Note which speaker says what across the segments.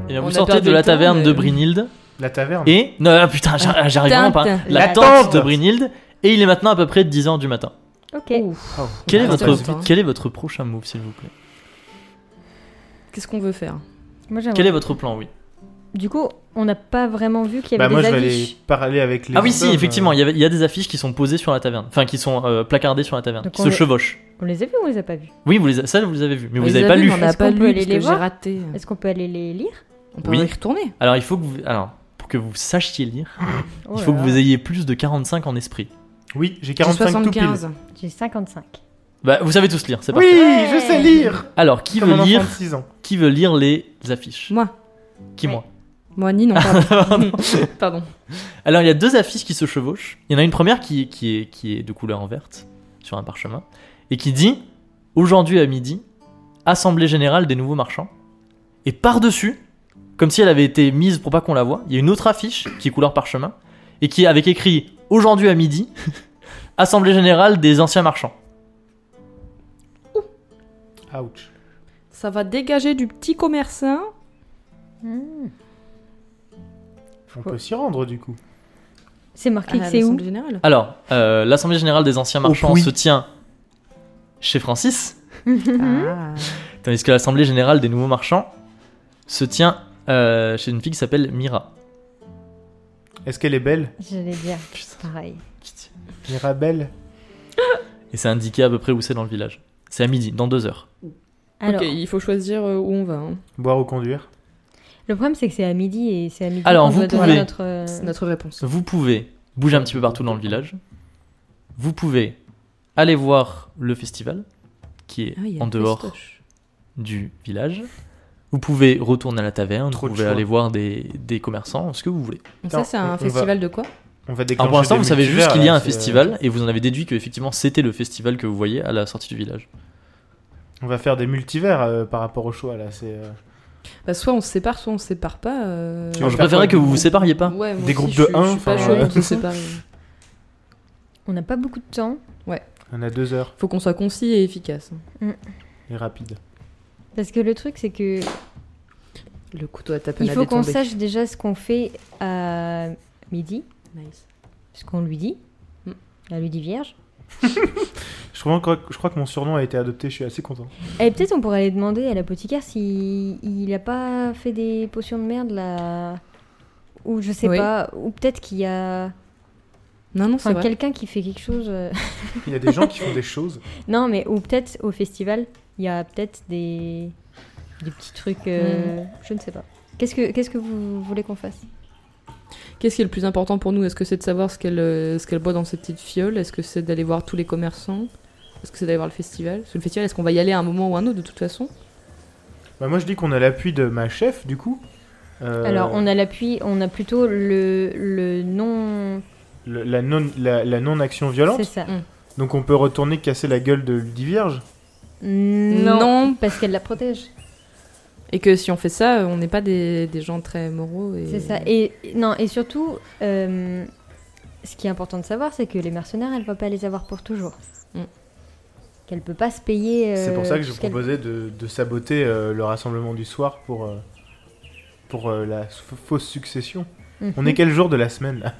Speaker 1: Et bien,
Speaker 2: On
Speaker 1: vous
Speaker 2: a
Speaker 1: sortez
Speaker 2: perdu
Speaker 1: de
Speaker 2: le
Speaker 1: la
Speaker 2: temps,
Speaker 1: taverne
Speaker 2: mais-
Speaker 1: de Brynhild.
Speaker 3: La taverne.
Speaker 1: Et. Non, putain, j'arrive vraiment pas. La
Speaker 3: La
Speaker 1: tente
Speaker 3: tente
Speaker 1: de Brynhild. Et il est maintenant à peu près 10h du matin.
Speaker 4: Ok.
Speaker 2: Ouf.
Speaker 3: Oh.
Speaker 1: Quel est,
Speaker 2: Ah,
Speaker 1: votre,
Speaker 2: ça va.
Speaker 1: quel est votre prochain move, s'il vous plaît?
Speaker 2: Qu'est-ce qu'on veut faire?
Speaker 4: Moi, j'aimerais-
Speaker 1: Quel est votre plan, oui?
Speaker 4: Du coup, on n'a pas vraiment vu qu'il y
Speaker 3: Bah
Speaker 4: avait
Speaker 3: moi
Speaker 4: des
Speaker 3: je vais aller
Speaker 4: affiches.
Speaker 3: parler avec les
Speaker 1: Ah oui, si,
Speaker 3: hommes,
Speaker 1: effectivement, il y a des affiches qui sont posées sur la taverne. Enfin, qui sont placardées sur la taverne.
Speaker 4: Donc
Speaker 1: Qui
Speaker 4: on
Speaker 1: se
Speaker 4: les-
Speaker 1: chevauchent.
Speaker 4: On les a vus ou on les a pas vus?
Speaker 1: Oui, ça, vous les avez vus. Mais
Speaker 2: On
Speaker 1: vous
Speaker 2: les
Speaker 1: avez
Speaker 2: a
Speaker 1: pas
Speaker 2: vus,
Speaker 1: lu.
Speaker 2: mais on n'a
Speaker 4: Est-ce
Speaker 2: pas
Speaker 4: qu'on
Speaker 2: lu
Speaker 4: peut aller
Speaker 2: parce
Speaker 4: les
Speaker 2: que j'ai
Speaker 4: voir
Speaker 2: raté.
Speaker 4: Est-ce qu'on peut aller les lire?
Speaker 2: On peut
Speaker 1: Oui.
Speaker 2: y retourner.
Speaker 1: Alors, il faut que vous. Alors, pour que vous sachiez lire,
Speaker 4: Oh
Speaker 1: il faut
Speaker 4: là
Speaker 1: que
Speaker 4: là.
Speaker 1: vous ayez plus de 45 en esprit.
Speaker 3: Oui, j'ai
Speaker 2: J'ai
Speaker 3: 45 tout pile.
Speaker 2: 75.
Speaker 4: J'ai 55.
Speaker 1: Bah, vous savez tous lire, c'est
Speaker 3: Oui,
Speaker 1: parfait.
Speaker 3: je sais lire.
Speaker 1: Alors, qui
Speaker 3: Comme un
Speaker 1: veut
Speaker 3: enfant
Speaker 1: lire
Speaker 3: de 6 ans.
Speaker 1: Qui veut lire les affiches?
Speaker 2: Moi.
Speaker 1: Qui,
Speaker 4: Ouais.
Speaker 1: moi?
Speaker 2: Moi, ni non. Pardon. Pardon.
Speaker 1: Alors, il y a deux affiches qui se chevauchent. Il y en a une première qui est de couleur verte, sur un parchemin, et qui dit « Aujourd'hui à midi, Assemblée Générale des Nouveaux Marchands ». Et par-dessus, comme si elle avait été mise pour pas qu'on la voie, il y a une autre affiche qui est couleur parchemin, et qui est avec écrit « Aujourd'hui à midi, Assemblée Générale des Anciens Marchands
Speaker 3: Ouch.
Speaker 2: Ça va dégager du petit commerçant.
Speaker 3: On peut s'y rendre du coup.
Speaker 4: C'est marqué que
Speaker 2: à
Speaker 4: c'est où?
Speaker 2: l'Assemblée générale. »
Speaker 1: Alors, l'Assemblée Générale des Anciens Marchands
Speaker 3: Puy.
Speaker 1: se tient chez Francis,
Speaker 2: Ah.
Speaker 1: tandis que l'Assemblée Générale des Nouveaux Marchands se tient chez une fille qui s'appelle Mira.
Speaker 3: Est-ce qu'elle est belle?
Speaker 4: J'allais dire pareil.
Speaker 3: Mirabelle?
Speaker 1: Et c'est indiqué à peu près où c'est dans le village. C'est à midi, dans 2 heures.
Speaker 4: Alors,
Speaker 2: Ok, il faut choisir où on va. hein.
Speaker 3: Boire ou conduire?
Speaker 4: le problème c'est que c'est à midi et c'est à midi
Speaker 1: Alors,
Speaker 4: qu'on
Speaker 1: vous
Speaker 4: doit donner
Speaker 1: pouvez-
Speaker 4: notre.
Speaker 2: C'est notre réponse.
Speaker 1: Vous pouvez bouger un petit peu partout dans le village. Vous pouvez aller voir le festival, qui est
Speaker 2: Ah, il y a
Speaker 1: en
Speaker 2: le
Speaker 1: dehors
Speaker 2: festoche.
Speaker 1: du village. Vous pouvez retourner à la taverne,
Speaker 3: Trop
Speaker 1: vous
Speaker 3: de
Speaker 1: pouvez
Speaker 3: choix.
Speaker 1: aller voir des commerçants, ce que vous voulez.
Speaker 2: Donc ça, c'est un festival de quoi?
Speaker 3: On va déclencher
Speaker 1: Alors pour l'instant,
Speaker 3: des
Speaker 1: vous savez juste
Speaker 3: multivers,
Speaker 1: qu'il y a
Speaker 3: là,
Speaker 1: un
Speaker 3: c'est,
Speaker 1: festival, et vous en avez déduit que effectivement c'était le festival que vous voyez à la sortie du village.
Speaker 3: On va faire des multivers par rapport au choix là. C'est
Speaker 2: Bah, soit on se sépare, soit on se sépare pas.
Speaker 3: Tu
Speaker 1: Alors,
Speaker 3: veux
Speaker 1: je
Speaker 3: faire
Speaker 1: préférais
Speaker 3: quoi,
Speaker 1: que
Speaker 3: du
Speaker 1: vous
Speaker 3: coup
Speaker 1: vous sépariez pas.
Speaker 2: Ouais, moi
Speaker 3: Des
Speaker 2: aussi,
Speaker 3: groupes
Speaker 2: je
Speaker 3: de
Speaker 2: suis-
Speaker 3: un,
Speaker 2: Je suis pas
Speaker 3: enfin,
Speaker 2: chaud
Speaker 3: ouais.
Speaker 2: pour se séparer.
Speaker 4: On n'a pas beaucoup de temps
Speaker 3: on a 2 heures
Speaker 2: Faut qu'on soit concis et efficace.
Speaker 3: et rapide.
Speaker 4: parce que le truc c'est que
Speaker 2: Le couteau à taper
Speaker 4: il
Speaker 2: la
Speaker 4: faut qu'on
Speaker 2: détombée.
Speaker 4: sache déjà ce qu'on fait à midi,
Speaker 2: Nice.
Speaker 4: ce qu'on lui dit.
Speaker 2: Mm.
Speaker 4: Elle lui dit vierge.
Speaker 3: Je crois que mon surnom a été adopté. Je suis assez content.
Speaker 4: Et peut-être on pourrait aller demander à l'apothicaire s'il il a pas fait des potions de merde là. Ou je sais
Speaker 2: Oui.
Speaker 4: pas. Ou peut-être qu'il y a.
Speaker 2: Non, non, c'est
Speaker 4: Enfin,
Speaker 2: vrai.
Speaker 4: quelqu'un qui fait quelque chose.
Speaker 3: Il y a des gens qui font des choses.
Speaker 4: Non, mais ou peut-être au festival, il y a peut-être des petits trucs. Je ne sais pas. Qu'est-ce que vous voulez qu'on fasse?
Speaker 2: Qu'est-ce qui est le plus important pour nous? Est-ce que c'est de savoir ce qu'elle boit dans ses petites fioles? Est-ce que c'est d'aller voir tous les commerçants? Est-ce que c'est d'aller voir le festival? Parce que le festival, est-ce qu'on va y aller à un moment ou un autre de toute façon?
Speaker 3: Bah, moi je dis qu'on a l'appui de ma chef du coup.
Speaker 4: Alors, on a l'appui, on a plutôt le non.
Speaker 3: La non-action violente.
Speaker 4: C'est ça.
Speaker 3: Donc on peut retourner casser la gueule de Ludivierge.
Speaker 2: Non.
Speaker 4: Parce qu'elle la protège.
Speaker 2: Et que si on fait ça, on n'est pas des gens très moraux. Et...
Speaker 4: C'est ça. Et non, et surtout, ce qui est important de savoir, c'est que les mercenaires, elle va pas les avoir pour toujours.
Speaker 2: Mm.
Speaker 4: Qu'elle peut pas se payer.
Speaker 3: C'est pour ça que je
Speaker 4: tout ce qu'elle-
Speaker 3: proposais de saboter le rassemblement du soir pour la fausse succession.
Speaker 4: Mhm.
Speaker 3: On est quel jour de la semaine là?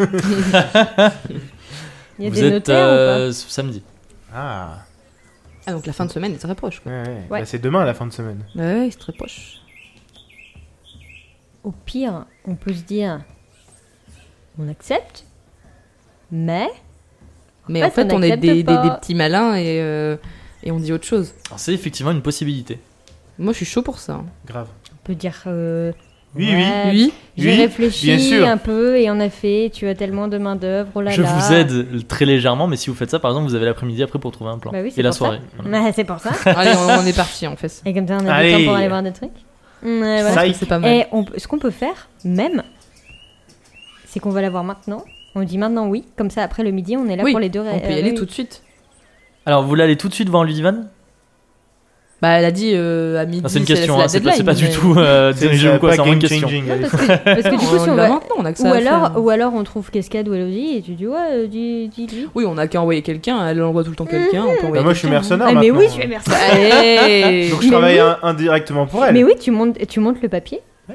Speaker 4: Il y a
Speaker 1: Vous
Speaker 4: des
Speaker 1: êtes
Speaker 4: notaires
Speaker 1: samedi.
Speaker 3: Ah,
Speaker 2: Ah, donc la fin de semaine est très proche, quoi.
Speaker 3: ouais.
Speaker 4: Ouais.
Speaker 3: Bah, c'est demain la fin de semaine.
Speaker 2: Ouais, c'est très proche.
Speaker 4: ou pas? Au pire, on peut se dire, on accepte, mais
Speaker 2: Mais
Speaker 4: En
Speaker 2: en
Speaker 4: fait,
Speaker 2: fait,
Speaker 4: on
Speaker 2: on est
Speaker 4: n'accepte
Speaker 2: des
Speaker 4: pas.
Speaker 2: petits malins et on dit autre chose.
Speaker 1: Alors, c'est effectivement une possibilité.
Speaker 2: Moi, je suis chaud pour ça. hein.
Speaker 3: Grave.
Speaker 4: on peut dire.
Speaker 3: Oui,
Speaker 4: ouais,
Speaker 2: Oui.
Speaker 4: J'ai
Speaker 3: Oui,
Speaker 4: réfléchi
Speaker 3: bien sûr.
Speaker 4: un peu et en effet, tu as tellement de main d'œuvre. Oh là
Speaker 1: Je
Speaker 4: là.
Speaker 1: vous aide très légèrement, mais si vous faites ça, par exemple, vous avez l'après-midi après pour trouver un plan.
Speaker 4: Bah oui, c'est
Speaker 1: et la
Speaker 4: pour ça.
Speaker 1: soirée. Voilà.
Speaker 4: Bah, c'est pour ça.
Speaker 2: Allez, on est parti, on fait ça.
Speaker 4: Et comme ça, on a
Speaker 3: Allez.
Speaker 4: du temps pour aller voir des trucs. Ouais, voilà.
Speaker 3: Ça,
Speaker 2: C'est pas mal.
Speaker 4: Et ce qu'on peut faire, même, c'est qu'on va la voir maintenant. On dit maintenant oui, comme ça après le midi, on est là
Speaker 2: Oui,
Speaker 4: pour les deux.
Speaker 2: on peut y aller tout de suite.
Speaker 1: Alors, vous voulez aller tout de suite voir Ludivan?
Speaker 2: Bah, elle a dit à midi.
Speaker 1: Non, c'est une question,
Speaker 2: la
Speaker 1: hein, c'est pas
Speaker 2: deadline,
Speaker 1: du
Speaker 2: mais-
Speaker 1: tout dirigé ou quoi, c'est vraiment une question.
Speaker 4: Parce que du coup, si
Speaker 2: on
Speaker 4: on
Speaker 2: l'a
Speaker 4: va...
Speaker 2: maintenant, on a que ça
Speaker 4: Ou
Speaker 2: à faire.
Speaker 4: alors on trouve Cascade ou Elodie et tu dis ouais, dis-lui.
Speaker 2: Oui, on a qu'à envoyer quelqu'un. Elle envoie tout le temps quelqu'un. On peut envoyer
Speaker 3: Bah, moi je suis
Speaker 2: quelqu'un,
Speaker 3: mercenaire
Speaker 4: Ah, mais
Speaker 3: maintenant,
Speaker 4: oui,
Speaker 3: hein.
Speaker 4: je suis mercenaire.
Speaker 2: Allez.
Speaker 3: Donc je
Speaker 4: Mais
Speaker 3: travaille
Speaker 4: oui.
Speaker 3: indirectement pour elle.
Speaker 4: Mais oui, tu montes le papier.
Speaker 3: Ouais.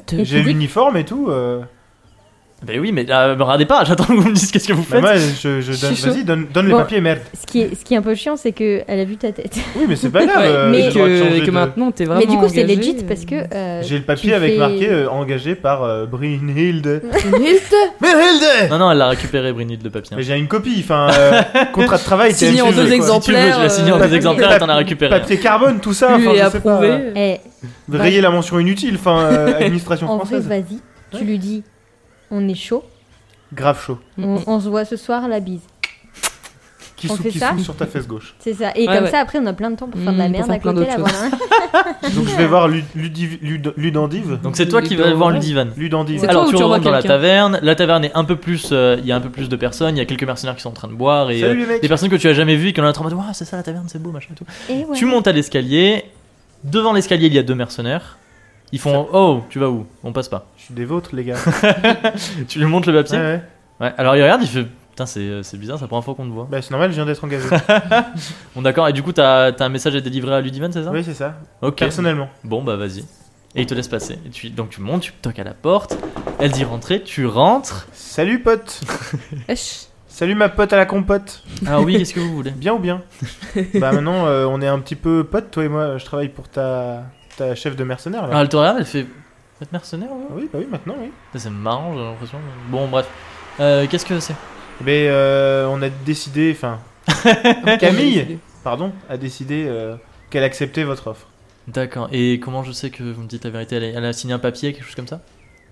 Speaker 2: Teuf.
Speaker 4: Et
Speaker 3: J'ai
Speaker 4: tu dis-
Speaker 3: l'uniforme et tout.
Speaker 1: Ben oui, mais me regardez pas, j'attends que vous me disiez qu'est-ce que vous
Speaker 3: Bah
Speaker 1: faites.
Speaker 3: moi, je donne.
Speaker 2: chaud.
Speaker 3: Vas-y, donne les
Speaker 4: Bon.
Speaker 3: papiers, merde.
Speaker 4: Ce qui est un peu chiant, c'est qu'elle a vu ta tête.
Speaker 3: Oui, mais c'est pas grave.
Speaker 2: Ouais,
Speaker 4: mais
Speaker 3: j'ai le droit de changer
Speaker 2: que
Speaker 3: de-
Speaker 2: maintenant t'es vraiment
Speaker 4: Mais du coup, c'est
Speaker 2: engagé,
Speaker 4: legit parce que.
Speaker 3: J'ai le
Speaker 4: tu
Speaker 3: papier avec
Speaker 4: fais-
Speaker 3: marqué engagé par Brynhilde.
Speaker 2: Hilde
Speaker 3: Brynhilde.
Speaker 1: Non, elle l'a récupéré, Brynhilde, le papier.
Speaker 3: Mais j'ai une copie, enfin, contrat de travail,
Speaker 2: Signé en
Speaker 3: TMCG,
Speaker 2: deux
Speaker 3: quoi.
Speaker 2: exemplaires.
Speaker 1: Si tu veux, je l'ai signé en
Speaker 2: Exemplaire,
Speaker 1: deux exemplaires et t'en as récupéré.
Speaker 3: Papier carbone, tout ça.
Speaker 2: Lu
Speaker 3: enfin,
Speaker 2: et
Speaker 3: je sais pas.
Speaker 2: approuvé.
Speaker 4: Eh,
Speaker 3: Rayer la mention inutile, enfin, administration
Speaker 4: en vrai,
Speaker 3: française.
Speaker 4: vas-y. Tu lui dis on est chaud,
Speaker 3: Grave chaud.
Speaker 4: on se voit ce soir, la bise.
Speaker 3: Qui
Speaker 4: On
Speaker 3: sous
Speaker 4: fait
Speaker 3: qui
Speaker 4: ça
Speaker 3: sous sur ta fesse gauche.
Speaker 4: C'est ça. Et
Speaker 2: Ouais,
Speaker 4: comme
Speaker 2: ouais.
Speaker 4: ça, après, on a plein de temps pour faire de la
Speaker 2: Pour
Speaker 4: merde
Speaker 2: faire
Speaker 4: à
Speaker 2: plein
Speaker 4: côté. Là,
Speaker 2: d'autres
Speaker 4: voilà.
Speaker 3: Donc je vais voir Ludandive.
Speaker 1: Donc c'est toi qui vas voir Ludivan.
Speaker 3: Ludandive.
Speaker 2: C'est
Speaker 1: Alors
Speaker 2: toi ou
Speaker 1: tu
Speaker 2: tu
Speaker 1: rentres
Speaker 2: envoies
Speaker 1: dans la
Speaker 2: quelqu'un
Speaker 1: taverne. La taverne est un peu plus, il y a un peu plus de personnes. Il y a quelques mercenaires qui sont en train de boire et
Speaker 3: Salut les mecs.
Speaker 1: des personnes que tu as jamais vues et qui ont l'air en mode waouh, c'est ça la taverne, c'est beau machin et tout.
Speaker 4: Et ouais.
Speaker 1: Tu montes à l'escalier. Devant l'escalier, il y a 2 mercenaires. Ils font oh, tu vas où? On passe pas.
Speaker 3: Je suis des vôtres, les gars.
Speaker 1: Tu lui montres le papier.
Speaker 3: Ouais, ouais.
Speaker 1: Ouais. Alors il regarde, il fait putain c'est bizarre, c'est la première fois qu'on te voit.
Speaker 3: Bah, c'est normal, je viens d'être engagé.
Speaker 1: Bon d'accord. Et du coup t'as un message à délivrer à Ludivan, c'est ça?
Speaker 3: Oui, c'est ça.
Speaker 1: Ok.
Speaker 3: Personnellement.
Speaker 1: Bon bah vas-y. Et il te laisse passer. Et donc tu montes, tu toques à la porte. Elle dit rentrer, tu rentres.
Speaker 3: Salut, pote.
Speaker 2: Esh.
Speaker 3: Salut, ma pote à la compote.
Speaker 1: Ah oui, qu'est-ce que vous voulez?
Speaker 3: Bien ou bien? Bah, maintenant, on est un petit peu potes, toi et moi. Je travaille pour ta chef de mercenaires,
Speaker 1: Alors
Speaker 3: là.
Speaker 1: elle te regarde, elle fait vous êtes mercenaire vous?
Speaker 3: Oui, bah oui, maintenant, oui.
Speaker 1: Ça, c'est marrant, j'ai l'impression. Bon, bref. Qu'est-ce que c'est?
Speaker 3: Mais on a décidé, enfin, Camille, pardon, a décidé qu'elle acceptait votre offre.
Speaker 1: D'accord. Et comment je sais que vous me dites la vérité? Elle a signé un papier, quelque chose comme ça?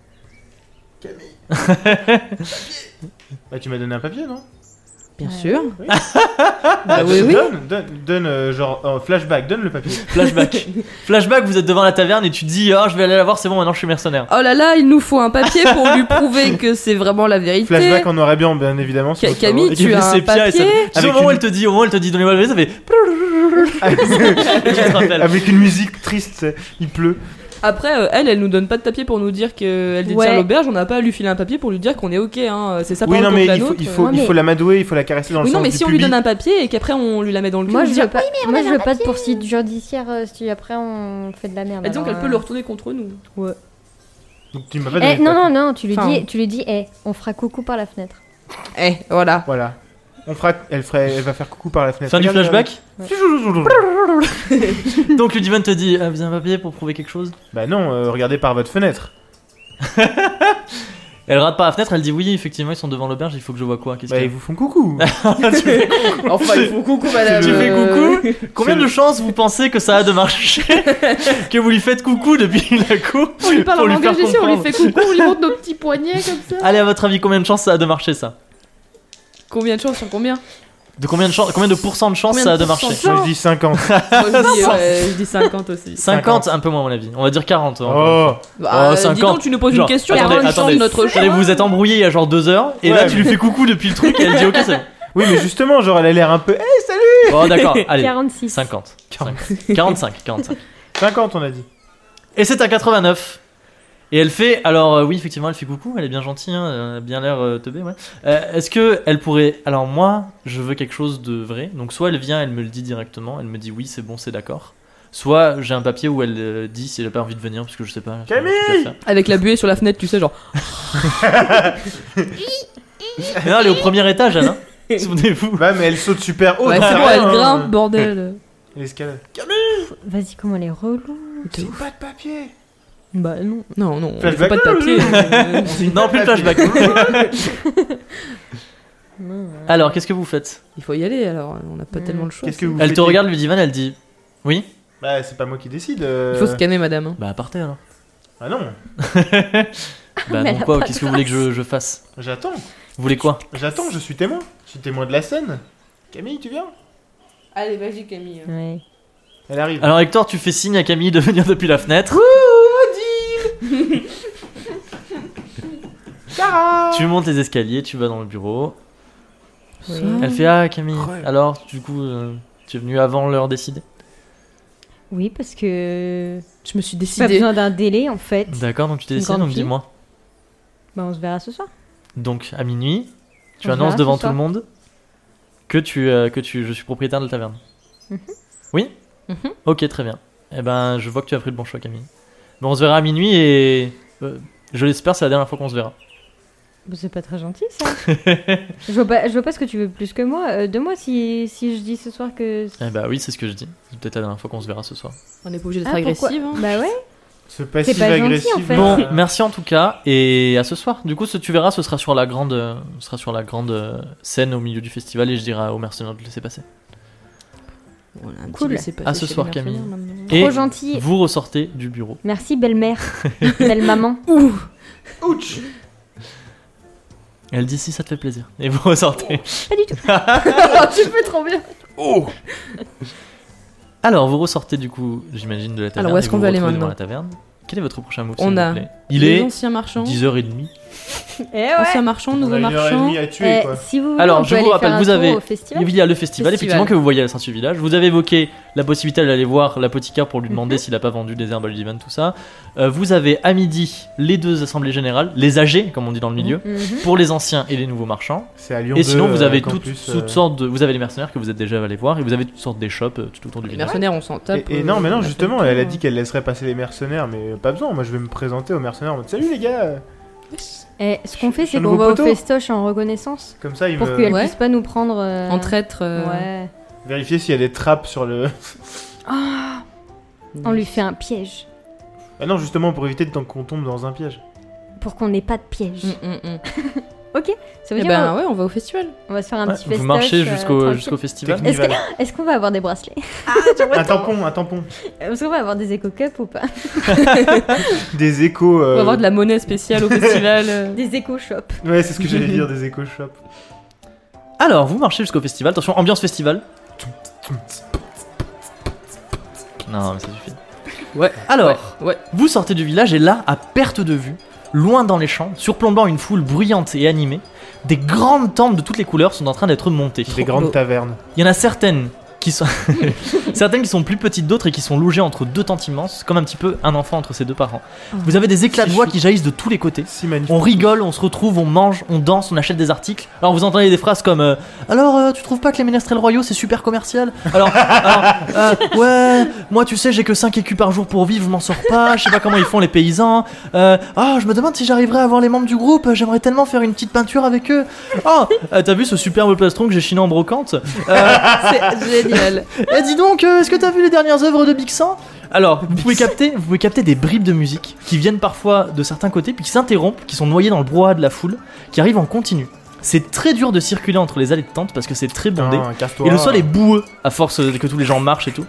Speaker 3: Bah, tu m'as donné un papier, non?
Speaker 2: Bien sûr.
Speaker 3: Oui.
Speaker 2: Bah oui, oui.
Speaker 3: Donne genre, flashback, donne le papier.
Speaker 1: Flashback. Flashback, vous êtes devant la taverne et tu te dis oh, je vais aller la voir, c'est bon, maintenant je suis mercenaire.
Speaker 2: Oh là là, il nous faut un papier pour lui prouver que c'est vraiment la vérité.
Speaker 3: Flashback en noir et blanc, bien évidemment. si vous
Speaker 2: Camille,
Speaker 3: savez.
Speaker 1: Et qui
Speaker 2: tu
Speaker 1: fait
Speaker 2: as un
Speaker 1: sépia et ça-
Speaker 2: papier
Speaker 1: Tu sais, au moment où elle te dit donnez-moi la vérité, ça fait. Et tu te rappelles.
Speaker 3: Avec une musique triste, il pleut.
Speaker 2: Après, elle nous donne pas de papier pour nous dire qu'elle détient
Speaker 4: Ouais.
Speaker 2: l'auberge. On n'a pas à lui filer un papier pour lui dire qu'on est ok. Hein. C'est sa
Speaker 3: Oui,
Speaker 2: parole
Speaker 3: non, mais
Speaker 2: contre la
Speaker 3: il faut,
Speaker 2: nôtre.
Speaker 3: il faut,
Speaker 4: Non,
Speaker 3: il
Speaker 4: mais-
Speaker 3: faut l'amadouer, il faut la caresser dans le
Speaker 2: Oui,
Speaker 3: sens
Speaker 2: non, mais
Speaker 3: du
Speaker 2: si on lui
Speaker 3: public.
Speaker 2: donne un papier et qu'après on lui la met dans le cul,
Speaker 4: Moi,
Speaker 2: on
Speaker 4: je
Speaker 2: se dit,
Speaker 4: veux pas, moi, je veux pas de
Speaker 2: papier.
Speaker 4: poursuite judiciaire si après on fait de la merde.
Speaker 2: Et donc elle
Speaker 4: alors,
Speaker 2: peut le retourner contre nous.
Speaker 3: Donc tu m'as pas donné
Speaker 4: Eh,
Speaker 3: de
Speaker 4: non,
Speaker 3: papier.
Speaker 4: non, non, tu lui
Speaker 2: Enfin,
Speaker 4: dis, on fera coucou par la fenêtre.
Speaker 2: Eh, voilà.
Speaker 3: Voilà. Elle va faire coucou par la fenêtre.
Speaker 1: Fin du
Speaker 3: Regarde,
Speaker 1: flashback.
Speaker 3: regarde.
Speaker 1: Donc Ludivan te dit vous avez un papier pour prouver quelque chose?
Speaker 3: Bah non, regardez par votre fenêtre.
Speaker 1: Elle regarde par la fenêtre, elle dit oui, effectivement, ils sont devant l'auberge, il faut que je vois quoi? Qu'est-ce
Speaker 3: Bah
Speaker 1: qu'il y
Speaker 3: ils
Speaker 1: a?
Speaker 3: vous font coucou.
Speaker 2: Enfin, il faut coucou, madame.
Speaker 1: Tu fais coucou? Combien
Speaker 3: c'est
Speaker 1: de
Speaker 3: le-
Speaker 1: chances vous pensez que ça a de marcher que vous lui faites coucou depuis la cour
Speaker 2: On lui parle
Speaker 1: pour
Speaker 2: en
Speaker 1: lui faire
Speaker 2: langage ici, on lui
Speaker 1: comprendre?
Speaker 2: fait coucou, on lui montre nos petits poignets comme ça.
Speaker 1: Allez, à votre avis, combien de chances ça a de marcher ça?
Speaker 2: Combien de chances sur combien?
Speaker 1: De combien de pourcents de chances
Speaker 2: Combien
Speaker 1: ça a
Speaker 2: de
Speaker 1: de marcher?
Speaker 2: pourcents?
Speaker 3: Moi je dis 50.
Speaker 2: Moi, je dis 50 aussi.
Speaker 1: 50, un peu moins à mon avis. On va dire 40. encore une
Speaker 3: Oh.
Speaker 1: fois.
Speaker 2: Bah,
Speaker 1: 50.
Speaker 2: dis donc, tu nous poses
Speaker 1: Genre,
Speaker 2: une question,
Speaker 1: attendez,
Speaker 2: on change
Speaker 1: attendez.
Speaker 2: notre choix.
Speaker 1: Allez, vous vous êtes embrouillés il y a genre 2 heures, et
Speaker 3: Ouais,
Speaker 1: là tu
Speaker 3: mais-
Speaker 1: lui fais coucou depuis le truc, et elle dit ok, c'est bon.
Speaker 3: Oui mais justement, genre elle a l'air un peu.
Speaker 1: Bon, d'accord, allez.
Speaker 4: 46.
Speaker 1: 50. 45.
Speaker 3: 50 on a dit.
Speaker 1: Et c'est à 89. Et elle fait, alors oui, effectivement, elle fait coucou, elle est bien gentille, hein, elle a bien l'air teubée, ouais. Est-ce que elle pourrait. Alors moi, je veux quelque chose de vrai. Donc soit elle vient, elle me le dit directement, elle me dit oui, c'est bon, c'est d'accord. Soit j'ai un papier où elle dit si elle a pas envie de venir, parce que je sais pas. j'ai un truc à faire.
Speaker 2: Avec la buée sur la fenêtre, tu sais, genre.
Speaker 1: Mais non, elle est au premier étage, elle, hein. Souvenez-vous.
Speaker 3: Bah mais elle saute super haut.
Speaker 2: Ouais,
Speaker 3: donc
Speaker 2: c'est
Speaker 3: ça
Speaker 2: bon,
Speaker 3: va,
Speaker 2: elle
Speaker 3: hein.
Speaker 2: grimpe, bordel.
Speaker 3: L'escalade.
Speaker 4: Vas-y, comment elle est relou.
Speaker 3: J'ai pas de papier.
Speaker 2: Bah non, non, non, il faut
Speaker 3: Flashback.
Speaker 2: pas de papier.
Speaker 1: Non, plus de flashback. Alors, qu'est-ce que vous faites?
Speaker 2: Il faut y aller alors, on n'a pas tellement le choix.
Speaker 3: Qu'est-ce que vous
Speaker 1: Elle
Speaker 3: faites
Speaker 1: te regarde, lui dit Van, elle dit oui.
Speaker 3: Bah c'est pas moi qui décide.
Speaker 2: Il faut se calmer, madame. hein.
Speaker 1: Bah, partez alors.
Speaker 3: Ah non,
Speaker 1: Bah,
Speaker 4: Mais
Speaker 1: donc
Speaker 4: elle a
Speaker 1: quoi?
Speaker 4: pas
Speaker 1: Qu'est-ce
Speaker 4: de
Speaker 1: que vous voulez que je fasse?
Speaker 3: j'attends.
Speaker 1: Vous voulez quoi?
Speaker 3: J'attends, je suis témoin. Je suis témoin de la scène. Camille, tu viens?
Speaker 2: Allez, vas-y, Camille.
Speaker 4: Ouais.
Speaker 3: Elle arrive.
Speaker 1: Alors, Hector, tu fais signe à Camille de venir depuis la fenêtre. Tu montes les escaliers, tu vas dans le bureau.
Speaker 4: Oui.
Speaker 1: Elle fait ah Camille.
Speaker 3: Ouais.
Speaker 1: Alors, du coup, tu es venu avant l'heure décidée.
Speaker 4: Oui, parce que
Speaker 2: Je me suis
Speaker 4: pas
Speaker 2: décidée.
Speaker 4: besoin d'un délai en fait.
Speaker 1: D'accord, donc tu t'es
Speaker 4: Une
Speaker 1: décidé,
Speaker 4: grande
Speaker 1: donc
Speaker 4: fille.
Speaker 1: dis-moi.
Speaker 4: Bah, on se verra ce soir.
Speaker 1: Donc à minuit, tu
Speaker 4: On se
Speaker 1: annonces
Speaker 4: verra
Speaker 1: devant
Speaker 4: ce
Speaker 1: tout le
Speaker 4: soir.
Speaker 1: monde je suis propriétaire de la taverne.
Speaker 4: Mhm.
Speaker 1: Oui.
Speaker 2: Mhm.
Speaker 1: Ok, très bien. Eh ben, je vois que tu as pris le bon choix, Camille. Bon, on se verra à minuit et Je l'espère, c'est la dernière fois qu'on se verra.
Speaker 4: Bah, c'est pas très gentil ça. je vois pas ce que tu veux plus que moi. De moi si je dis ce soir que.
Speaker 1: Eh bah oui, c'est ce que je dis. C'est peut-être la dernière fois qu'on se verra ce soir.
Speaker 2: On n'est pas obligé d'être
Speaker 4: Ah, pourquoi
Speaker 2: agressive. Hein.
Speaker 4: Bah ouais.
Speaker 3: Ce
Speaker 4: C'est pas gentil,
Speaker 3: passif-agressif.
Speaker 4: en fait.
Speaker 1: Bon, merci en tout cas, et à ce soir. Du coup, tu verras, ce sera sur la grande scène au milieu du festival, et je dirai aux mercenaires de le laisser passer.
Speaker 2: On a un petit
Speaker 4: Cool.
Speaker 2: laissez-passer
Speaker 1: À ce
Speaker 2: chez
Speaker 1: soir,
Speaker 2: les mercenaires,
Speaker 1: Camille.
Speaker 2: maintenant.
Speaker 1: Et
Speaker 4: Trop gentil.
Speaker 1: vous ressortez du bureau.
Speaker 4: Merci belle-mère. Belle-maman.
Speaker 3: Ouch.
Speaker 1: Elle dit si ça te fait plaisir. Et vous ressortez.
Speaker 4: Pas du tout.
Speaker 2: Oh, tu fais trop bien.
Speaker 1: Alors, vous ressortez du coup, j'imagine, de la taverne.
Speaker 2: Alors, où est-ce
Speaker 1: et
Speaker 2: qu'on
Speaker 1: vous
Speaker 2: va aller
Speaker 1: retrouvez devant
Speaker 2: maintenant
Speaker 1: la taverne. Quel est votre prochain move,
Speaker 2: On
Speaker 1: s'il
Speaker 2: a
Speaker 1: vous plaît Il
Speaker 2: Les
Speaker 1: est
Speaker 2: anciens marchands.
Speaker 1: 10h30.
Speaker 4: Eh ouais.
Speaker 2: Anciens marchands, nouveaux
Speaker 3: On a 1 heure et
Speaker 2: marchands.
Speaker 3: demie à tuer, quoi.
Speaker 4: Si vous voulez,
Speaker 1: Alors,
Speaker 4: on
Speaker 1: je
Speaker 4: peut
Speaker 1: vous
Speaker 4: aller
Speaker 1: rappelle,
Speaker 4: faire un
Speaker 1: vous
Speaker 4: tour
Speaker 1: avez-
Speaker 4: au festival.
Speaker 1: Il y a le festival,
Speaker 2: Festival.
Speaker 1: effectivement, que vous voyez à la Saint Village. Vous avez évoqué la possibilité d'aller voir l'apothicaire pour lui demander s'il a pas vendu des herbes à Ludivan, tout ça. Vous avez à midi les deux assemblées générales, les âgés, comme on dit dans le milieu,
Speaker 4: Mhm.
Speaker 1: pour les anciens et les nouveaux marchands.
Speaker 3: C'est à Lyon.
Speaker 1: Et sinon,
Speaker 3: 2,
Speaker 1: vous avez
Speaker 3: campus,
Speaker 1: toutes sortes de. Vous avez les mercenaires que vous êtes déjà allés voir, et vous avez toutes sortes des shops tout autour du
Speaker 2: Les
Speaker 1: village.
Speaker 2: mercenaires, on s'en tape.
Speaker 3: Et non, mais non,
Speaker 2: on
Speaker 3: justement,
Speaker 2: fait le
Speaker 3: elle a
Speaker 2: tour.
Speaker 3: dit qu'elle laisserait passer les mercenaires, mais pas besoin. Moi, je vais me présenter aux mercenaires en mode salut les gars.
Speaker 4: Ce qu'on fait,
Speaker 3: Je suis
Speaker 4: c'est
Speaker 3: un
Speaker 4: qu'on va
Speaker 3: nouveau
Speaker 4: au
Speaker 3: poteau.
Speaker 4: festoche en reconnaissance.
Speaker 3: Comme ça, ils
Speaker 4: Pour
Speaker 3: me
Speaker 4: qu'elle
Speaker 2: Ouais.
Speaker 4: puisse pas nous prendre.
Speaker 2: En traître.
Speaker 4: Ouais.
Speaker 3: vérifier s'il y a des trappes sur le.
Speaker 4: On lui fait un piège.
Speaker 3: Ah non, justement, pour éviter qu'on tombe dans un piège.
Speaker 4: Pour qu'on n'ait pas de piège.
Speaker 2: Mm.
Speaker 4: Ça veut
Speaker 2: Eh
Speaker 4: dire
Speaker 2: ben ouais, on va au festival.
Speaker 4: on va se faire un
Speaker 1: Ouais,
Speaker 4: petit festoche.
Speaker 1: vous marchez
Speaker 4: tranquille.
Speaker 1: jusqu'au festival.
Speaker 3: Technique.
Speaker 4: Est-ce qu'on va avoir des bracelets
Speaker 3: Un tampon.
Speaker 4: Est-ce qu'on va avoir des éco-cups ou pas
Speaker 3: Des échos.
Speaker 2: On va avoir de la monnaie spéciale au festival.
Speaker 4: Des éco-shops.
Speaker 3: Ouais, c'est ce que j'allais dire, des échos shops.
Speaker 1: Alors, vous marchez jusqu'au festival. Attention, ambiance festival. Non, mais ça suffit.
Speaker 2: Ouais.
Speaker 1: Alors,
Speaker 2: Ouais.
Speaker 1: vous sortez du village et là, à perte de vue, loin dans les champs, surplombant une foule bruyante et animée, des grandes tentes de toutes les couleurs sont en train d'être montées.
Speaker 3: Des grandes
Speaker 2: beau.
Speaker 3: tavernes.
Speaker 1: Il y en a certaines qui sont certaines qui sont plus petites d'autres et qui sont logées entre deux tentes immenses, comme un petit peu un enfant entre ses deux parents. Vous avez des éclats de voix qui jaillissent de tous les côtés.
Speaker 3: Si magnifique.
Speaker 1: On rigole, on se retrouve, on mange, on danse, on achète des articles. Alors vous entendez des phrases comme alors tu trouves pas que les ménestrels royaux c'est super commercial? Alors ouais, moi tu sais j'ai que 5 écus par jour pour vivre, je m'en sors pas, je sais pas comment ils font les paysans. Je me demande si j'arriverai à voir les membres du groupe, j'aimerais tellement faire une petite peinture avec eux. T'as vu ce superbe plastron que j'ai chiné en brocante?
Speaker 2: C'est génial.
Speaker 1: Dis donc, est-ce que t'as vu les dernières œuvres de Bixen? Alors, vous pouvez capter des bribes de musique qui viennent parfois de certains côtés, puis qui s'interrompent, qui sont noyées dans le brouhaha de la foule, qui arrivent en continu. C'est très dur de circuler entre les allées de tentes parce que c'est très bondé.
Speaker 3: Casse-toi.
Speaker 1: Et le sol est boueux à force que tous les gens marchent et tout.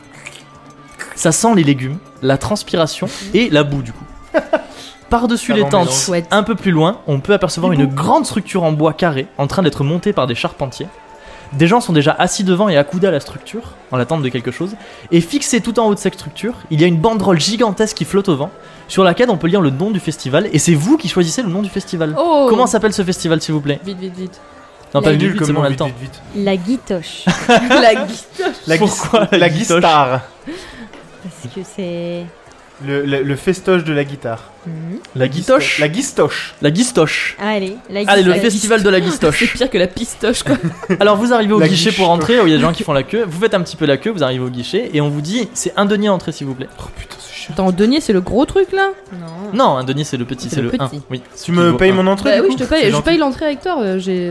Speaker 1: Ça sent les légumes, la transpiration et la boue du coup. Par-dessus
Speaker 3: Ça
Speaker 1: les
Speaker 3: va en
Speaker 1: tentes,
Speaker 3: mélange.
Speaker 2: Chouette.
Speaker 1: un peu plus loin, on peut apercevoir une grande structure en bois carré en train d'être montée par des charpentiers. Des gens sont déjà assis devant et accoudés à la structure, en l'attente de quelque chose. Et fixé tout en haut de cette structure, il y a une banderole gigantesque qui flotte au vent, sur laquelle on peut lire le nom du festival. Et c'est vous qui choisissez le nom du festival.
Speaker 2: Oh.
Speaker 1: Comment s'appelle ce festival, s'il vous plaît?
Speaker 2: Vite.
Speaker 1: Non, pas
Speaker 4: La
Speaker 1: du
Speaker 3: Nul
Speaker 1: tout, c'est
Speaker 3: comme
Speaker 1: bon, on a le
Speaker 3: vite,
Speaker 1: temps.
Speaker 3: vite.
Speaker 4: La guitoche.
Speaker 2: La guitare.
Speaker 3: La
Speaker 1: Pourquoi
Speaker 3: la
Speaker 1: la guitoche
Speaker 3: guitare.
Speaker 4: Parce que c'est.
Speaker 3: Le festoche de la guitare.
Speaker 1: La guitoche?
Speaker 3: La guistoche.
Speaker 1: La guistoche.
Speaker 4: Allez, la
Speaker 1: Allez, le
Speaker 4: guitoche.
Speaker 1: festival de la
Speaker 2: C'est
Speaker 1: guistoche.
Speaker 2: pire que la pistoche, quoi.
Speaker 1: Alors vous arrivez au
Speaker 3: La
Speaker 1: guichet pour
Speaker 3: guistoche.
Speaker 1: rentrer, où il y a des gens qui font la queue. Vous faites un petit peu la queue, vous arrivez au guichet, et on vous dit c'est un denier à entrer, s'il vous plaît.
Speaker 3: Oh putain, c'est chiant.
Speaker 2: Attends, denier, c'est le gros truc là?
Speaker 4: Non.
Speaker 1: Non, un denier c'est le petit,
Speaker 2: C'est
Speaker 1: c'est
Speaker 2: le
Speaker 1: le 1.
Speaker 2: petit.
Speaker 1: Oui.
Speaker 3: Tu me payes mon entrée
Speaker 2: Bah
Speaker 3: du
Speaker 2: oui,
Speaker 3: coup
Speaker 2: je te paye,
Speaker 3: C'est
Speaker 2: je
Speaker 3: gentil.
Speaker 2: paye l'entrée avec toi.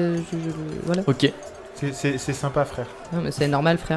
Speaker 2: Voilà.
Speaker 1: Ok.
Speaker 3: C'est sympa, frère.
Speaker 2: Non, mais c'est normal, frère.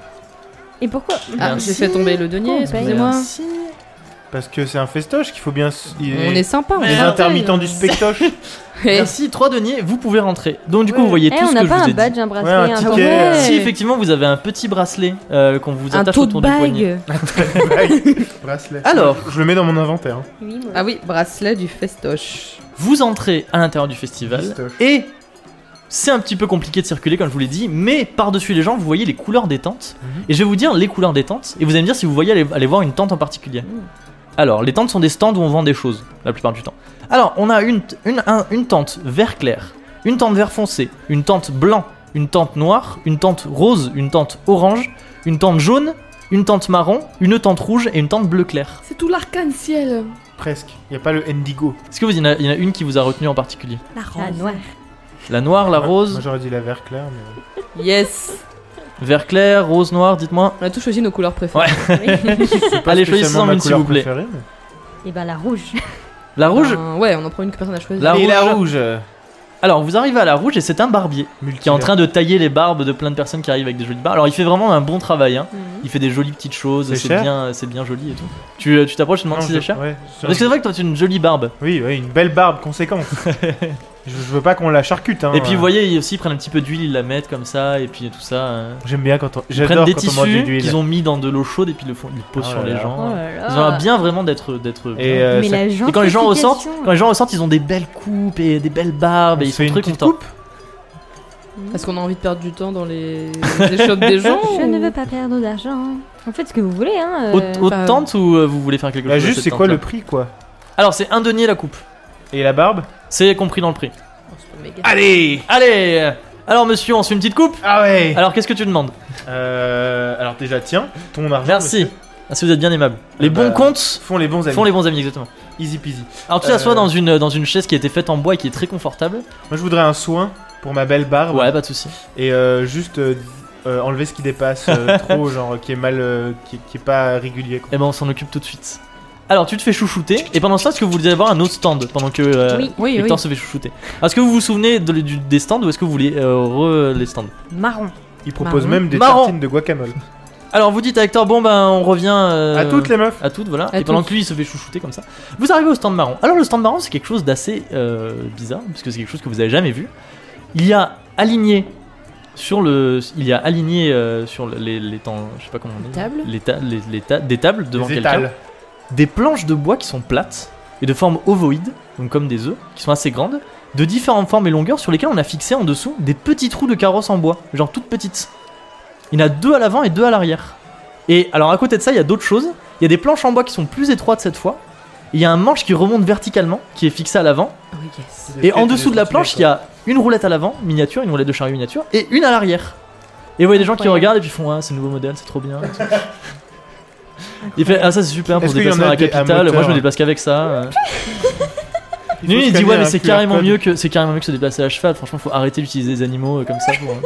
Speaker 4: Et pourquoi
Speaker 2: Ah,
Speaker 1: Merci.
Speaker 2: j'ai fait tomber le denier,
Speaker 4: Oh,
Speaker 2: excusez-moi.
Speaker 1: Merci.
Speaker 3: Parce que c'est un festoche qu'il faut bien.
Speaker 2: On est sympa, on
Speaker 3: Les
Speaker 2: est
Speaker 3: intermittents du spectoche.
Speaker 1: Merci, 3 deniers, vous pouvez rentrer. Donc du coup,
Speaker 2: Ouais.
Speaker 1: vous voyez
Speaker 4: Eh,
Speaker 1: tout
Speaker 4: on
Speaker 1: ce
Speaker 4: n'a
Speaker 1: que je
Speaker 4: pas
Speaker 1: vous
Speaker 4: un
Speaker 1: ai dit.
Speaker 4: badge, un bracelet,
Speaker 3: Ouais, un
Speaker 4: un
Speaker 3: ticket.
Speaker 4: tour.
Speaker 2: Ouais.
Speaker 1: Si effectivement vous avez un petit bracelet qu'on vous
Speaker 2: Un
Speaker 1: attache
Speaker 2: tote
Speaker 1: autour du poignet.
Speaker 4: bag.
Speaker 3: Bracelet.
Speaker 1: Alors.
Speaker 3: Je le mets dans mon inventaire. hein.
Speaker 4: Oui, moi.
Speaker 2: Ah oui, bracelet du festoche.
Speaker 1: Vous entrez à l'intérieur du festival
Speaker 3: Festoche.
Speaker 1: et c'est un petit peu compliqué de circuler comme je vous l'ai dit, mais par-dessus les gens vous voyez les couleurs des tentes. Et je vais vous dire les couleurs des tentes et vous allez me dire si vous voyez aller voir une tente en particulier. Alors, les tentes sont des stands où on vend des choses, la plupart du temps. Alors, on a une tente vert clair, une tente vert foncé, une tente blanc, une tente noire, une tente rose, une tente orange, une tente jaune, une tente marron, une tente rouge et une tente bleu clair.
Speaker 2: C'est tout l'arc-en-ciel.
Speaker 3: Presque. Il n'y a pas le Indigo.
Speaker 1: Est-ce que il y en a une qui vous a retenu en particulier?
Speaker 4: Ah, noir.
Speaker 1: La noire, la
Speaker 3: Moi,
Speaker 1: rose,
Speaker 3: j'aurais dit la vert clair, mais.
Speaker 2: Yes.
Speaker 1: vert clair, rose, noir, dites-moi.
Speaker 2: On a tous choisi nos couleurs préférées.
Speaker 1: Ouais.
Speaker 3: C'est pas
Speaker 1: Allez,
Speaker 3: spécialement
Speaker 1: choisissez-en
Speaker 3: ma
Speaker 1: une, s'il
Speaker 3: couleur
Speaker 1: vous plaît.
Speaker 3: préférée, mais-
Speaker 4: Et ben la rouge.
Speaker 1: La rouge.
Speaker 2: Ouais, on en prend une que personne a choisi.
Speaker 1: La
Speaker 3: Et la
Speaker 1: rouge.
Speaker 3: rouge.
Speaker 1: Alors vous arrivez à la rouge et c'est un barbier qui est en train de tailler les barbes de plein de personnes qui arrivent avec des jolies barbes. Alors il fait vraiment un bon travail, hein.
Speaker 2: Mhm.
Speaker 1: Il fait des jolies petites choses,
Speaker 3: C'est
Speaker 1: c'est
Speaker 3: cher
Speaker 1: bien joli et tout. Tu t'approches et demandes
Speaker 3: Non,
Speaker 1: si c'est cher.
Speaker 3: Ouais.
Speaker 1: Parce que c'est vrai que toi tu as une jolie barbe.
Speaker 3: Oui, une belle barbe conséquente. je veux pas qu'on la charcute. Hein.
Speaker 1: Et puis vous voyez, ils aussi prennent un petit peu d'huile, ils la mettent comme ça et puis tout ça.
Speaker 3: J'aime bien quand on.
Speaker 1: Ils prennent
Speaker 3: J'adore
Speaker 1: des
Speaker 3: quand on mange
Speaker 1: tissus
Speaker 3: d'huile.
Speaker 1: qu'ils ont mis dans de l'eau chaude et puis ils le posent
Speaker 3: Oh
Speaker 1: sur
Speaker 3: là
Speaker 1: les
Speaker 3: là.
Speaker 1: gens.
Speaker 4: Oh là là.
Speaker 1: Ils ont l'air bien vraiment d'être
Speaker 3: Et
Speaker 1: bien.
Speaker 4: Mais
Speaker 3: ça-
Speaker 4: la
Speaker 1: Et quand les gens ressortent,
Speaker 4: gentrification.
Speaker 1: ils ont des belles coupes et des belles barbes
Speaker 3: on
Speaker 1: et ils
Speaker 3: se fait
Speaker 1: sont
Speaker 3: une
Speaker 1: très
Speaker 3: petite
Speaker 1: contents.
Speaker 3: coupe.
Speaker 2: Est-ce qu'on a envie de perdre du temps dans les échoppes des gens
Speaker 4: Je
Speaker 2: ou-
Speaker 4: ne veux pas perdre d'argent. En fait, ce que vous voulez, hein.
Speaker 1: Haute tente ou vous voulez faire quelque
Speaker 3: Bah
Speaker 1: chose à
Speaker 3: juste,
Speaker 1: cette
Speaker 3: c'est quoi
Speaker 1: tente-là
Speaker 3: le prix quoi?
Speaker 1: Alors c'est 1 denier la coupe.
Speaker 3: Et la barbe?
Speaker 1: C'est compris dans le prix.
Speaker 2: Oh, c'est pas méga.
Speaker 3: Allez!
Speaker 1: Allez. Alors monsieur, on se fait une petite coupe.
Speaker 3: Ah ouais!
Speaker 1: Alors qu'est-ce que tu demandes?
Speaker 3: Alors déjà, tiens, ton argent.
Speaker 1: Merci.
Speaker 3: monsieur.
Speaker 1: Merci, vous êtes bien aimable. Les
Speaker 3: bah,
Speaker 1: bons comptes
Speaker 3: Font les bons amis.
Speaker 1: font les bons amis, exactement.
Speaker 3: Easy peasy.
Speaker 1: Alors tu t'assois dans une chaise qui a été faite en bois et qui est très confortable.
Speaker 3: Moi je voudrais un soin pour ma belle barbe.
Speaker 1: Ouais, pas de souci.
Speaker 3: Et juste enlever ce qui dépasse trop, genre qui est mal. Qui est pas régulier quoi.
Speaker 1: Et ben on s'en occupe tout de suite. Alors tu te fais chouchouter et pendant ce temps est-ce que vous voulez avoir un autre stand pendant que
Speaker 4: Oui.
Speaker 2: Oui,
Speaker 1: Victor se fait chouchouter. Est-ce que vous vous souvenez des stands ou est-ce que vous voulez les stands?
Speaker 4: Marron.
Speaker 3: Il propose
Speaker 2: Marron.
Speaker 3: même des
Speaker 1: Marron.
Speaker 3: tartines de guacamole.
Speaker 1: Alors vous dites à Hector bon ben on revient
Speaker 3: À toutes les meufs.
Speaker 1: à toutes voilà
Speaker 2: À
Speaker 1: et pendant
Speaker 2: toutes.
Speaker 1: que lui il se fait chouchouter comme ça. Vous arrivez au stand marron. Alors le stand marron c'est quelque chose d'assez bizarre parce que c'est quelque chose que vous avez jamais vu. Il y a aligné sur les temps, je sais pas comment on dit.
Speaker 2: Tables
Speaker 1: Des tables devant
Speaker 3: Des
Speaker 1: quelqu'un.
Speaker 3: étals.
Speaker 1: Des planches de bois qui sont plates et de forme ovoïde, donc comme des œufs, qui sont assez grandes, de différentes formes et longueurs sur lesquelles on a fixé en dessous des petits trous de carrosse en bois, genre toutes petites. Il y en a 2 à l'avant et 2 à l'arrière. Et alors à côté de ça, il y a d'autres choses. Il y a des planches en bois qui sont plus étroites cette fois. Et il y a un manche qui remonte verticalement, qui est fixé à l'avant.
Speaker 2: Oh, yes.
Speaker 1: Et en dessous de la planche, il y a une roulette à l'avant, miniature, une roulette de chariot miniature, et une à l'arrière. Et vous voyez des gens qui
Speaker 4: Incroyable.
Speaker 1: regardent et puis font ah c'est nouveau modèle, c'est trop bien. Il fait ah ça c'est super pour
Speaker 3: Est-ce
Speaker 1: se
Speaker 3: qu'il y en
Speaker 1: déplacer
Speaker 3: a
Speaker 1: dans la
Speaker 3: des à
Speaker 1: capitale. Moi je me
Speaker 3: moteur
Speaker 1: déplace qu'avec ça.
Speaker 3: Il
Speaker 1: Lui
Speaker 3: faut
Speaker 1: il dit
Speaker 3: scanner
Speaker 1: ouais mais
Speaker 3: un
Speaker 1: c'est
Speaker 3: QR
Speaker 1: carrément
Speaker 3: code.
Speaker 1: mieux que se déplacer à cheval. Franchement faut arrêter d'utiliser des animaux comme ça pour.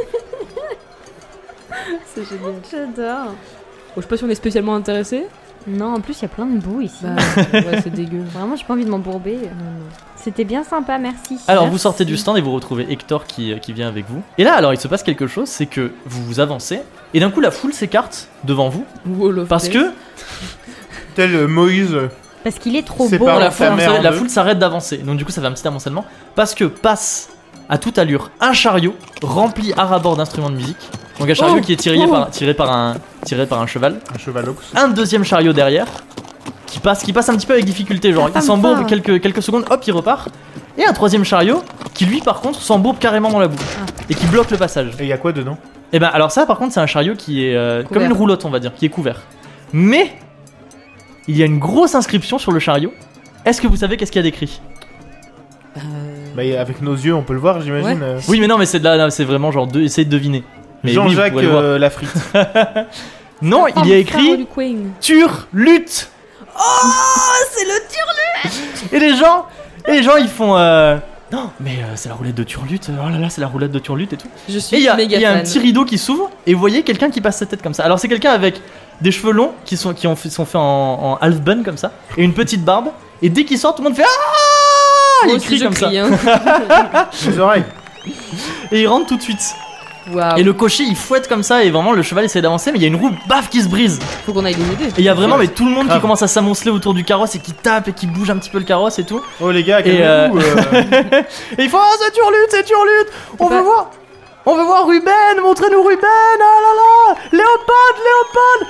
Speaker 2: C'est génial.
Speaker 4: J'adore.
Speaker 2: Bon, je sais pas si on est spécialement intéressé.
Speaker 4: Non, en plus, il y a plein de boue ici.
Speaker 2: Bah, ouais, c'est dégueu.
Speaker 4: Vraiment, j'ai pas envie de m'embourber. C'était bien sympa, merci.
Speaker 1: Alors vous
Speaker 4: Merci.
Speaker 1: sortez du stand et vous retrouvez Hector qui vient avec vous. Et là alors il se passe quelque chose, c'est que vous avancez et d'un coup la foule s'écarte devant vous
Speaker 2: Wall of
Speaker 1: parce
Speaker 2: Death.
Speaker 1: que
Speaker 3: Tel Moïse.
Speaker 4: Parce qu'il est trop
Speaker 3: C'est
Speaker 4: beau.
Speaker 3: pas
Speaker 1: la
Speaker 3: sa
Speaker 1: foule,
Speaker 3: mère en
Speaker 1: la
Speaker 3: deux.
Speaker 1: foule s'arrête d'avancer. Donc du coup ça fait un petit amoncellement parce que passe à toute allure un chariot rempli à ras-bord d'instruments de musique. Donc un chariot
Speaker 2: Oh,
Speaker 1: qui est tiré par un cheval.
Speaker 3: Un chevalox.
Speaker 1: Un deuxième chariot derrière qui passe un petit peu avec difficulté, genre il s'embourbe
Speaker 4: fanfare.
Speaker 1: quelques secondes, hop il repart. Et un troisième chariot qui lui par contre s'embourbe carrément dans la boue et qui bloque le passage.
Speaker 3: Et il y a quoi dedans?
Speaker 1: Et ben alors ça par contre c'est un chariot qui est comme
Speaker 2: Couvert.
Speaker 1: une roulotte on va dire, qui est couvert. Mais il y a une grosse inscription sur le chariot. Est-ce que vous savez qu'est-ce qu'il y a d'écrit?
Speaker 3: Bah, avec nos yeux, on peut le voir, j'imagine.
Speaker 1: Oui mais non mais c'est vraiment genre essayez de deviner. Mais oui, vous
Speaker 3: Jean-Jacques
Speaker 1: pourrez le voir.
Speaker 3: Lafrite.
Speaker 1: Non, il y a écrit
Speaker 2: Du Queen.
Speaker 1: Turlutte.
Speaker 4: C'est le tir.
Speaker 1: Et les gens ils font non mais c'est la roulette de Turlutte. Oh là là c'est la roulette de Turlutte et tout.
Speaker 2: Je
Speaker 1: Et
Speaker 2: suis
Speaker 1: il y a
Speaker 2: méga
Speaker 1: un
Speaker 2: fan.
Speaker 1: petit rideau qui s'ouvre et vous voyez quelqu'un qui passe sa tête comme ça. Alors c'est quelqu'un avec des cheveux longs qui sont faits en half bun comme ça et une petite barbe et dès qu'il sort tout le monde fait ah
Speaker 2: Moi
Speaker 1: il
Speaker 2: aussi,
Speaker 1: crie
Speaker 2: je
Speaker 1: comme ça
Speaker 2: crie, hein.
Speaker 3: Les oreilles.
Speaker 1: et il rentre tout de suite.
Speaker 2: Waouh.
Speaker 1: Et le cocher il fouette comme ça et vraiment le cheval essaie d'avancer mais il y a une roue baf qui se brise.
Speaker 2: Faut qu'on aille les aider.
Speaker 1: Et il y a vraiment mais tout le monde qui
Speaker 3: Grave.
Speaker 1: commence à s'amonceler autour du carrosse et qui tape et qui bouge un petit peu le carrosse et tout.
Speaker 3: Oh les gars,
Speaker 1: Et,
Speaker 3: calmez-vous.
Speaker 1: Et il faut ah c'est Turlutte, on
Speaker 2: pas-
Speaker 1: veut voir. On veut voir Ruben, montrez-nous Ruben, ah là là, Léopold,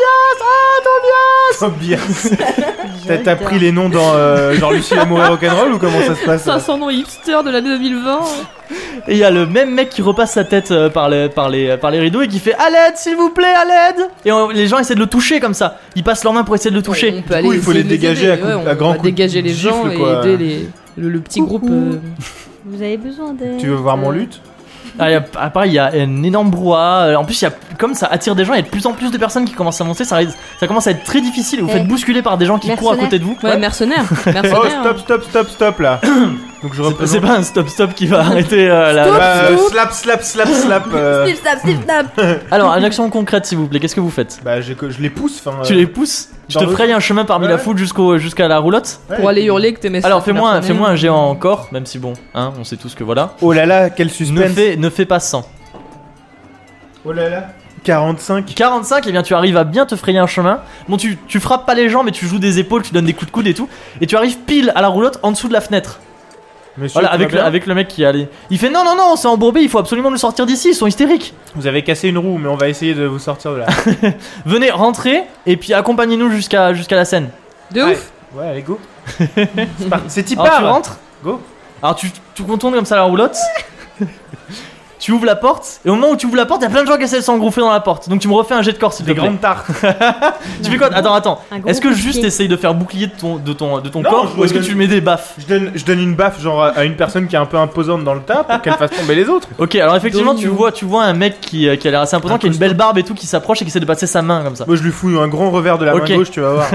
Speaker 1: Tobias,
Speaker 3: Tobias. T'as pris les noms dans genre Lucie l'amour et rock'n'roll ou comment ça se passe?
Speaker 2: 500 noms hipster de l'année 2020.
Speaker 1: Et il y a le même mec qui repasse sa tête par les rideaux et qui fait à l'aide s'il vous plaît, à l'aide. Et les gens essaient de le toucher comme ça, ils passent leurs mains pour essayer de le toucher.
Speaker 2: On peut
Speaker 3: Du coup, il faut
Speaker 2: essayer
Speaker 3: les
Speaker 2: de
Speaker 3: dégager
Speaker 2: aider.
Speaker 3: à coups-
Speaker 2: Ouais,
Speaker 3: à
Speaker 2: on
Speaker 3: grands
Speaker 2: va
Speaker 3: coups de
Speaker 2: dégager les gens
Speaker 3: gifle,
Speaker 2: et
Speaker 3: quoi.
Speaker 2: aider le petit groupe.
Speaker 4: Vous avez besoin d'aide.
Speaker 3: Tu veux voir mon lutte?
Speaker 1: Ah, pareil, il y a un énorme brouhaha. En plus, il y a, comme ça attire des gens, il y a de plus en plus de personnes qui commencent à monter. Ça commence à être très difficile. Et vous faites bousculer par des gens qui courent à côté de vous.
Speaker 2: Ouais, mercenaires.
Speaker 3: Oh, stop là. Donc je
Speaker 1: C'est
Speaker 3: représente.
Speaker 1: pas un stop-stop qui va arrêter la...
Speaker 3: Slap.
Speaker 4: Snip, snap, snip, snap.
Speaker 1: Alors, une action concrète, s'il vous plaît, qu'est-ce que vous faites?
Speaker 3: Bah je les pousse. Enfin.
Speaker 1: Tu les pousses, tu
Speaker 3: dans
Speaker 1: te
Speaker 3: le-
Speaker 1: frayes un chemin parmi la
Speaker 3: Ouais.
Speaker 1: foule jusqu'à la roulotte.
Speaker 3: Ouais,
Speaker 2: Pour
Speaker 3: et
Speaker 2: aller
Speaker 3: puis-
Speaker 2: hurler que t'aimais ça.
Speaker 1: Alors fais-moi un géant encore, même si bon, hein, on sait tous que voilà.
Speaker 3: Oh là là, quel suspense.
Speaker 1: Ne fais pas 100.
Speaker 3: Oh là là. 45.
Speaker 1: 45, et bien tu arrives à bien te frayer un chemin. Bon, tu frappes pas les gens, mais tu joues des épaules, tu donnes des coups de coude et tout. Et tu arrives pile à la roulotte en dessous de la fenêtre.
Speaker 3: Monsieur,
Speaker 1: Voilà,
Speaker 3: tout va bien
Speaker 1: avec le mec qui est allé. Il fait non, c'est embourbé, il faut absolument nous sortir d'ici, ils sont hystériques.
Speaker 3: Vous avez cassé une roue, mais on va essayer de vous sortir de là.
Speaker 1: Venez, rentrez, et puis accompagnez-nous jusqu'à la scène.
Speaker 2: De
Speaker 3: Ouais.
Speaker 2: ouf.
Speaker 3: Ouais, allez, go. C'est parti. C'est
Speaker 1: Alors tu
Speaker 3: Tipar.
Speaker 1: rentres,
Speaker 3: Go.
Speaker 1: alors tu contournes comme ça la roulotte. Tu ouvres la porte, et au moment où tu ouvres la porte, il y a plein de gens qui essaient de s'engouffrer dans la porte. Donc tu me refais un jet de corps s'il te
Speaker 3: Des
Speaker 1: plaît.
Speaker 3: grandes tartes.
Speaker 1: Tu fais quoi? Attends.
Speaker 4: Un gros
Speaker 1: Est-ce que
Speaker 4: coup de
Speaker 1: juste
Speaker 4: pied.
Speaker 1: essaye de faire bouclier de ton
Speaker 3: Non,
Speaker 1: corps,
Speaker 3: je
Speaker 1: ou est-ce que
Speaker 3: donne-
Speaker 1: tu mets des baffes?
Speaker 3: Je donne une baffe genre à une personne qui est un peu imposante dans le tas pour qu'elle fasse tomber les autres.
Speaker 1: Ok, alors effectivement,
Speaker 2: Domino.
Speaker 1: tu vois un mec qui a l'air assez imposant,
Speaker 3: Un
Speaker 1: qui a une
Speaker 3: costaud.
Speaker 1: belle barbe et tout, qui s'approche et qui essaie de passer sa main comme ça.
Speaker 3: Moi je lui fous un grand revers de la
Speaker 1: Ok.
Speaker 3: main gauche, tu vas voir.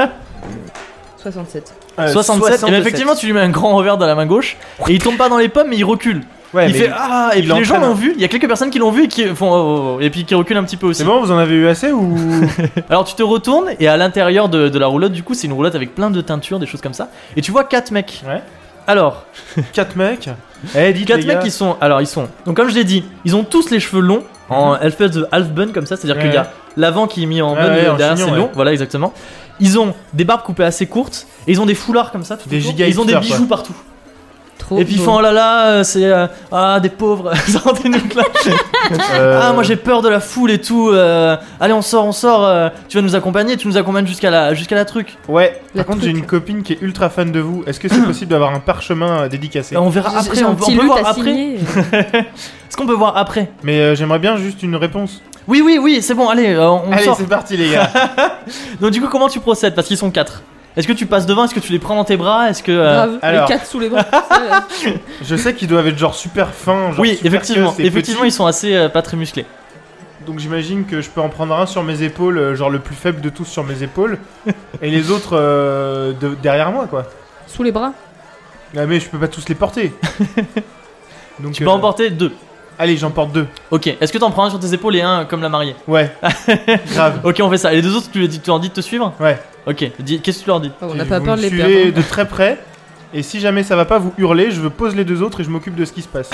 Speaker 2: 67.
Speaker 1: 67, et bien effectivement, tu lui mets un grand revers dans la main gauche, et il tombe pas dans les pommes, mais il recule.
Speaker 3: Ouais,
Speaker 1: Il
Speaker 3: mais
Speaker 1: fait ah, et
Speaker 3: il
Speaker 1: puis les gens
Speaker 3: entraîne.
Speaker 1: l'ont vu, il y a quelques personnes qui l'ont vu et qui font oh, et puis qui reculent un petit peu aussi.
Speaker 3: c'est bon, vous en avez eu assez ou
Speaker 1: Alors tu te retournes, et à l'intérieur de la roulotte, du coup, c'est une roulotte avec plein de teintures, des choses comme ça, et tu vois 4 mecs.
Speaker 3: Ouais.
Speaker 1: Alors,
Speaker 3: 4 mecs? Eh, dites
Speaker 1: 4
Speaker 3: les
Speaker 1: mecs
Speaker 3: gars.
Speaker 1: qui sont. Alors, ils sont. Donc, comme je l'ai dit, ils ont tous les cheveux longs, en espèce de half bun comme ça, c'est-à-dire
Speaker 3: Ouais.
Speaker 1: qu'il y a l'avant qui est mis en
Speaker 3: Ouais,
Speaker 1: bun,
Speaker 3: ouais,
Speaker 1: et
Speaker 3: en
Speaker 1: derrière
Speaker 3: chignon,
Speaker 1: c'est long,
Speaker 3: ouais.
Speaker 1: voilà exactement. Ils ont des barbes coupées assez courtes, et ils ont des foulards comme ça, tout
Speaker 3: Des
Speaker 1: autour,
Speaker 3: giga
Speaker 1: et ils ont des
Speaker 3: hipsters,
Speaker 1: bijoux
Speaker 3: quoi.
Speaker 1: partout.
Speaker 2: Trop.
Speaker 1: Et puis ils
Speaker 2: beau.
Speaker 1: font oh là là, c'est. Ah, des pauvres, sortez-nous de là. Ah, moi j'ai peur de la foule et tout. Allez, on sort, tu vas nous accompagner, tu nous accompagnes jusqu'à la truc.
Speaker 3: Ouais,
Speaker 2: La
Speaker 3: par contre, j'ai
Speaker 2: truc.
Speaker 3: une copine qui est ultra fan de vous. Est-ce que c'est possible d'avoir un parchemin dédicacé?
Speaker 1: On verra
Speaker 2: J'ai-
Speaker 1: après,
Speaker 2: j'ai
Speaker 1: on
Speaker 2: un
Speaker 1: peut
Speaker 2: petit
Speaker 1: voir
Speaker 2: lutte à
Speaker 1: après.
Speaker 2: signer.
Speaker 1: Est-ce qu'on peut voir après?
Speaker 3: Mais j'aimerais bien juste une réponse.
Speaker 1: Oui, c'est bon, allez, on
Speaker 3: Allez,
Speaker 1: sort.
Speaker 3: c'est parti, les gars.
Speaker 1: Donc du coup comment tu procèdes? Parce qu'ils sont 4. Est-ce que tu passes devant? Est-ce que tu les prends dans tes bras? Est-ce que...
Speaker 2: Grave.
Speaker 3: alors.
Speaker 2: Les 4 sous les bras. Ça,
Speaker 3: Je sais qu'ils doivent être genre super fins. Genre
Speaker 1: Oui,
Speaker 3: super
Speaker 1: effectivement,
Speaker 3: queues, c'est
Speaker 1: effectivement
Speaker 3: petit.
Speaker 1: ils sont assez pas très musclés.
Speaker 3: Donc j'imagine que je peux en prendre un sur mes épaules, genre le plus faible de tous sur mes épaules, et les autres derrière moi, quoi.
Speaker 2: Sous les bras.
Speaker 3: Ah, mais je peux pas tous les porter. Donc,
Speaker 1: Tu peux en porter 2.
Speaker 3: Allez, j'en porte 2.
Speaker 1: Ok, est-ce que t'en prends un sur tes épaules et un comme la mariée?
Speaker 3: Ouais. Grave.
Speaker 1: Ok, on fait ça. Et les deux autres, tu leur dis de te suivre?
Speaker 3: Ouais.
Speaker 1: Ok, qu'est-ce que tu leur dis?
Speaker 2: Oh, on n'a
Speaker 3: Vous
Speaker 2: pas
Speaker 3: me
Speaker 2: peur de les
Speaker 3: suivez
Speaker 2: perdre. hein.
Speaker 3: de très près. Et si jamais ça va pas, vous hurlez, je pose les deux autres et je m'occupe de ce qui se passe.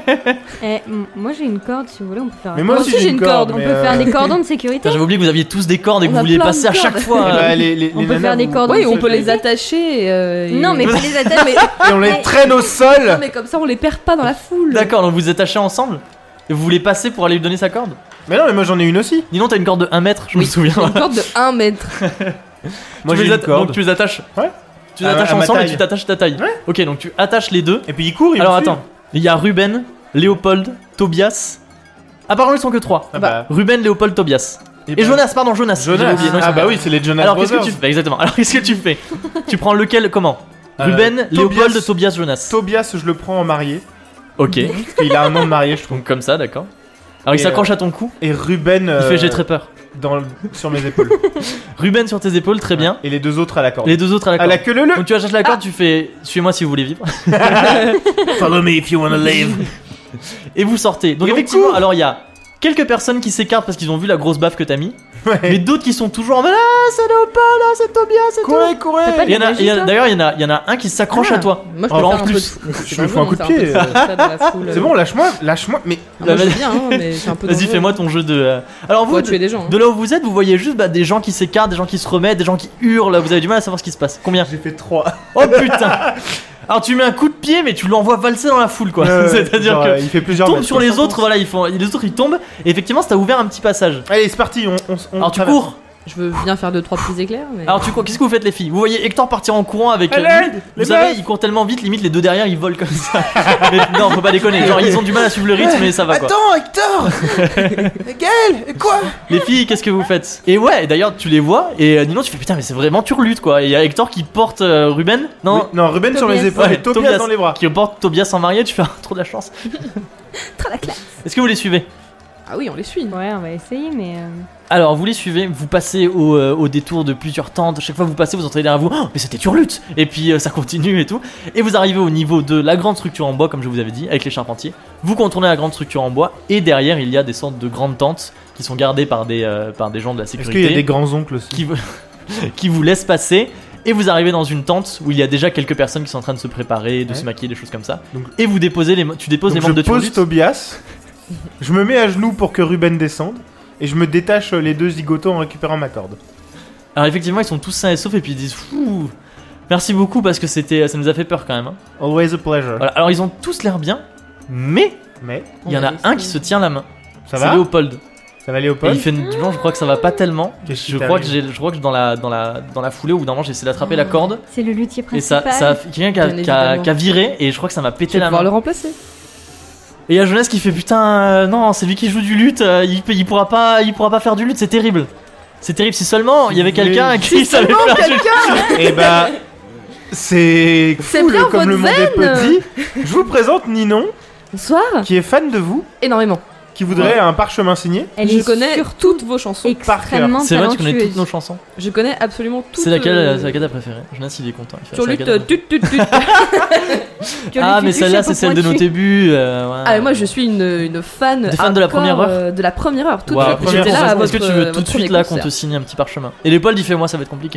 Speaker 4: Moi j'ai une corde si vous voulez, on peut faire.
Speaker 3: Mais moi
Speaker 2: Moi
Speaker 3: aussi
Speaker 2: aussi,
Speaker 3: j'ai une corde.
Speaker 4: on
Speaker 3: mais,
Speaker 4: peut faire des cordons de sécurité.
Speaker 1: Putain, j'avais oublié que vous aviez tous des cordes et que
Speaker 2: On
Speaker 1: vous
Speaker 2: a
Speaker 1: vouliez
Speaker 2: plein de
Speaker 1: passer à chaque
Speaker 2: cordes.
Speaker 1: fois.
Speaker 3: Eh bah, les
Speaker 4: On peut
Speaker 3: nanas,
Speaker 4: faire des
Speaker 3: vous-
Speaker 4: cordons.
Speaker 2: Oui, on peut les
Speaker 4: sécurité.
Speaker 2: attacher.
Speaker 4: Non, mais pas les attaches, mais.
Speaker 3: Et on les traîne au
Speaker 2: Non,
Speaker 3: sol.
Speaker 2: mais comme ça, on les perd pas dans la foule.
Speaker 1: D'accord, donc vous êtes attachés ensemble? Et vous voulez passer pour aller lui donner sa corde?
Speaker 3: Mais non, mais moi j'en ai une aussi.
Speaker 1: Dis donc, t'as une corde de 1 mètre, je me
Speaker 2: Oui,
Speaker 1: souviens.
Speaker 2: Une corde de 1 mètre.
Speaker 3: Moi
Speaker 1: Tu
Speaker 3: j'ai
Speaker 1: les
Speaker 3: une corde.
Speaker 1: Donc tu les attaches.
Speaker 3: Ouais.
Speaker 1: Tu les attaches
Speaker 3: À ma
Speaker 1: ensemble et
Speaker 3: taille.
Speaker 1: tu t'attaches ta taille.
Speaker 3: Ouais.
Speaker 1: Ok, donc tu attaches les deux.
Speaker 3: Et puis il court, il
Speaker 1: Alors
Speaker 3: me suit.
Speaker 1: attends, il y a Ruben, Léopold, Tobias. Apparemment ils sont que 3.
Speaker 3: Ah bah.
Speaker 1: Ruben, Léopold, Tobias. Et
Speaker 3: bah,
Speaker 1: Jonas, pardon, Jonas.
Speaker 3: Jonas.
Speaker 1: J'avais oublié, non, ils
Speaker 3: Ah
Speaker 1: sont
Speaker 3: bah
Speaker 1: quatre.
Speaker 3: oui, c'est les Jonas
Speaker 1: Alors qu'est-ce que
Speaker 3: Brothers.
Speaker 1: tu fais exactement? Alors qu'est-ce que tu fais? Tu prends lequel comment? Ruben, Léopold, Tobias, Jonas.
Speaker 3: Tobias, je le prends en marié.
Speaker 1: Ok.
Speaker 3: Parce qu'il a un nom de marié, je trouve.
Speaker 1: Donc comme ça, d'accord. Alors il
Speaker 3: Et,
Speaker 1: s'accroche à ton cou.
Speaker 3: Et Ruben.
Speaker 1: Il fait j'ai très peur.
Speaker 3: Sur mes épaules.
Speaker 1: Ruben sur tes épaules, très bien.
Speaker 3: Et les deux autres à la corde.
Speaker 1: Les deux autres à la
Speaker 3: À
Speaker 1: corde.
Speaker 3: la queue leu.
Speaker 1: Donc tu attaches la corde, tu fais suivez-moi si vous voulez vivre.
Speaker 3: Follow me if you wanna live.
Speaker 1: Et vous sortez. Donc
Speaker 3: Et on
Speaker 1: effectivement,
Speaker 3: court.
Speaker 1: alors il y a quelques personnes qui s'écartent parce qu'ils ont vu la grosse baffe que t'as mis.
Speaker 3: Ouais.
Speaker 1: Mais d'autres qui sont toujours en mode ah c'est Léopold, ah, c'est Tobias, c'est tout.
Speaker 3: Courez, courez.
Speaker 4: T'as pas de
Speaker 1: Il y en a,
Speaker 4: magie, toi
Speaker 1: d'ailleurs, il y en a un qui s'accroche
Speaker 2: Ah.
Speaker 1: à toi.
Speaker 2: Moi, je
Speaker 1: Alors,
Speaker 2: peux
Speaker 1: en
Speaker 2: faire un peu
Speaker 1: plus,
Speaker 2: de. Mais c'est
Speaker 3: je
Speaker 2: pas
Speaker 3: lui fais un
Speaker 2: bon,
Speaker 3: coup de
Speaker 2: c'est
Speaker 3: pied.
Speaker 2: ça dans la foule.
Speaker 3: C'est bon, lâche-moi. Mais
Speaker 2: Moi, je
Speaker 1: Vas-y.
Speaker 2: veux bien, hein, mais c'est un peu
Speaker 1: Vas-y,
Speaker 2: dangereux.
Speaker 1: fais-moi ton jeu de. Alors
Speaker 2: Faut
Speaker 1: vous,
Speaker 2: tuer des gens. hein.
Speaker 1: de là où vous êtes, vous voyez juste des gens qui s'écartent, des gens qui se remettent, des gens qui hurlent. Vous avez du mal à savoir ce qui se passe. Combien?
Speaker 3: j'ai fait 3.
Speaker 1: Oh putain. Alors tu mets un coup de pied, mais tu l'envoies valser dans la foule, quoi. C'est-à-dire que
Speaker 3: il fait plusieurs
Speaker 1: tombe
Speaker 3: mètres.
Speaker 1: sur les autres, voilà, les autres ils tombent. Et effectivement, ça t'a ouvert un petit passage.
Speaker 3: Allez, c'est parti. On
Speaker 1: Alors tu
Speaker 3: traverse.
Speaker 1: cours.
Speaker 2: Je veux bien faire 2-3 petits éclairs, mais.
Speaker 1: Alors tu cours. Qu'est-ce que vous faites les filles? Vous voyez Hector partir en courant avec.
Speaker 3: Allez,
Speaker 1: vous
Speaker 3: les
Speaker 1: savez,
Speaker 3: meufs.
Speaker 1: il court tellement vite, limite les deux derrière ils volent comme ça. Mais non, faut pas déconner. Genre ils ont du mal à suivre le rythme, mais ça va quoi.
Speaker 3: Attends, Hector. Gaël, quoi?
Speaker 1: Les filles, qu'est-ce que vous faites? Et ouais, et d'ailleurs tu les vois et Nino tu fais putain mais c'est vraiment turlute quoi. Et il y a Hector qui porte Ruben, non,
Speaker 3: Oui, non, Ruben sur
Speaker 2: Tobias.
Speaker 3: les épaules
Speaker 1: Ouais,
Speaker 3: et Tobias dans les bras.
Speaker 1: qui porte Tobias en marié. Tu fais trop de la chance.
Speaker 4: Trop la classe.
Speaker 1: Est-ce que vous les suivez?
Speaker 2: Ah oui, on les suit.
Speaker 4: Ouais, on va essayer, mais.
Speaker 1: Alors vous les suivez, vous passez au détour de plusieurs tentes. Chaque fois que vous passez, vous entendez derrière vous, oh, mais c'était Turlutte. Et puis ça continue et tout. Et vous arrivez au niveau de la grande structure en bois, comme je vous avais dit, avec les charpentiers. Vous contournez la grande structure en bois et derrière il y a des sortes de grandes tentes qui sont gardées par des gens de la
Speaker 3: Est-ce
Speaker 1: sécurité.
Speaker 3: qu'il y a des grands-oncles aussi
Speaker 1: qui vous laissent passer. Et vous arrivez dans une tente où il y a déjà quelques personnes qui sont en train de se préparer, de se maquiller, des choses comme ça.
Speaker 3: Donc-
Speaker 1: et vous déposez tu déposes les membres de
Speaker 3: je pose
Speaker 1: Turlutte.
Speaker 3: Tobias, je me mets à genoux pour que Ruben descende, et je me détache les deux zigotos en récupérant ma corde.
Speaker 1: Alors effectivement ils sont tous sains et saufs et puis ils disent Fou, merci beaucoup parce que ça nous a fait peur quand même. Hein.
Speaker 3: Always a pleasure.
Speaker 1: Voilà. Alors ils ont tous l'air bien, mais
Speaker 3: Mais,
Speaker 1: il y en a un qui se tient la main.
Speaker 3: ça
Speaker 1: C'est
Speaker 3: va
Speaker 1: Léopold.
Speaker 3: Ça va
Speaker 1: Et
Speaker 3: Léopold
Speaker 1: il fait non, je crois que ça va pas tellement.
Speaker 3: Qu'est-ce qui
Speaker 1: Je crois
Speaker 3: t'arrive
Speaker 1: que dans la foulée au bout d'un moment j'ai essayé d'attraper la corde
Speaker 4: C'est le luthier
Speaker 1: et ça
Speaker 4: principal.
Speaker 1: quelqu'un
Speaker 2: Bien évidemment.
Speaker 1: qui a viré et je crois que ça m'a
Speaker 2: Tu
Speaker 1: pété
Speaker 2: vas
Speaker 1: la
Speaker 2: pouvoir
Speaker 1: main.
Speaker 2: le remplacer.
Speaker 1: Et il y a Jeunesse qui fait putain non, c'est lui qui joue du luth, il pourra pas faire du luth, c'est terrible. C'est terrible si seulement il y avait quelqu'un qui savait faire du luth.
Speaker 3: Et bah, c'est fou
Speaker 2: bien
Speaker 3: comme le
Speaker 2: votre
Speaker 3: monde est
Speaker 2: veine.
Speaker 3: petit. Je vous présente Ninon,
Speaker 2: Bonsoir.
Speaker 3: qui est fan de vous,
Speaker 2: Énormément.
Speaker 3: qui voudrait un parchemin signé.
Speaker 4: Elle
Speaker 2: je
Speaker 4: est
Speaker 2: connais
Speaker 4: surtout
Speaker 2: toutes vos chansons.
Speaker 4: extrêmement
Speaker 1: C'est vrai, tu connais
Speaker 4: talentueuse.
Speaker 1: toutes nos chansons.
Speaker 2: Je connais absolument toutes.
Speaker 1: C'est laquelle t'as préférée? Jeunesse il est content. Il fait,
Speaker 2: Sur
Speaker 1: c'est
Speaker 2: lutte,
Speaker 1: laquelle
Speaker 2: tut.
Speaker 1: Ah mais celle-là c'est celle de nos débuts. Ouais.
Speaker 2: Ah, mais moi je suis une fan.
Speaker 1: T'es fan de la
Speaker 2: hardcore,
Speaker 1: première heure
Speaker 2: de la première heure. Toute
Speaker 1: Wow.
Speaker 2: la-
Speaker 3: première
Speaker 2: J'étais là à
Speaker 3: heure.
Speaker 1: Est-ce que tu
Speaker 2: votre-
Speaker 1: veux tout de
Speaker 2: votre
Speaker 1: suite
Speaker 2: premier
Speaker 1: là qu'on
Speaker 2: concert.
Speaker 1: te signe un petit parchemin? Et Léopold il fait moi ça va être compliqué.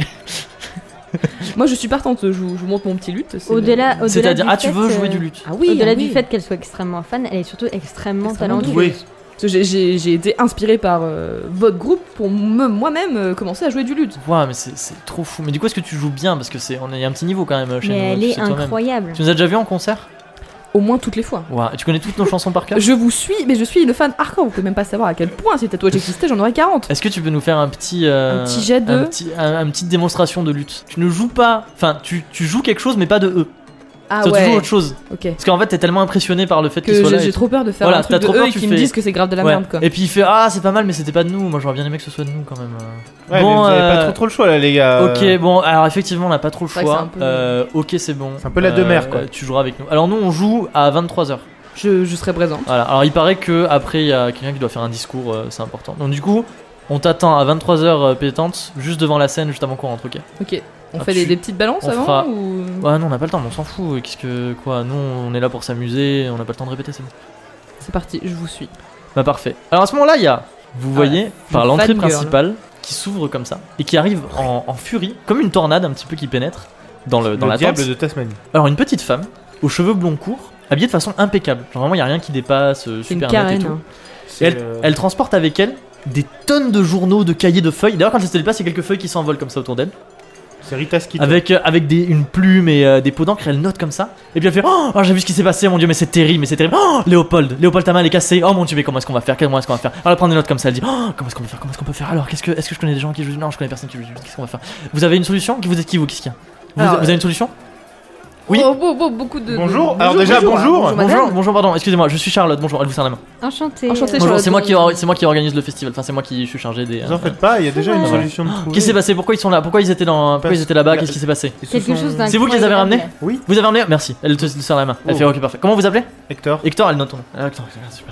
Speaker 2: Moi je suis partante, je vous montre mon petit lutte. c'est-
Speaker 4: Au-delà
Speaker 1: C'est-à-dire
Speaker 4: du
Speaker 1: ah tu
Speaker 4: fait,
Speaker 1: veux jouer du luth?
Speaker 2: Ah oui,
Speaker 4: Au-delà
Speaker 2: ah
Speaker 4: du
Speaker 2: oui.
Speaker 4: fait qu'elle soit extrêmement fan, elle est surtout extrêmement
Speaker 2: Extrêmement
Speaker 4: talentueuse.
Speaker 3: douée.
Speaker 2: Parce que j'ai été inspirée par votre groupe pour moi-même commencer à jouer du lutte.
Speaker 1: Ouais mais c'est trop fou. Mais du coup est-ce que tu joues bien parce que on est à un petit niveau quand même chez
Speaker 4: Mais
Speaker 1: nous.
Speaker 4: elle
Speaker 1: tu
Speaker 4: est
Speaker 1: sais toi-même.
Speaker 4: incroyable.
Speaker 1: Tu nous as déjà vu en concert?
Speaker 2: Au moins toutes les fois.
Speaker 1: Ouais. Et tu connais toutes nos chansons par cœur?
Speaker 2: Je vous suis, mais je suis une fan hardcore. Vous pouvez même pas savoir à quel point si le tatouage existait, j'en aurais 40.
Speaker 1: Est-ce que tu peux nous faire un petit
Speaker 2: petit jet de-
Speaker 1: une petite démonstration de lutte? Tu ne joues pas, enfin tu joues quelque chose mais pas de eux.
Speaker 2: Ah
Speaker 1: Tu as
Speaker 2: ouais.
Speaker 1: toujours autre chose.
Speaker 2: Ok.
Speaker 1: Parce qu'en fait t'es tellement impressionné par le fait qu'il
Speaker 2: Que
Speaker 1: soit là.
Speaker 2: j'ai
Speaker 1: et
Speaker 2: trop peur de faire
Speaker 1: Voilà,
Speaker 2: un truc
Speaker 1: t'as trop
Speaker 2: de
Speaker 1: peur,
Speaker 2: eux et
Speaker 1: tu
Speaker 2: qu'ils me
Speaker 1: fais-
Speaker 2: disent que c'est grave de la
Speaker 1: Ouais.
Speaker 2: merde quoi.
Speaker 1: Et puis il fait ah c'est pas mal mais c'était pas de nous. Moi j'aurais bien aimé que ce soit de nous quand même.
Speaker 3: Ouais,
Speaker 1: Bon,
Speaker 3: mais vous avez pas trop le choix là, les gars.
Speaker 1: Ok, bon, alors effectivement, on n'a pas trop le
Speaker 2: C'est vrai que
Speaker 1: choix.
Speaker 2: c'est un peu-
Speaker 1: Ok, c'est bon.
Speaker 3: C'est un peu la demeure, quoi.
Speaker 1: Tu joueras avec nous. Alors, nous, on joue à 23h.
Speaker 2: Je serai présente.
Speaker 1: Voilà, alors il paraît que après il y a quelqu'un qui doit faire un discours, c'est important. Donc, du coup, on t'attend à 23h pétante, juste devant la scène, juste avant qu'on rentre, ok?
Speaker 2: Ok. On
Speaker 1: Ah,
Speaker 2: fait
Speaker 1: tu-
Speaker 2: des petites balances
Speaker 1: on
Speaker 2: avant
Speaker 1: fera-
Speaker 2: ou...
Speaker 1: Ouais, non, on n'a pas le temps, mais on s'en fout. Qu'est-ce que. Quoi? Nous, on est là pour s'amuser, on n'a pas le temps de répéter, c'est bon.
Speaker 2: C'est parti, je vous suis.
Speaker 1: Bah, parfait. Alors, à ce moment-là, il y a, vous voyez, par
Speaker 2: le
Speaker 1: l'entrée
Speaker 2: fangirl.
Speaker 1: principale, qui s'ouvre comme ça, et qui arrive en furie, comme une tornade un petit peu qui pénètre dans
Speaker 3: Le
Speaker 1: la
Speaker 3: diable
Speaker 1: tente.
Speaker 3: de Tasmanie.
Speaker 1: Alors une petite femme, aux cheveux blonds courts, habillée de façon impeccable. Genre vraiment il y a rien qui dépasse,
Speaker 2: C'est une
Speaker 1: super net et
Speaker 2: carène.
Speaker 1: tout.
Speaker 2: hein.
Speaker 1: Et elle transporte avec elle des tonnes de journaux, de cahiers, de feuilles. D'ailleurs quand elle se déplace, il y a quelques feuilles qui s'envolent comme ça autour d'elle.
Speaker 3: C'est Rita Skeeter.
Speaker 1: Avec une plume et des pots d'encre, elle note comme ça. Et puis elle fait oh j'ai vu ce qui s'est passé, mon dieu mais c'est terrible, Oh Léopold, ta main elle est cassée. Oh mon dieu mais comment est-ce qu'on va faire? Alors elle prend des notes comme ça, elle dit oh comment est-ce qu'on peut faire? Alors est-ce que je connais des gens qui jouent? Non je connais personne qui joue. Qu'est-ce qu'on va faire? Vous avez une solution? Vous êtes qui vous? Qu'est-ce qu'il y a?
Speaker 2: Alors,
Speaker 1: Vous avez une solution? Oui.
Speaker 2: Oh, beaucoup de.
Speaker 3: Bonjour. Alors déjà, bonjour.
Speaker 2: madame.
Speaker 1: Bonjour, pardon, excusez-moi, je suis Charlotte, bonjour, elle vous serre la main.
Speaker 4: Enchantée.
Speaker 2: Enchantée,
Speaker 1: Bonjour,
Speaker 2: Charlotte.
Speaker 1: c'est moi qui organise le festival, enfin c'est moi qui suis chargé des...
Speaker 3: Vous en faites pas, il y a déjà une
Speaker 4: Ouais.
Speaker 3: solution de trouver.
Speaker 1: Qu'est-ce qui s'est passé? Pourquoi ils sont là? Pourquoi ils étaient là-bas?
Speaker 3: Parce-
Speaker 1: Qu'est-ce qui s'est passé?
Speaker 3: Et ce
Speaker 4: Quelque
Speaker 3: sont-
Speaker 4: chose d'incroyable.
Speaker 1: C'est vous qui les avez ramenés?
Speaker 3: Oui,
Speaker 1: Vous avez ramené? Merci, elle te serre la main. Elle
Speaker 3: Oh.
Speaker 1: fait ok parfait. Comment vous appelez?
Speaker 3: Hector.
Speaker 1: Hector, elle note ton nom. Hector, super.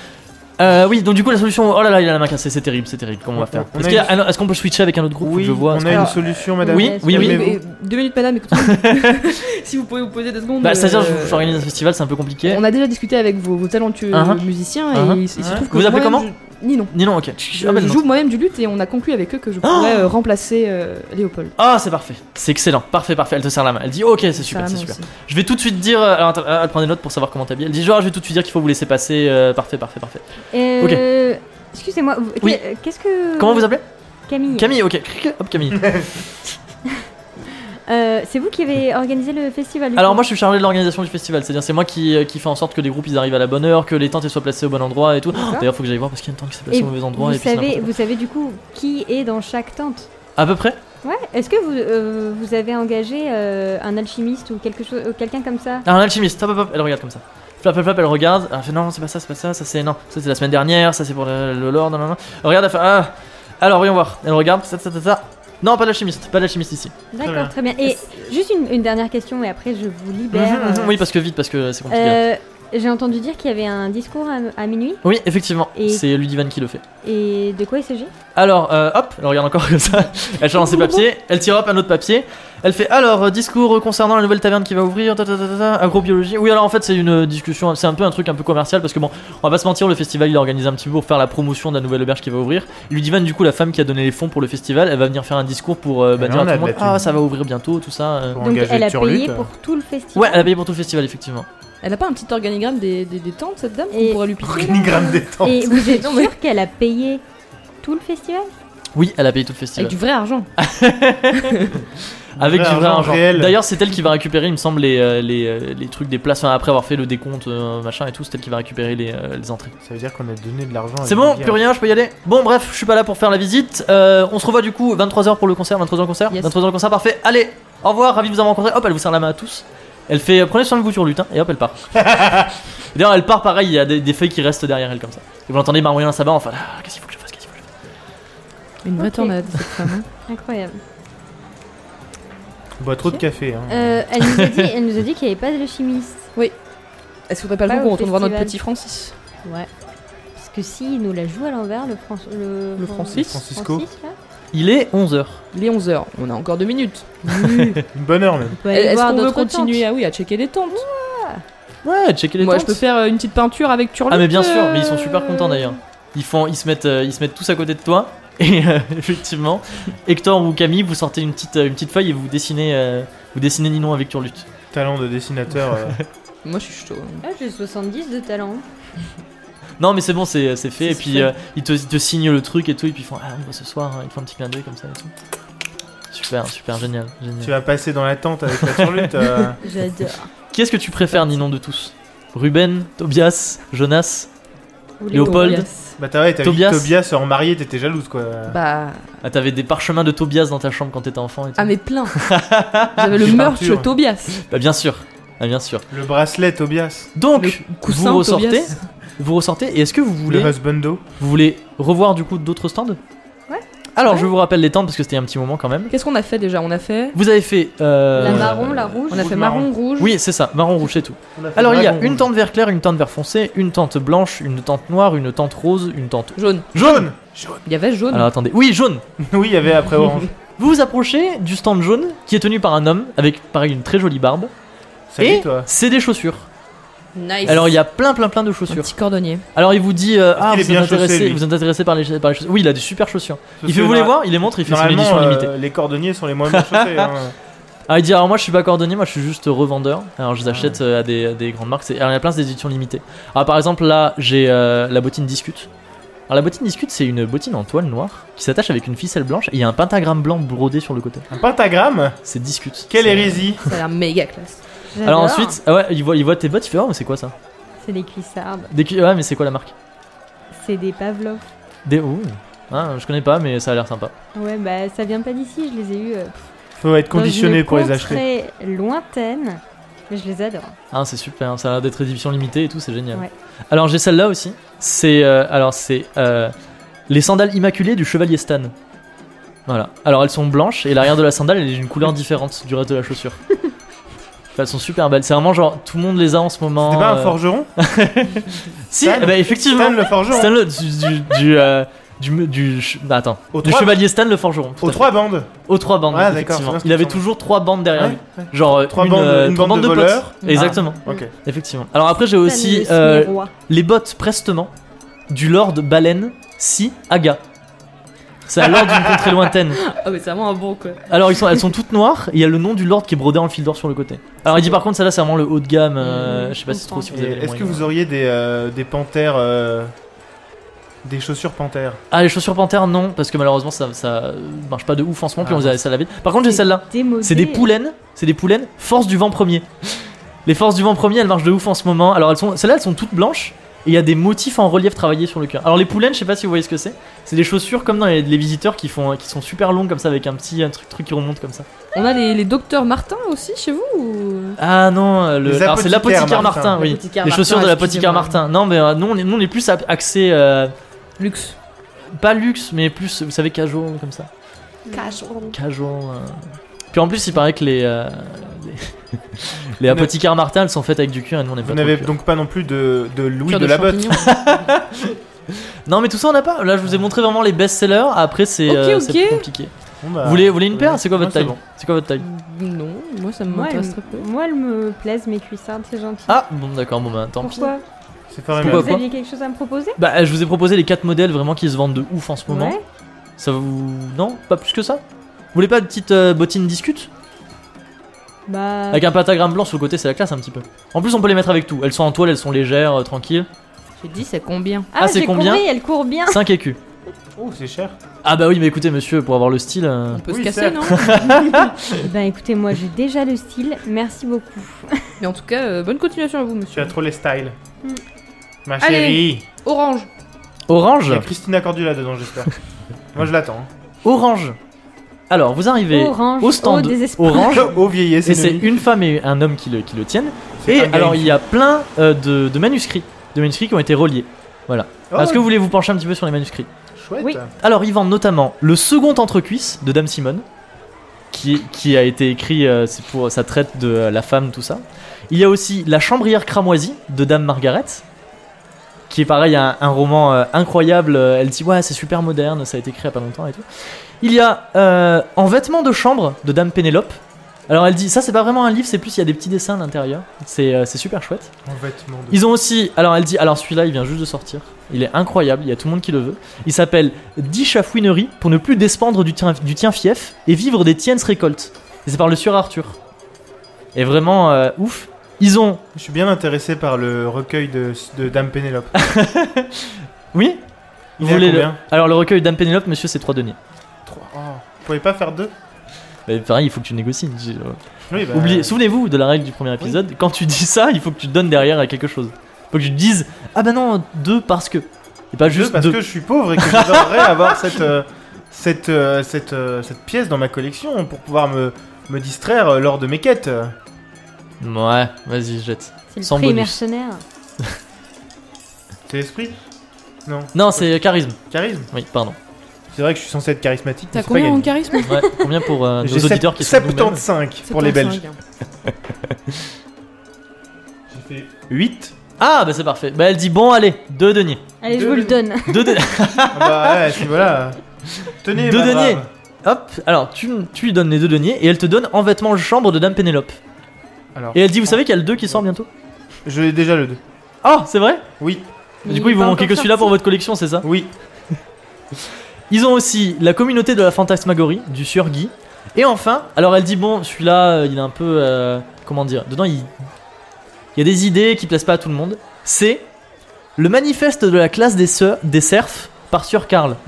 Speaker 1: Oui, donc du coup la solution, oh là là il a la main cassée, c'est terrible, comment on va faire?
Speaker 3: On
Speaker 1: Est-ce
Speaker 3: a
Speaker 1: est-ce qu'on peut switcher avec un autre groupe? Faut que
Speaker 3: Oui,
Speaker 1: je vois.
Speaker 3: on a
Speaker 2: Alors,
Speaker 3: une solution, madame.
Speaker 1: Oui, oui, oui.
Speaker 3: Calmez-vous.
Speaker 2: 2 minutes, madame, écoutez. Si vous pouvez vous poser 2 secondes.
Speaker 1: Bah c'est-à-dire j'organise un festival, c'est un peu compliqué.
Speaker 2: On a déjà discuté avec vos talentueux
Speaker 1: Uh-huh.
Speaker 2: musiciens et
Speaker 1: Uh-huh.
Speaker 2: il se trouve que.
Speaker 1: Vous appelez
Speaker 2: moi-même,
Speaker 1: comment?
Speaker 2: Ninon.
Speaker 1: Non, ok.
Speaker 2: Je
Speaker 1: Ah, bah, non.
Speaker 2: joue moi-même du luth et on a conclu avec eux que je pourrais remplacer Léopold.
Speaker 1: Ah c'est parfait, c'est excellent, parfait, elle te serre la main, elle dit ok c'est super,
Speaker 2: Ça,
Speaker 1: c'est
Speaker 2: moi
Speaker 1: super.
Speaker 2: aussi.
Speaker 1: Je vais tout de suite dire, alors attends, elle prend des notes pour savoir comment t'habilles, elle dit genre je vais tout de suite dire qu'il faut vous laisser passer, parfait.
Speaker 4: Excusez-moi,
Speaker 1: Oui.
Speaker 4: qu'est-ce que.
Speaker 1: Comment vous appelez?
Speaker 4: Camille.
Speaker 1: Camille, ok, hop Camille.
Speaker 4: C'est vous qui avez organisé le festival du
Speaker 1: Alors
Speaker 4: coup
Speaker 1: moi je suis chargé de l'organisation du festival, c'est-à-dire c'est moi qui fait en sorte que les groupes ils arrivent à la bonne heure, que les tentes elles soient placées au bon endroit et tout.
Speaker 2: D'accord.
Speaker 1: D'ailleurs faut que j'aille voir parce qu'il y a une tente qui s'est placée
Speaker 4: Et
Speaker 1: au mauvais endroit et puis c'est n'importe
Speaker 4: vous savez du coup qui est dans chaque tente?
Speaker 1: quoi. À peu près.
Speaker 4: Ouais. Est-ce que vous avez engagé un alchimiste ou quelqu'un comme ça?
Speaker 1: Ah, un alchimiste, hop, elle regarde comme ça. Flap, elle regarde, elle fait non c'est pas ça, ça c'est non, ça c'est la semaine dernière, ça c'est pour le lore, non. Elle regarde, elle fait ah, alors voyons voir, elle regarde, ça. Non pas d'alchimiste ici.
Speaker 4: D'accord, très bien. Et juste une dernière question et après je vous libère.
Speaker 1: Oui parce que c'est compliqué.
Speaker 4: J'ai entendu dire qu'il y avait un discours à minuit.
Speaker 1: Oui, effectivement,
Speaker 4: Et-
Speaker 1: c'est Ludivan qui le fait.
Speaker 4: Et de quoi il s'agit?
Speaker 1: Alors, hop, elle regarde encore comme ça. Elle change ses papiers, elle tire hop un autre papier. Elle fait alors discours concernant la nouvelle taverne qui va ouvrir, agrobiologie. Oui, alors en fait, c'est une discussion, c'est un peu un truc un peu commercial parce que bon, on va pas se mentir, le festival il est organisé un petit peu pour faire la promotion de la nouvelle auberge qui va ouvrir. Ludivan, du coup, la femme qui a donné les fonds pour le festival, elle va venir faire un discours pour dire à
Speaker 3: on
Speaker 1: tout
Speaker 3: a
Speaker 1: le
Speaker 3: de
Speaker 1: monde
Speaker 3: la thune.
Speaker 1: ça va ouvrir bientôt, tout ça.
Speaker 3: Pour
Speaker 4: Donc
Speaker 3: engager
Speaker 4: elle a
Speaker 3: Turluc,
Speaker 4: payé pour tout le festival.
Speaker 1: Ouais, elle a payé pour tout le festival, effectivement.
Speaker 2: Elle a pas un petit organigramme des tentes, cette dame,
Speaker 4: Et-
Speaker 2: qu'on pourrait lui piquer là
Speaker 3: Organigramme détente.
Speaker 4: Et vous êtes
Speaker 2: Non, mais-
Speaker 4: sûr qu'elle a payé tout le festival?
Speaker 1: Oui, elle a payé tout le
Speaker 2: Avec
Speaker 1: festival.
Speaker 2: du vrai argent.
Speaker 1: Avec du vrai argent.
Speaker 3: réel.
Speaker 1: D'ailleurs, c'est elle qui va récupérer, il me semble, les trucs des places. Enfin, après avoir fait le décompte, machin et tout, c'est elle qui va récupérer les entrées.
Speaker 3: Ça veut dire qu'on a donné de l'argent. à
Speaker 1: C'est bon,
Speaker 3: Lydia.
Speaker 1: plus rien, je peux y aller. Bon, bref, je suis pas là pour faire la visite. On se revoit du coup 23h pour le concert. 23h le concert.
Speaker 2: Yes.
Speaker 1: 23h le concert, parfait. Allez, au revoir, ravi de vous avoir rencontré. Hop, elle vous serre la main à tous. Elle fait prenez soin de vous sur lutin et hop, elle part. D'ailleurs, elle part pareil, il y a des feuilles qui restent derrière elle comme ça. Et vous l'entendez marmoyer un sabbat, enfin, qu'est-ce qu'il faut que je fasse, qu'est-ce qu'il faut que je fasse.
Speaker 2: Une vraie
Speaker 4: Ok.
Speaker 2: tornade, cette femme. hein.
Speaker 4: Incroyable.
Speaker 3: On boit trop de café. Hein.
Speaker 4: Elle nous a dit qu'il n'y avait pas de chimiste.
Speaker 2: Est-ce qu'il faudrait pas le
Speaker 4: Pas
Speaker 2: coup qu'on
Speaker 4: au
Speaker 2: retourne voir notre
Speaker 4: festival.
Speaker 2: petit Francis?
Speaker 4: Ouais. Parce que s'il nous la joue à l'envers, le
Speaker 2: Francis
Speaker 3: Francisco.
Speaker 4: Francis, là,
Speaker 1: Il est 11h.
Speaker 2: Il est 11h, on a encore 2 minutes.
Speaker 3: Une bonne heure même.
Speaker 4: on peut aller
Speaker 2: Est-ce
Speaker 4: voir
Speaker 2: qu'on veut
Speaker 4: d'autres
Speaker 2: continuer
Speaker 4: tentes.
Speaker 2: à checker les tentes?
Speaker 1: Ouais, checker les
Speaker 2: Moi,
Speaker 1: tentes.
Speaker 2: je peux faire une petite peinture avec Turluc.
Speaker 1: Ah mais bien sûr, mais ils sont super contents d'ailleurs. Ils se mettent tous à côté de toi et effectivement, Hector ou Camille, vous sortez une petite feuille et vous dessinez Ninon avec Turlut.
Speaker 3: Talent de dessinateur.
Speaker 2: Moi, je suis chaud.
Speaker 4: Ah, j'ai 70 de talent.
Speaker 1: Non mais c'est bon, c'est fait
Speaker 2: C'est
Speaker 1: et puis
Speaker 2: fait.
Speaker 1: ils te signent le truc et tout et puis ils font on va ce soir, ils te font un petit clin d'œil comme ça et tout. Super, génial.
Speaker 3: Tu vas passer dans la tente avec la turlute.
Speaker 4: J'adore.
Speaker 1: Qui est-ce que tu préfères Ninon de tous? Ruben, Tobias, Jonas?
Speaker 4: Ou
Speaker 1: Léopold.
Speaker 2: Tobias.
Speaker 3: Bah t'as vu
Speaker 1: Tobias.
Speaker 3: Tobias en marié, t'étais jalouse quoi.
Speaker 2: Bah.
Speaker 1: Ah t'avais des parchemins de Tobias dans ta chambre quand t'étais enfant et tout.
Speaker 2: Ah, mais plein. J'avais le
Speaker 3: Des
Speaker 2: meurtre
Speaker 3: peintures.
Speaker 2: Tobias.
Speaker 1: Bah bien sûr.
Speaker 3: Le bracelet Tobias.
Speaker 1: Donc
Speaker 2: Le coussin
Speaker 1: vous ressortez et est-ce que vous
Speaker 3: Le
Speaker 1: voulez
Speaker 3: husbando.
Speaker 1: revoir du coup d'autres stands?
Speaker 4: Ouais.
Speaker 1: Alors
Speaker 2: Ouais.
Speaker 1: je vous rappelle les tentes parce que c'était un petit moment quand même.
Speaker 2: Qu'est-ce qu'on a fait déjà? On a fait.
Speaker 1: Vous avez fait
Speaker 4: La marron, la rouge.
Speaker 2: On a fait
Speaker 3: marron.
Speaker 2: marron, rouge.
Speaker 1: Oui, c'est ça, marron rouge, c'est tout. Alors il y a une tente vert clair, une tente vert foncé, une tente blanche, une tente noire, une tente rose, une tente
Speaker 2: Jaune.
Speaker 1: jaune.
Speaker 2: Il y avait jaune.
Speaker 1: Alors attendez, oui jaune.
Speaker 3: Oui, il y avait après orange.
Speaker 1: Vous vous approchez du stand jaune qui est tenu par un homme avec pareil une très jolie barbe
Speaker 3: Salut
Speaker 1: et
Speaker 3: toi.
Speaker 1: c'est des chaussures.
Speaker 2: Nice.
Speaker 1: Alors il y a plein de
Speaker 2: un
Speaker 1: chaussures.
Speaker 2: petit cordonnier.
Speaker 1: Alors il vous dit
Speaker 3: qu'il est
Speaker 1: vous
Speaker 3: bien
Speaker 1: êtes intéressé,
Speaker 3: chaussé, lui
Speaker 1: vous êtes intéressé par les chaussures. Oui, il a des super chaussures.
Speaker 3: Parce
Speaker 1: Il fait
Speaker 3: que
Speaker 1: vous les voir, il les montre, il fait son
Speaker 3: Normalement,
Speaker 1: édition limitée.
Speaker 3: les cordonniers sont les moins bien chaussés. Hein.
Speaker 1: Alors il dit alors moi je suis pas cordonnier, moi je suis juste revendeur. Alors je les achète à des grandes marques. Alors il y a plein d'éditions limitées. Alors par exemple là j'ai la bottine Discute. Alors la bottine Discute c'est une bottine en toile noire qui s'attache avec une ficelle blanche et il y a un pentagramme blanc brodé sur le côté.
Speaker 3: Un pentagramme.
Speaker 1: C'est Discute.
Speaker 3: Quelle
Speaker 1: C'est-
Speaker 3: hérésie.
Speaker 2: Ça a l'air méga classe.
Speaker 1: Alors
Speaker 4: J'adore.
Speaker 1: ensuite il voit tes bottes, il fait oh mais c'est quoi ça?
Speaker 4: C'est des cuissardes.
Speaker 1: Ouais mais c'est quoi la marque?
Speaker 4: C'est des Pavlov.
Speaker 1: Des je connais pas mais ça a l'air sympa.
Speaker 4: Ouais, bah ça vient pas d'ici, je les ai eu
Speaker 3: Faut être conditionné pour les acheter.
Speaker 4: très lointaine, mais je les adore.
Speaker 1: Ah c'est super, ça a l'air d'être édition limitée et tout, c'est génial.
Speaker 4: Ouais.
Speaker 1: Alors j'ai celle-là aussi. C'est les sandales immaculées du chevalier Stan. Voilà. Alors elles sont blanches et l'arrière de la sandale elle est d'une couleur différente du reste de la chaussure. Enfin, elles sont super belles. C'est vraiment genre tout le monde les a en ce moment.
Speaker 3: C'était pas un forgeron
Speaker 1: Si,
Speaker 3: Stan
Speaker 1: bah, effectivement.
Speaker 3: Stan le forgeron.
Speaker 1: Stan attends.
Speaker 3: Aux
Speaker 1: Du
Speaker 3: trois-
Speaker 1: chevalier Stan le forgeron. tout
Speaker 3: Aux
Speaker 1: à fait.
Speaker 3: 3 bandes.
Speaker 1: Aux 3 bandes.
Speaker 3: Ouais, d'accord,
Speaker 1: effectivement.
Speaker 3: c'est bien ce
Speaker 1: Il
Speaker 3: que
Speaker 1: avait
Speaker 3: ça me
Speaker 1: toujours 3 bandes derrière lui.
Speaker 3: Ouais.
Speaker 1: Genre
Speaker 3: Trois
Speaker 1: une
Speaker 3: bandes
Speaker 1: bande
Speaker 3: de
Speaker 1: potes.
Speaker 3: voleurs.
Speaker 1: Exactement.
Speaker 3: Ok.
Speaker 1: Effectivement. Alors après j'ai aussi
Speaker 4: Stan, le roi.
Speaker 1: les bottes prestement du Lord Baleine Si Aga. C'est un Lord d'une contrée lointaine.
Speaker 2: Ah, mais c'est vraiment un bon quoi.
Speaker 1: Alors elles sont toutes noires et il y a le nom du Lord qui est brodé en fil d'or sur le côté. Alors il dit par contre celle-là c'est vraiment le haut de gamme. Je sais pas si c'est trop si vous avez les
Speaker 3: Est-ce que
Speaker 1: moyens.
Speaker 3: vous auriez des panthères, des chaussures panthères?
Speaker 1: Ah les chaussures panthères non parce que malheureusement ça marche pas de ouf en ce moment puis
Speaker 3: Ah,
Speaker 1: on les a laissées à la vide. Par contre j'ai celle-là.
Speaker 4: Démodé.
Speaker 1: C'est des poulaines force du vent premier. Les forces du vent premier elles marchent de ouf en ce moment. Alors celles-là elles sont toutes blanches. Et il y a des motifs en relief travaillés sur le cœur. Alors les poulaines, je sais pas si vous voyez ce que c'est. C'est des chaussures comme dans les visiteurs qui sont super longues comme ça avec un truc qui remonte comme ça.
Speaker 2: On a les docteurs Martin aussi chez vous ou...
Speaker 1: Ah non,
Speaker 3: Les
Speaker 1: alors c'est l'apothicaire
Speaker 3: Martin.
Speaker 1: Martin, oui.
Speaker 2: L'apothicaire
Speaker 1: Les
Speaker 2: Martin,
Speaker 1: chaussures de l'apothicaire
Speaker 2: excusez-moi.
Speaker 1: Martin. Non mais nous on est plus axé
Speaker 2: Luxe.
Speaker 1: pas luxe mais plus vous savez casual comme ça. Casual. Puis en plus il paraît que Les apothicaires Martin, elles sont faites avec du cuir et nous on aime pas
Speaker 3: Vous
Speaker 1: trop
Speaker 3: n'avez
Speaker 1: le cuir.
Speaker 3: donc pas non plus de Louis
Speaker 2: Cuir
Speaker 3: de la Botte.
Speaker 2: champignons.
Speaker 1: Non mais tout ça on n'a pas. Là je vous ai montré vraiment les best-sellers. Après c'est
Speaker 2: Ok,
Speaker 1: c'est
Speaker 2: ok.
Speaker 1: plus compliqué.
Speaker 3: Bon, bah,
Speaker 1: Vous voulez une paire? C'est quoi votre
Speaker 3: moi,
Speaker 1: taille?
Speaker 3: bon.
Speaker 1: C'est quoi votre taille?
Speaker 2: Non, moi ça
Speaker 4: Moi,
Speaker 2: m'intéresse très peu.
Speaker 4: elles me plaisent, mes cuissardes, c'est gentil.
Speaker 1: Ah bon d'accord, bon bah tant pis.
Speaker 4: Pourquoi
Speaker 3: C'est pas
Speaker 1: Pourquoi
Speaker 4: Vous
Speaker 1: pas
Speaker 4: aviez quelque chose à me proposer?
Speaker 1: Bah je vous ai proposé les 4 modèles vraiment qui se vendent de ouf en ce moment.
Speaker 4: Ouais.
Speaker 1: Ça vous... Non? Pas plus que ça? Vous voulez pas de petites bottines discute?
Speaker 4: Bah.
Speaker 1: Avec un pentagramme blanc sur le côté, c'est la classe un petit peu. En plus on peut les mettre avec tout. Elles sont en toile, elles sont légères, tranquilles.
Speaker 2: J'ai dit c'est combien?
Speaker 1: Ah, c'est
Speaker 4: j'ai
Speaker 1: combien
Speaker 4: compris, elle court bien.
Speaker 1: 5 écus.
Speaker 3: Oh, c'est cher.
Speaker 1: Ah bah oui mais écoutez monsieur, pour avoir le style...
Speaker 2: On peut
Speaker 3: Oui,
Speaker 2: se casser,
Speaker 3: certes.
Speaker 2: non?
Speaker 4: Ben écoutez, moi j'ai déjà le style, merci beaucoup.
Speaker 2: Mais en tout cas, bonne continuation à vous,
Speaker 3: Tu
Speaker 2: monsieur.
Speaker 3: as trop les styles.
Speaker 4: Mm.
Speaker 3: Ma
Speaker 2: Allez.
Speaker 3: chérie.
Speaker 2: Orange.
Speaker 3: Il y
Speaker 1: Orange.
Speaker 3: a Christina Cordula dedans, j'espère. Moi, je l'attends.
Speaker 1: Orange. Alors vous arrivez
Speaker 4: Orange,
Speaker 1: au stand
Speaker 4: au désespoir.
Speaker 1: orange.
Speaker 3: Au vieillesse
Speaker 1: Et c'est
Speaker 3: ennemie.
Speaker 1: une femme et un homme qui le tiennent.
Speaker 3: C'est
Speaker 1: Et
Speaker 3: un
Speaker 1: alors
Speaker 3: gars,
Speaker 1: il y a plein de manuscrits. De manuscrits qui ont été reliés. Voilà.
Speaker 3: Oh,
Speaker 1: Est-ce que vous voulez vous pencher un petit peu sur les manuscrits?
Speaker 3: Chouette.
Speaker 4: Oui.
Speaker 1: Alors ils vendent notamment le second entrecuisse de Dame Simone. Qui a été écrit, c'est pour, ça traite de la femme, tout ça. Il y a aussi La chambrière cramoisie de Dame Margaret. Qui est pareil, un roman incroyable. Elle dit ouais c'est super moderne, ça a été écrit il y a pas longtemps et tout. Il y a En vêtements de chambre de Dame Pénélope. Alors elle dit, ça c'est pas vraiment un livre, c'est plus il y a des petits dessins à l'intérieur. C'est super chouette.
Speaker 3: En vêtements de...
Speaker 1: Ils ont aussi, alors elle dit, alors celui-là il vient juste de sortir. Il est incroyable, il y a tout le monde qui le veut. Il s'appelle 10 chafouineries pour ne plus dépendre du tien fief et vivre des tiennes récoltes. Et c'est par le sieur Arthur. Et vraiment ouf. Ils ont,
Speaker 3: Je suis bien intéressé par le recueil de Dame Pénélope.
Speaker 1: oui.
Speaker 3: Il
Speaker 1: Vous
Speaker 3: est à
Speaker 1: voulez
Speaker 3: combien
Speaker 1: alors le recueil Dame Pénélope, monsieur, c'est 3 deniers.
Speaker 3: 3. Oh. Vous pouvez pas faire 2?
Speaker 1: Mais pareil, il faut que tu négocies.
Speaker 3: Oui, bah...
Speaker 1: Oubliez, souvenez-vous de la règle du premier épisode. Quand tu dis ça, il faut que tu donnes derrière à quelque chose. Il faut que tu te dises, ah bah non, 2 parce que. Et pas juste
Speaker 3: parce
Speaker 1: 2.
Speaker 3: que je suis pauvre et que j'adorerais avoir cette pièce dans ma collection pour pouvoir me distraire lors de mes quêtes.
Speaker 1: Ouais, vas-y, jette.
Speaker 4: C'est le
Speaker 1: Sans
Speaker 4: prix
Speaker 1: bonus.
Speaker 4: mercenaire.
Speaker 3: C'est l'esprit? Non.
Speaker 1: Non, c'est charisme.
Speaker 3: Charisme?
Speaker 1: Oui, pardon.
Speaker 3: C'est vrai que je suis censé être charismatique. mais
Speaker 2: T'as
Speaker 3: c'est
Speaker 2: combien
Speaker 3: pas
Speaker 2: en
Speaker 3: gagné.
Speaker 2: charisme?
Speaker 1: Ouais, combien pour nos
Speaker 3: J'ai
Speaker 1: auditeurs qui sont nous-mêmes
Speaker 3: 75 pour les Belges.
Speaker 2: 75.
Speaker 3: J'ai fait 8.
Speaker 1: Ah, bah c'est parfait. Bah elle dit, bon, allez, 2 deniers.
Speaker 4: Allez, je
Speaker 3: Deux
Speaker 4: vous le donne.
Speaker 1: 2 deniers.
Speaker 3: Ah bah ouais, si voilà. Tenez,
Speaker 1: Deux
Speaker 3: ma
Speaker 1: deniers.
Speaker 3: brave.
Speaker 1: Hop, alors tu lui donnes les 2 deniers et elle te donne En vêtements de chambre de Dame Pénélope.
Speaker 3: Alors,
Speaker 1: Et elle dit, vous savez qu'il y a le 2 qui sort bientôt?
Speaker 3: je l'ai déjà le 2.
Speaker 1: Oh, c'est vrai?
Speaker 3: Oui,
Speaker 1: Du coup, il vous manquait que celui-là pour votre collection, c'est ça?
Speaker 3: oui.
Speaker 1: Ils ont aussi La communauté de la fantasmagorie du sieur Guy. Et enfin, alors elle dit bon, celui-là, il est un peu, comment dire, dedans il y a des idées qui plaisent pas à tout le monde. C'est Le manifeste de la classe des serfs par sieur Karl.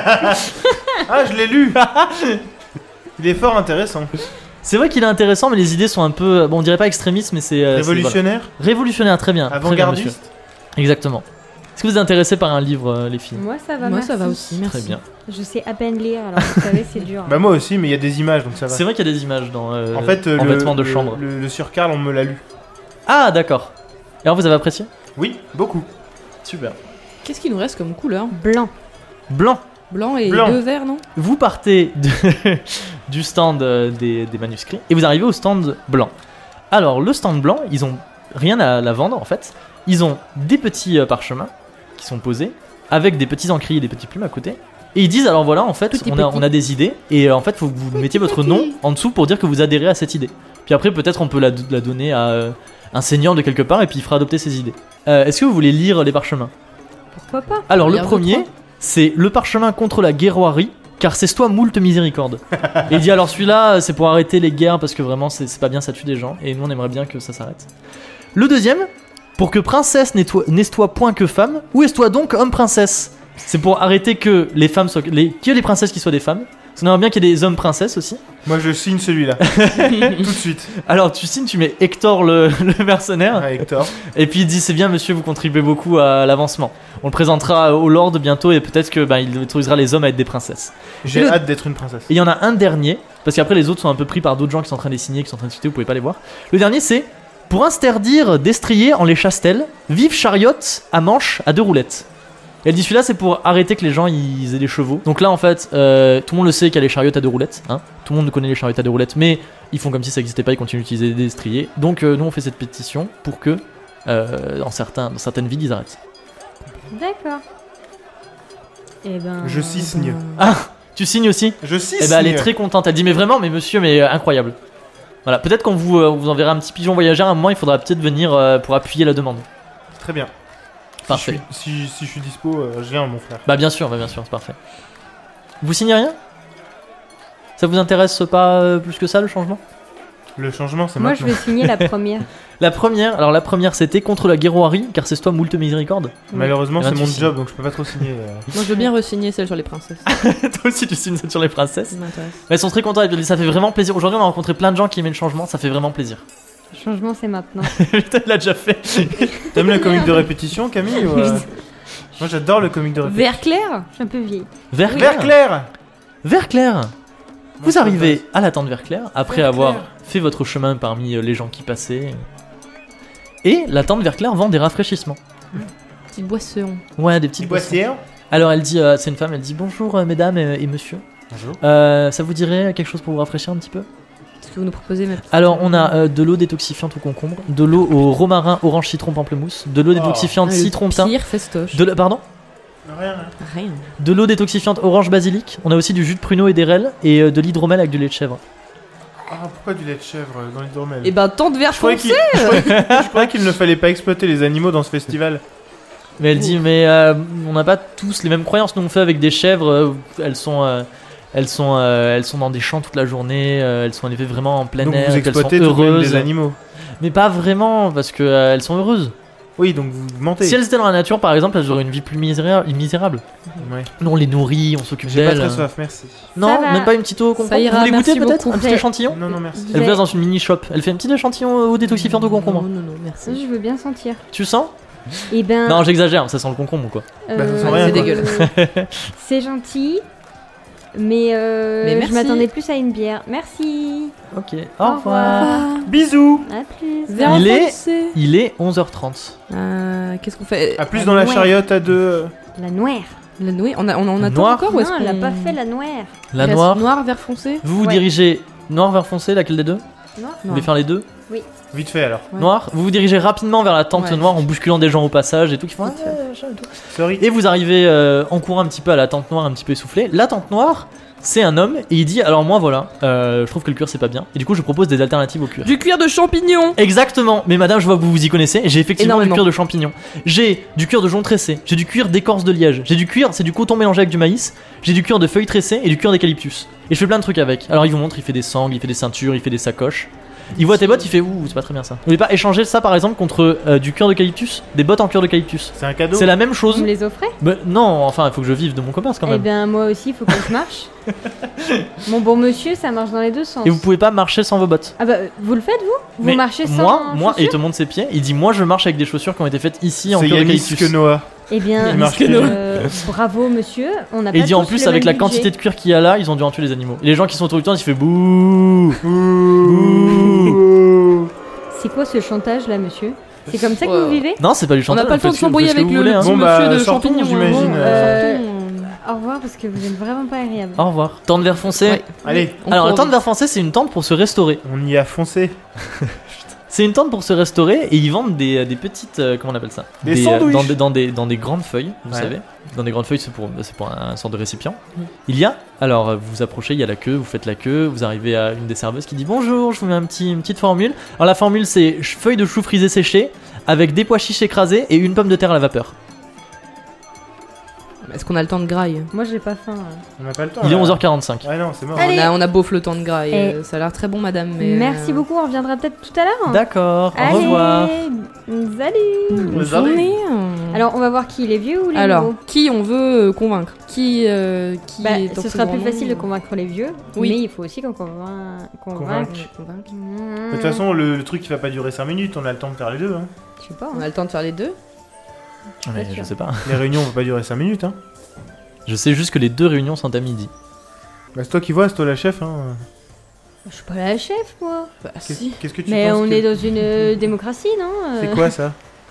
Speaker 3: Ah, je l'ai lu. Il est fort intéressant.
Speaker 1: C'est vrai qu'il est intéressant, mais les idées sont un peu, bon, on dirait pas extrémistes, mais c'est
Speaker 3: Révolutionnaire,
Speaker 1: voilà. Révolutionnaire, très bien. Très bien, monsieur.
Speaker 3: avant-gardiste.
Speaker 1: Exactement. Est-ce que vous êtes intéressé par un livre, les filles?
Speaker 4: Moi ça va,
Speaker 2: Moi
Speaker 4: merci.
Speaker 2: ça va aussi, merci.
Speaker 1: Très bien.
Speaker 4: Je sais à peine lire, alors vous savez, c'est dur.
Speaker 3: Bah moi aussi, mais il y a des images, donc ça va.
Speaker 1: C'est vrai qu'il y a des images dans
Speaker 3: En fait,
Speaker 1: En vêtements de chambre.
Speaker 3: Le Sieur Karl, on me l'a lu.
Speaker 1: Ah, d'accord. Et alors, vous avez apprécié?
Speaker 3: Oui, beaucoup.
Speaker 1: Super.
Speaker 2: Qu'est-ce qu'il nous reste comme couleur?
Speaker 4: Blanc.
Speaker 1: Blanc.
Speaker 2: Blanc et
Speaker 3: Blanc.
Speaker 2: 2 verts, non?
Speaker 1: Vous partez du stand des manuscrits et vous arrivez au stand blanc. Alors, le stand blanc, ils ont rien à la vendre en fait. Ils ont des petits parchemins qui sont posés avec des petits encriers et des petits plumes à côté. Et ils disent alors voilà, en fait,
Speaker 2: Petit,
Speaker 1: on a des idées et en fait, faut que vous mettiez votre nom en dessous pour dire que vous adhérez à cette idée. Puis après, peut-être on peut la donner à un seigneur de quelque part et puis il fera adopter ses idées. Est-ce que vous voulez lire les parchemins?
Speaker 4: Pourquoi pas?
Speaker 1: Alors,
Speaker 2: Il y
Speaker 1: le
Speaker 2: a un, deux,
Speaker 1: premier,
Speaker 2: trois.
Speaker 1: c'est Le parchemin contre la guerroirie, car c'est toi moult miséricorde. Et il dit alors celui-là, c'est pour arrêter les guerres parce que vraiment c'est pas bien, ça tue des gens et nous on aimerait bien que ça s'arrête. Le deuxième, pour que princesse n'est-toi point que femme, où est-toi donc homme princesse? C'est pour arrêter que les femmes soient que les princesses qui soient des femmes. Parce qu'on aimerait bien qu'il y ait des hommes princesses aussi.
Speaker 3: Moi, je signe celui-là. Tout de suite.
Speaker 1: Alors tu signes, tu mets Hector le mercenaire.
Speaker 3: Ah, Hector.
Speaker 1: Et puis il dit c'est bien monsieur, vous contribuez beaucoup à l'avancement. On le présentera au Lord bientôt et peut-être que il autorisera les hommes à être des princesses.
Speaker 3: J'ai
Speaker 1: Et le-
Speaker 3: hâte d'être une princesse.
Speaker 1: Et il y en a un dernier, parce qu'après les autres sont un peu pris par d'autres gens qui sont en train de les signer, qui sont en train de citer, vous pouvez pas les voir. Le dernier c'est pour interdire d'estrier en les chastels, vive chariote à manche à 2 roulettes. Et elle dit celui-là c'est pour arrêter que les gens ils aient des chevaux. Donc là en fait, tout le monde le sait qu'il y a les chariots à 2 roulettes. Hein. Tout le monde connaît les chariots à 2 roulettes, mais ils font comme si ça n'existait pas, ils continuent d'utiliser des destriers. Donc nous on fait cette pétition pour que dans certaines villes ils arrêtent.
Speaker 4: D'accord. Et ben.
Speaker 3: Je signe.
Speaker 1: Ah, tu signes aussi?
Speaker 3: Je signe.
Speaker 1: Eh ben elle est très contente. Elle dit mais vraiment, mais monsieur, mais incroyable. Voilà, peut-être qu'on vous enverra un petit pigeon voyageur. À un moment, il faudra peut-être venir pour appuyer la demande.
Speaker 3: Très bien.
Speaker 1: Parfait.
Speaker 3: Si je suis dispo, je viens, mon frère.
Speaker 1: Bah bien sûr, c'est parfait. Vous signez rien? Ça vous intéresse pas plus que ça le changement?
Speaker 3: Le changement, c'est
Speaker 4: Moi, je
Speaker 3: maintenant.
Speaker 4: vais signer la première.
Speaker 1: La première c'était contre la guerroirie, car c'est toi moult miséricorde.
Speaker 3: Malheureusement,
Speaker 1: Eh ben,
Speaker 3: c'est
Speaker 1: tu
Speaker 3: mon
Speaker 1: signes.
Speaker 3: job, donc je peux pas trop signer.
Speaker 2: Moi, je veux bien re-signer celle sur les princesses.
Speaker 1: Toi aussi tu signes ça sur les princesses.
Speaker 2: Ça m'intéresse.
Speaker 1: Mais elles sont très contentes, ça fait vraiment plaisir. Aujourd'hui on a rencontré plein de gens qui aimaient le changement, ça fait vraiment plaisir.
Speaker 4: Le changement, c'est maintenant.
Speaker 1: Putain, il l'a déjà fait.
Speaker 3: T'aimes le comique de répétition, Camille ou, Moi, j'adore le comique de répétition.
Speaker 2: Vert clair.
Speaker 4: Je suis un peu vieille.
Speaker 1: Vert
Speaker 3: Vert clair.
Speaker 1: Vert clair. Vous
Speaker 3: ça
Speaker 1: arrivez à la tente Vert clair après
Speaker 3: Vert
Speaker 1: avoir
Speaker 3: clair.
Speaker 1: fait votre chemin parmi les gens qui passaient. Et la tente Vert clair vend des rafraîchissements.
Speaker 2: Petite boisson.
Speaker 1: Ouais, des
Speaker 3: Petit
Speaker 1: petites boissons.
Speaker 3: boissier.
Speaker 1: Alors elle dit, c'est une femme, elle dit bonjour mesdames et monsieur.
Speaker 3: Bonjour.
Speaker 1: Ça vous dirait quelque chose pour vous rafraîchir un petit peu?
Speaker 2: Qu'est-ce que vous nous proposez, ma petite
Speaker 1: Alors on a de l'eau détoxifiante au concombre, de l'eau au romarin, orange, citron, pamplemousse, de l'eau détoxifiante
Speaker 2: Ah,
Speaker 1: citron, thym,
Speaker 2: Pire festoche.
Speaker 1: pardon,
Speaker 3: Rien.
Speaker 2: Rien.
Speaker 1: de l'eau détoxifiante orange basilic. On a aussi du jus de pruneau et d'érel et de l'hydromel avec du lait de chèvre.
Speaker 3: Ah, pourquoi du lait de chèvre dans l'hydromel
Speaker 2: Et ben, tant de verre
Speaker 3: Je croyais
Speaker 2: foncé.
Speaker 3: je croyais qu'il ne fallait pas exploiter les animaux dans ce festival.
Speaker 1: Mais elle dit mais on n'a pas tous les mêmes croyances. Nous on fait avec des chèvres. Elles sont dans des champs toute la journée. Elles sont en effet vraiment en plein
Speaker 3: Donc
Speaker 1: air.
Speaker 3: vous
Speaker 1: et qu'elles sont
Speaker 3: exploitez tout de même
Speaker 1: heureuses.
Speaker 3: les animaux.
Speaker 1: Mais pas vraiment parce que elles sont heureuses.
Speaker 3: Oui, donc vous mentez.
Speaker 1: Si elles étaient dans la nature par exemple, elles auraient une vie plus misérable.
Speaker 3: Ouais.
Speaker 1: Nous on les nourrit, on s'occupe
Speaker 3: J'ai pas
Speaker 1: d'elles.
Speaker 3: très soif, merci.
Speaker 1: Non,
Speaker 4: Ça va.
Speaker 1: même pas une petite eau au concombre.
Speaker 2: Ça ira,
Speaker 1: Vous voulez goûter
Speaker 2: merci
Speaker 1: peut-être
Speaker 2: beaucoup.
Speaker 1: un petit échantillon?
Speaker 3: Non, non, merci.
Speaker 1: Elle vous laisse dans une mini shop. Elle fait un petit échantillon eau détoxifiante au concombre.
Speaker 2: Non,
Speaker 4: Ça,
Speaker 2: merci.
Speaker 4: je veux bien sentir.
Speaker 1: Tu sens?
Speaker 4: Et ben.
Speaker 1: Non, j'exagère, ça sent le concombre ou quoi.
Speaker 3: Bah, ça sent
Speaker 4: euh,
Speaker 3: rien,
Speaker 2: c'est
Speaker 3: quoi.
Speaker 2: dégueulasse.
Speaker 4: C'est gentil. Mais
Speaker 2: merci.
Speaker 4: je m'attendais plus à une bière. Merci.
Speaker 1: Ok,
Speaker 4: Au
Speaker 1: au revoir.
Speaker 3: Bisous.
Speaker 4: À plus.
Speaker 2: Verre
Speaker 1: Il est-
Speaker 2: foncé.
Speaker 1: Il est 11h30.
Speaker 2: Qu'est-ce qu'on fait?
Speaker 3: À plus dans la
Speaker 4: Ouais.
Speaker 3: chariote à deux.
Speaker 4: La noire.
Speaker 2: La nouée. On attend
Speaker 1: Noir.
Speaker 2: encore ou est-ce
Speaker 4: Non, elle a
Speaker 2: qu'on-
Speaker 4: pas fait la noire.
Speaker 1: La
Speaker 2: Il reste
Speaker 1: noire.
Speaker 2: Noir, vert foncé.
Speaker 1: Vous vous
Speaker 4: Ouais.
Speaker 1: dirigez noir vers foncé, laquelle des deux? Vous
Speaker 4: Noire.
Speaker 1: voulez faire les deux?
Speaker 3: Vite fait alors.
Speaker 2: Ouais.
Speaker 1: Noir. Vous vous dirigez rapidement vers la tente
Speaker 2: Ouais.
Speaker 1: noire en bousculant des gens au passage et tout qui font.
Speaker 2: Vite fait.
Speaker 3: Sorry.
Speaker 1: Et vous arrivez en courant un petit peu à la tente noire, un petit peu essoufflée. La tente noire, c'est un homme et il dit alors moi voilà, je trouve que le cuir c'est pas bien et du coup je propose des alternatives au cuir.
Speaker 2: Du cuir de champignon.
Speaker 1: Exactement, mais madame, je vois que vous vous y connaissez. J'ai effectivement
Speaker 2: Énormément.
Speaker 1: du cuir de champignon. J'ai du cuir de jonc tressé. J'ai du cuir d'écorce de liège. J'ai du cuir, c'est du coton mélangé avec du maïs. J'ai du cuir de feuilles tressées et du cuir d'eucalyptus. Et je fais plein de trucs avec. Alors il vous montre, il fait des sangles, il fait des ceintures, il fait des sacoches. Il voit tes bottes, il fait ouh, c'est pas très bien ça. Vous voulez pas échanger ça par exemple contre du cuir d'eucalyptus? Des bottes en cuir d'eucalyptus.
Speaker 3: C'est un cadeau.
Speaker 1: C'est la même
Speaker 4: Vous
Speaker 1: chose.
Speaker 4: me les offrez?
Speaker 1: Bah, non, enfin, il faut que je vive de mon commerce quand
Speaker 4: Eh
Speaker 1: même.
Speaker 4: ben, moi aussi, il faut que je marche. Mon bon monsieur, ça marche dans les deux sens.
Speaker 1: Et vous pouvez pas marcher sans vos bottes.
Speaker 4: Ah bah, vous le faites, vous? Vous
Speaker 1: Mais
Speaker 4: marchez sans
Speaker 1: moi, et il
Speaker 4: chaussures
Speaker 1: te montre ses pieds. Il dit moi je marche avec des chaussures qui ont été faites ici en
Speaker 3: C'est
Speaker 1: cuir
Speaker 3: Yanis
Speaker 1: d'eucalyptus.
Speaker 3: que Noah.
Speaker 4: Eh bien,
Speaker 3: Il marche
Speaker 4: bravo, monsieur. On n'a pas
Speaker 1: Et il dit en
Speaker 4: tous
Speaker 1: plus
Speaker 4: le
Speaker 1: avec
Speaker 4: même
Speaker 1: la quantité
Speaker 4: budget.
Speaker 1: de cuir qu'il y a là, ils ont dû en tuer les animaux. Et les gens qui sont autour du temps, ils font bouh.
Speaker 4: C'est quoi ce chantage là, monsieur? C'est comme ça que
Speaker 2: Ouais.
Speaker 4: vous vivez?
Speaker 1: Non, c'est pas du
Speaker 2: On
Speaker 1: chantage.
Speaker 2: n'a pas le temps de
Speaker 1: faites ce que-
Speaker 2: s'embrouiller
Speaker 1: faites ce
Speaker 2: avec
Speaker 1: que vous
Speaker 2: le
Speaker 1: voulez, hein.
Speaker 2: petit
Speaker 3: Bon,
Speaker 2: monsieur
Speaker 3: bah,
Speaker 2: de
Speaker 3: sortons,
Speaker 2: champignon.
Speaker 3: j'imagine.
Speaker 4: Au revoir, parce que vous êtes vraiment pas agréable.
Speaker 1: Au revoir. Tente vert foncé.
Speaker 2: Ouais.
Speaker 3: Allez,
Speaker 1: Alors la
Speaker 2: court
Speaker 1: tente
Speaker 2: vite.
Speaker 1: vert foncé, c'est une tente pour se restaurer.
Speaker 3: on y a foncé.
Speaker 1: C'est une tente pour se restaurer et ils vendent des petites comment on appelle ça?
Speaker 3: Des sandwichs.
Speaker 1: dans des grandes feuilles, vous
Speaker 3: Ouais.
Speaker 1: savez. Dans des grandes feuilles, c'est pour un sorte de récipient. Il y a, alors vous vous approchez, il y a la queue, vous faites la queue, vous arrivez à une des serveuses qui dit bonjour, je vous mets une petite formule. Alors la formule c'est feuilles de chou frisées séchées avec des pois chiches écrasés et une pomme de terre à la vapeur.
Speaker 2: Est-ce qu'on a le temps de graille?
Speaker 4: Moi, j'ai pas faim.
Speaker 3: On n'a pas le temps.
Speaker 1: Il est
Speaker 3: là.
Speaker 1: 11h45.
Speaker 3: Ouais, non, c'est mort.
Speaker 4: Allez.
Speaker 2: On a beauf le temps de graille.
Speaker 4: Eh.
Speaker 2: Ça a l'air très bon, madame. Mais
Speaker 4: Merci beaucoup, on reviendra peut-être tout à l'heure.
Speaker 1: D'accord, au
Speaker 4: Allez,
Speaker 1: revoir.
Speaker 4: salut.
Speaker 3: Bonne journée.
Speaker 4: Alors, on va voir qui, les vieux ou les
Speaker 2: Alors,
Speaker 4: nouveaux?
Speaker 2: qui on veut convaincre? Qui
Speaker 4: Bah,
Speaker 2: est
Speaker 4: ce sera plus facile de convaincre les vieux,
Speaker 2: Oui.
Speaker 4: mais il faut aussi qu'on convainque.
Speaker 3: De toute façon, le truc il va pas durer 5 minutes, on a le temps de faire les deux. Hein.
Speaker 4: Je sais pas.
Speaker 2: On a le temps de faire les deux.
Speaker 1: Mais
Speaker 4: Pas
Speaker 1: je
Speaker 4: sûr.
Speaker 1: sais pas.
Speaker 3: Les réunions vont pas durer 5 minutes. Hein.
Speaker 1: Je sais juste que les deux réunions sont à midi.
Speaker 3: Bah, c'est toi qui vois, c'est toi la chef. Hein.
Speaker 4: Je suis pas la chef, moi.
Speaker 2: Bah,
Speaker 3: Qu'est-ce
Speaker 2: si.
Speaker 3: qu'est-ce que tu
Speaker 4: Mais
Speaker 3: penses
Speaker 4: on
Speaker 3: que-
Speaker 4: est dans une démocratie, non?
Speaker 3: C'est quoi ça?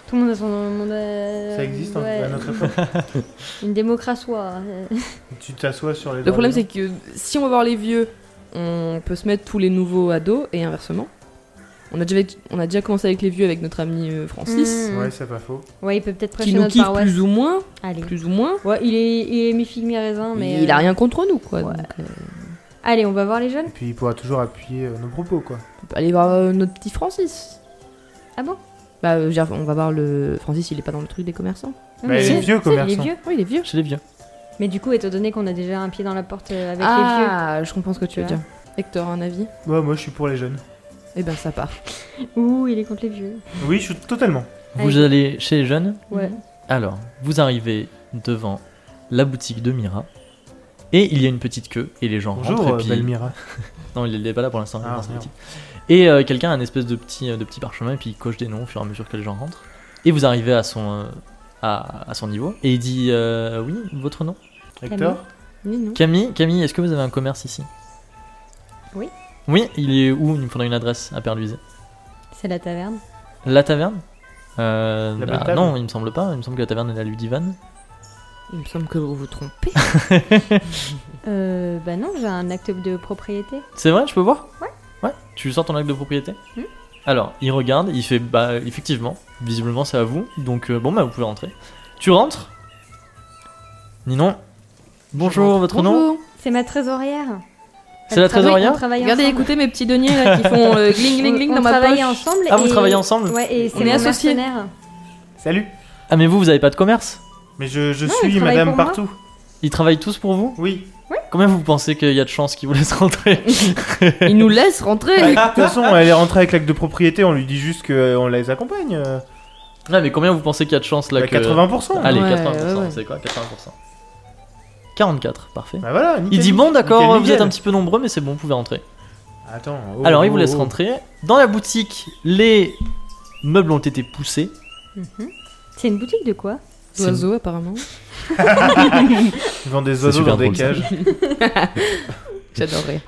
Speaker 4: Tout le monde a son...
Speaker 3: Ça existe hein,
Speaker 4: ouais.
Speaker 3: à notre époque.
Speaker 4: Une démocratie.
Speaker 3: Tu t'assois sur les
Speaker 2: Le
Speaker 3: droits
Speaker 2: problème,
Speaker 3: des
Speaker 2: c'est que si on va voir les vieux, on peut se mettre tous les nouveaux à dos et inversement. On a déjà commencé avec les vieux avec notre ami Francis,
Speaker 3: gens. Ouais, c'est pas faux.
Speaker 4: Ouais, il peut peut-être
Speaker 2: qui
Speaker 4: prêcher
Speaker 2: nous
Speaker 4: notre
Speaker 2: kiffe
Speaker 4: paroisse.
Speaker 2: plus ou moins.
Speaker 4: Allez.
Speaker 2: Plus ou moins.
Speaker 4: Ouais, il est mi-figue, mi-raisin, mais...
Speaker 2: Il a rien contre nous, quoi.
Speaker 4: Ouais.
Speaker 2: Donc,
Speaker 4: Allez, on va voir les jeunes.
Speaker 3: Et puis il pourra toujours appuyer nos propos, quoi.
Speaker 2: on peut aller voir notre petit Francis.
Speaker 4: Ah bon?
Speaker 2: Bah, je veux dire, on va voir le Francis, il est pas dans le truc des commerçants.
Speaker 4: Non,
Speaker 3: Bah,
Speaker 4: mais
Speaker 3: les
Speaker 4: si,
Speaker 3: vieux
Speaker 4: si,
Speaker 3: commerçants.
Speaker 4: Les vieux.
Speaker 2: Oui, il est vieux.
Speaker 1: Chez les vieux.
Speaker 4: Mais du coup, étant donné qu'on a déjà un pied dans la porte avec
Speaker 2: Ah, je comprends ce que tu veux
Speaker 4: Tu vois.
Speaker 2: dire. Hector, un avis?
Speaker 3: Ouais, moi je suis pour les jeunes.
Speaker 2: Eh ben, ça part.
Speaker 4: les vieux. Ouh, il est contre les vieux.
Speaker 3: Oui, je suis totalement.
Speaker 1: Vous allez chez les jeunes.
Speaker 4: Ouais.
Speaker 1: Alors, vous arrivez devant la boutique de Mira. Et il y a une petite queue. Et les gens
Speaker 3: Bonjour,
Speaker 1: rentrent. Et puis...
Speaker 3: Belmira.
Speaker 1: Non, il est pas là pour l'instant. il est
Speaker 3: Ah,
Speaker 1: dans sa
Speaker 3: merde.
Speaker 1: boutique. Et quelqu'un a un espèce de petit parchemin. Et puis il coche des noms au fur et à mesure que les gens rentrent. Et vous arrivez à son niveau. Et il dit oui, votre nom?
Speaker 3: Hector.
Speaker 2: Oui, non.
Speaker 1: Camille, est-ce que vous avez un commerce ici?
Speaker 4: Oui.
Speaker 1: Oui, il est où? Il me faudrait une adresse à Perluisé.
Speaker 4: C'est la taverne.
Speaker 1: La taverne
Speaker 3: bonne table.
Speaker 1: Non, il me semble pas. Il me semble que la taverne est la Ludivan.
Speaker 2: Il me semble que vous vous trompez.
Speaker 4: Bah non, j'ai un acte de propriété.
Speaker 1: C'est vrai, je peux voir?
Speaker 4: Ouais.
Speaker 1: Ouais. Tu sors ton acte de propriété?
Speaker 4: Hmm.
Speaker 1: Alors, il regarde, il fait bah effectivement, visiblement c'est à vous. Donc bon bah vous pouvez rentrer. Tu rentres? Ninon. Bonjour, votre nom?
Speaker 2: Bonjour.
Speaker 4: C'est ma trésorière.
Speaker 1: C'est la trésorière?
Speaker 4: On travaille
Speaker 2: Regardez,
Speaker 4: ensemble.
Speaker 2: écoutez mes petits deniers là qui font gling gling gling
Speaker 4: On
Speaker 2: dans ma
Speaker 4: travaille
Speaker 2: poche.
Speaker 4: ensemble.
Speaker 1: Ah, vous
Speaker 4: et-
Speaker 1: travaillez ensemble?
Speaker 4: Ouais, et c'est
Speaker 2: On est
Speaker 4: mon
Speaker 2: associés.
Speaker 4: mercenaire.
Speaker 3: Salut.
Speaker 1: Ah mais vous avez pas de commerce?
Speaker 3: Mais je
Speaker 4: Non, il
Speaker 3: suis
Speaker 4: travaille
Speaker 3: madame
Speaker 4: pour moi.
Speaker 3: partout.
Speaker 1: Ils travaillent tous pour vous?
Speaker 3: Oui.
Speaker 1: Combien vous pensez qu'il y a de chances qu'ils vous laissent rentrer?
Speaker 2: Il nous laisse rentrer.
Speaker 3: Bah, de toute façon, elle est rentrée avec l'acte de propriété, on lui dit juste qu'on les accompagne.
Speaker 1: Ouais, mais combien vous pensez qu'il y a de chances là
Speaker 3: Bah,
Speaker 1: que...
Speaker 3: 80%.
Speaker 1: Allez,
Speaker 2: Ouais,
Speaker 1: 80%,
Speaker 2: ouais.
Speaker 1: c'est quoi 80%? 44, parfait.
Speaker 3: Bah voilà, nickel,
Speaker 1: Il dit bon d'accord,
Speaker 3: nickel,
Speaker 1: vous êtes
Speaker 3: nickel.
Speaker 1: un petit peu nombreux mais c'est bon, vous pouvez rentrer.
Speaker 3: Attends. oh,
Speaker 1: Alors il
Speaker 3: oh,
Speaker 1: vous laisse
Speaker 3: oh.
Speaker 1: rentrer. Dans la boutique, les meubles ont été poussés.
Speaker 4: Mhm. C'est une boutique de quoi?
Speaker 2: Oiseaux apparemment.
Speaker 3: Ils vendent des
Speaker 1: C'est
Speaker 3: oiseaux
Speaker 1: super
Speaker 3: dans des
Speaker 1: drôle, ça.
Speaker 3: cages.
Speaker 2: J'adorerais.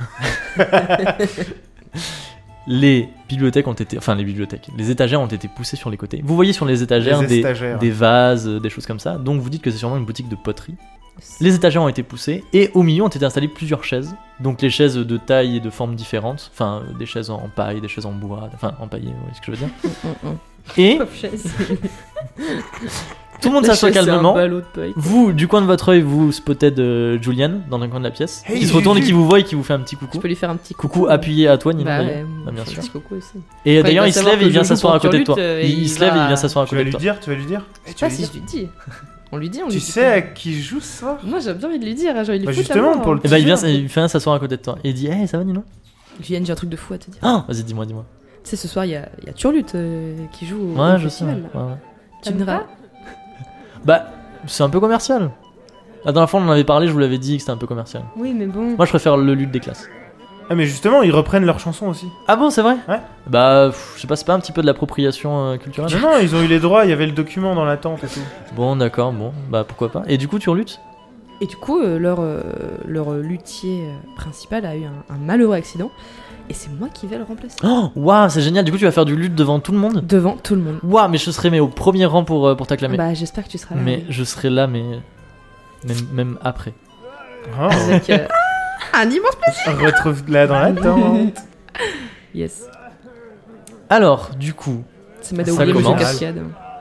Speaker 1: Les bibliothèques ont été... Enfin les bibliothèques. Les étagères ont été poussées sur les côtés. Vous voyez sur les étagères
Speaker 3: Les étagères.
Speaker 1: des vases, des choses comme ça. Donc vous dites que c'est sûrement une boutique de poterie. Les étagères ont été poussées et au milieu ont été installées plusieurs chaises. Donc les chaises de taille et de formes différentes. Enfin des chaises en paille, des chaises en bois. Enfin en paille, vous voyez ce que je veux dire. Et
Speaker 4: Pauvre chaise.
Speaker 1: tout le monde s'assoit calmement.
Speaker 2: Vous,
Speaker 1: Vous, du coin de votre œil, vous spotted Julian dans un coin de la pièce.
Speaker 3: Hey,
Speaker 1: qui se retourne et
Speaker 3: Juju.
Speaker 1: qui vous voit et qui vous fait un petit coucou.
Speaker 2: je peux lui faire un petit
Speaker 1: Coucou appuyé à toi, Nino.
Speaker 2: Bah
Speaker 1: d'ailleurs.
Speaker 2: ouais,
Speaker 1: Ah, bien
Speaker 2: un
Speaker 1: sûr.
Speaker 2: petit coucou aussi.
Speaker 1: Et
Speaker 2: Enfin,
Speaker 1: d'ailleurs,
Speaker 2: il
Speaker 1: il
Speaker 2: va
Speaker 1: se
Speaker 2: savoir
Speaker 1: lève et il
Speaker 2: que
Speaker 1: vient
Speaker 2: je joue
Speaker 1: s'asseoir à
Speaker 2: pour
Speaker 1: côté de toi.
Speaker 2: Turlut,
Speaker 1: Il se lève et il vient s'asseoir à
Speaker 3: Tu vas
Speaker 1: côté de
Speaker 3: lui
Speaker 1: toi.
Speaker 3: dire, tu vas lui dire
Speaker 2: Je sais
Speaker 3: Tu
Speaker 2: pas
Speaker 3: vas lui
Speaker 2: si
Speaker 3: dire
Speaker 2: je lui dis. On lui dit, on lui
Speaker 3: Tu
Speaker 2: dit
Speaker 3: sais
Speaker 2: pas.
Speaker 3: à qui joue ce soir
Speaker 2: Moi j'ai bien envie de lui dire, j'ai envie de
Speaker 3: Bah,
Speaker 2: lui foutre la
Speaker 3: justement,
Speaker 2: mort.
Speaker 3: pour le
Speaker 1: Et bah, il vient
Speaker 3: teaser.
Speaker 1: il vient s'asseoir à côté de toi. Et il dit hey, ça va, Nino?
Speaker 2: Vienne, j'ai un truc de fou à te dire.
Speaker 1: Ah, vas-y, dis-moi.
Speaker 2: Tu sais, ce soir, il y a Turlut qui joue au
Speaker 1: Ouais, je sais.
Speaker 2: festival.
Speaker 1: Ouais, ouais.
Speaker 2: Tu
Speaker 4: T'aimes
Speaker 2: viendras.
Speaker 4: pas
Speaker 1: Bah, c'est un peu commercial. La dernière fois, on en avait parlé, je vous l'avais dit que c'était un peu commercial.
Speaker 4: Oui, mais bon.
Speaker 1: Moi, je préfère le lutte des classes.
Speaker 3: Ah, mais justement, ils reprennent leurs chansons aussi.
Speaker 1: Ah bon, c'est vrai?
Speaker 3: Ouais.
Speaker 1: Bah, je sais pas, c'est pas un petit peu de l'appropriation culturelle?
Speaker 3: Non, non, ils ont eu les droits, il y avait le document dans la tente et tout.
Speaker 1: Bon, d'accord, bon, bah pourquoi pas. Et du coup, tu reluttes?
Speaker 2: Et du coup, leur luthier principal a eu un malheureux accident. Et c'est moi qui vais le remplacer.
Speaker 1: Oh, waouh, c'est génial. Du coup, tu vas faire du lutte devant tout le monde?
Speaker 2: Devant tout le monde.
Speaker 1: Waouh, mais je serai au premier rang pour t'acclamer.
Speaker 2: Bah, j'espère que tu seras là.
Speaker 1: Mais je serai là, mais même après.
Speaker 3: Oh.
Speaker 2: Avec un immense.
Speaker 3: Retrouve-la dans la tente.
Speaker 2: Yes.
Speaker 1: Alors, du coup,
Speaker 2: Ça m'a
Speaker 1: Ça
Speaker 2: oublié le jeu
Speaker 1: commence.
Speaker 2: cascade.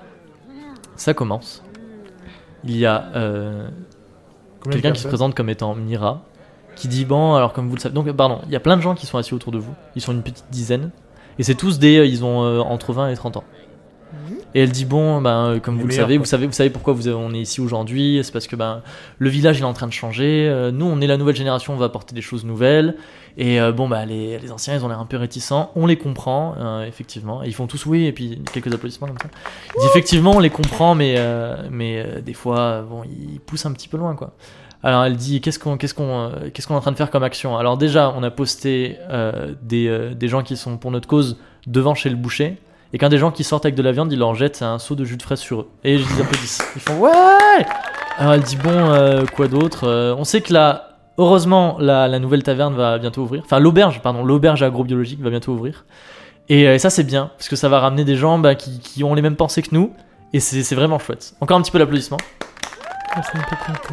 Speaker 1: ça commence. Il y a
Speaker 3: Combien de
Speaker 1: quelqu'un qui se
Speaker 3: personnes
Speaker 1: présente comme étant Mira, qui dit bon, alors comme vous le savez, donc pardon, il y a plein de gens qui sont assis autour de vous. Ils sont une petite dizaine, et c'est tous ils ont entre 20 et 30 ans. Et elle dit bon, comme
Speaker 3: Les
Speaker 1: vous le
Speaker 3: meilleurs,
Speaker 1: savez,
Speaker 3: quoi.
Speaker 1: vous savez pourquoi on est ici aujourd'hui. C'est parce que le village il est en train de changer. Nous, on est la nouvelle génération, on va apporter des choses nouvelles. Et les anciens, ils ont l'air un peu réticents. On les comprend, effectivement. Et ils font tous oui, et puis quelques applaudissements comme ça. Il dit effectivement, on les comprend, mais des fois, bon, ils poussent un petit peu loin, quoi. Alors elle dit qu'est-ce qu'on est en train de faire comme action. Alors déjà, on a posté des gens qui sont pour notre cause devant chez le boucher. Et quand des gens qui sortent avec de la viande, ils leur jettent un seau de jus de fraise sur eux. Et je les applaudis. Ils font ouais. Alors elle dit bon, quoi d'autre. On sait que heureusement, la nouvelle taverne va bientôt ouvrir. Enfin l'auberge agrobiologique va bientôt ouvrir. Et ça c'est bien, parce que ça va ramener des gens qui ont les mêmes pensées que nous, et c'est vraiment chouette. Encore un petit peu d'applaudissements.
Speaker 2: Ah, c'est un peu craqué.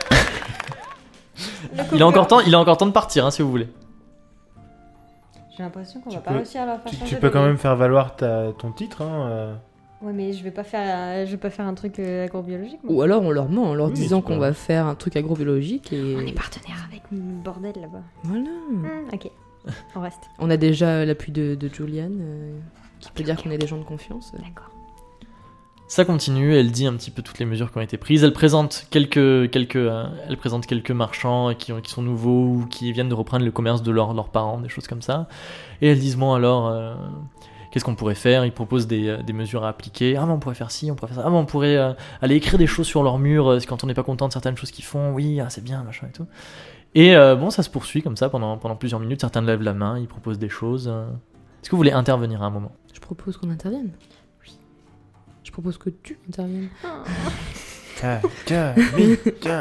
Speaker 1: Il a encore temps de partir, hein, si vous voulez.
Speaker 4: J'ai l'impression qu'on
Speaker 3: Tu
Speaker 4: va pas
Speaker 3: peux-
Speaker 4: réussir à leur faire
Speaker 3: Tu
Speaker 4: changer
Speaker 3: peux quand
Speaker 4: d'avis.
Speaker 3: même faire valoir ton titre. Hein.
Speaker 4: Ouais, mais je vais pas faire un truc agrobiologique. moi.
Speaker 2: Ou alors on leur ment en leur
Speaker 3: Oui,
Speaker 2: disant
Speaker 3: tu peux.
Speaker 2: qu'on va faire un truc agrobiologique et
Speaker 4: On est partenaire avec bordel là-bas.
Speaker 2: voilà.
Speaker 4: Ok, on reste.
Speaker 2: On a déjà l'appui de Julian qui peut dire qu'on est des gens de confiance.
Speaker 4: D'accord.
Speaker 1: Ça continue, elle dit un petit peu toutes les mesures qui ont été prises. Elle présente quelques marchands qui sont nouveaux ou qui viennent de reprendre le commerce de leurs parents, des choses comme ça. Et elles disent bon alors, qu'est-ce qu'on pourrait faire? Ils proposent des mesures à appliquer. Ah mais on pourrait faire ci, on pourrait faire ça. Ah mais on pourrait aller écrire des choses sur leurs murs quand on n'est pas content de certaines choses qu'ils font. Oui, c'est bien, machin et tout. Et bon, ça se poursuit comme ça pendant plusieurs minutes. Certains lèvent la main, ils proposent des choses. Est-ce que vous voulez intervenir à un moment?
Speaker 2: Je propose qu'on intervienne. Oui. Je propose que tu interviennes.
Speaker 3: Camille.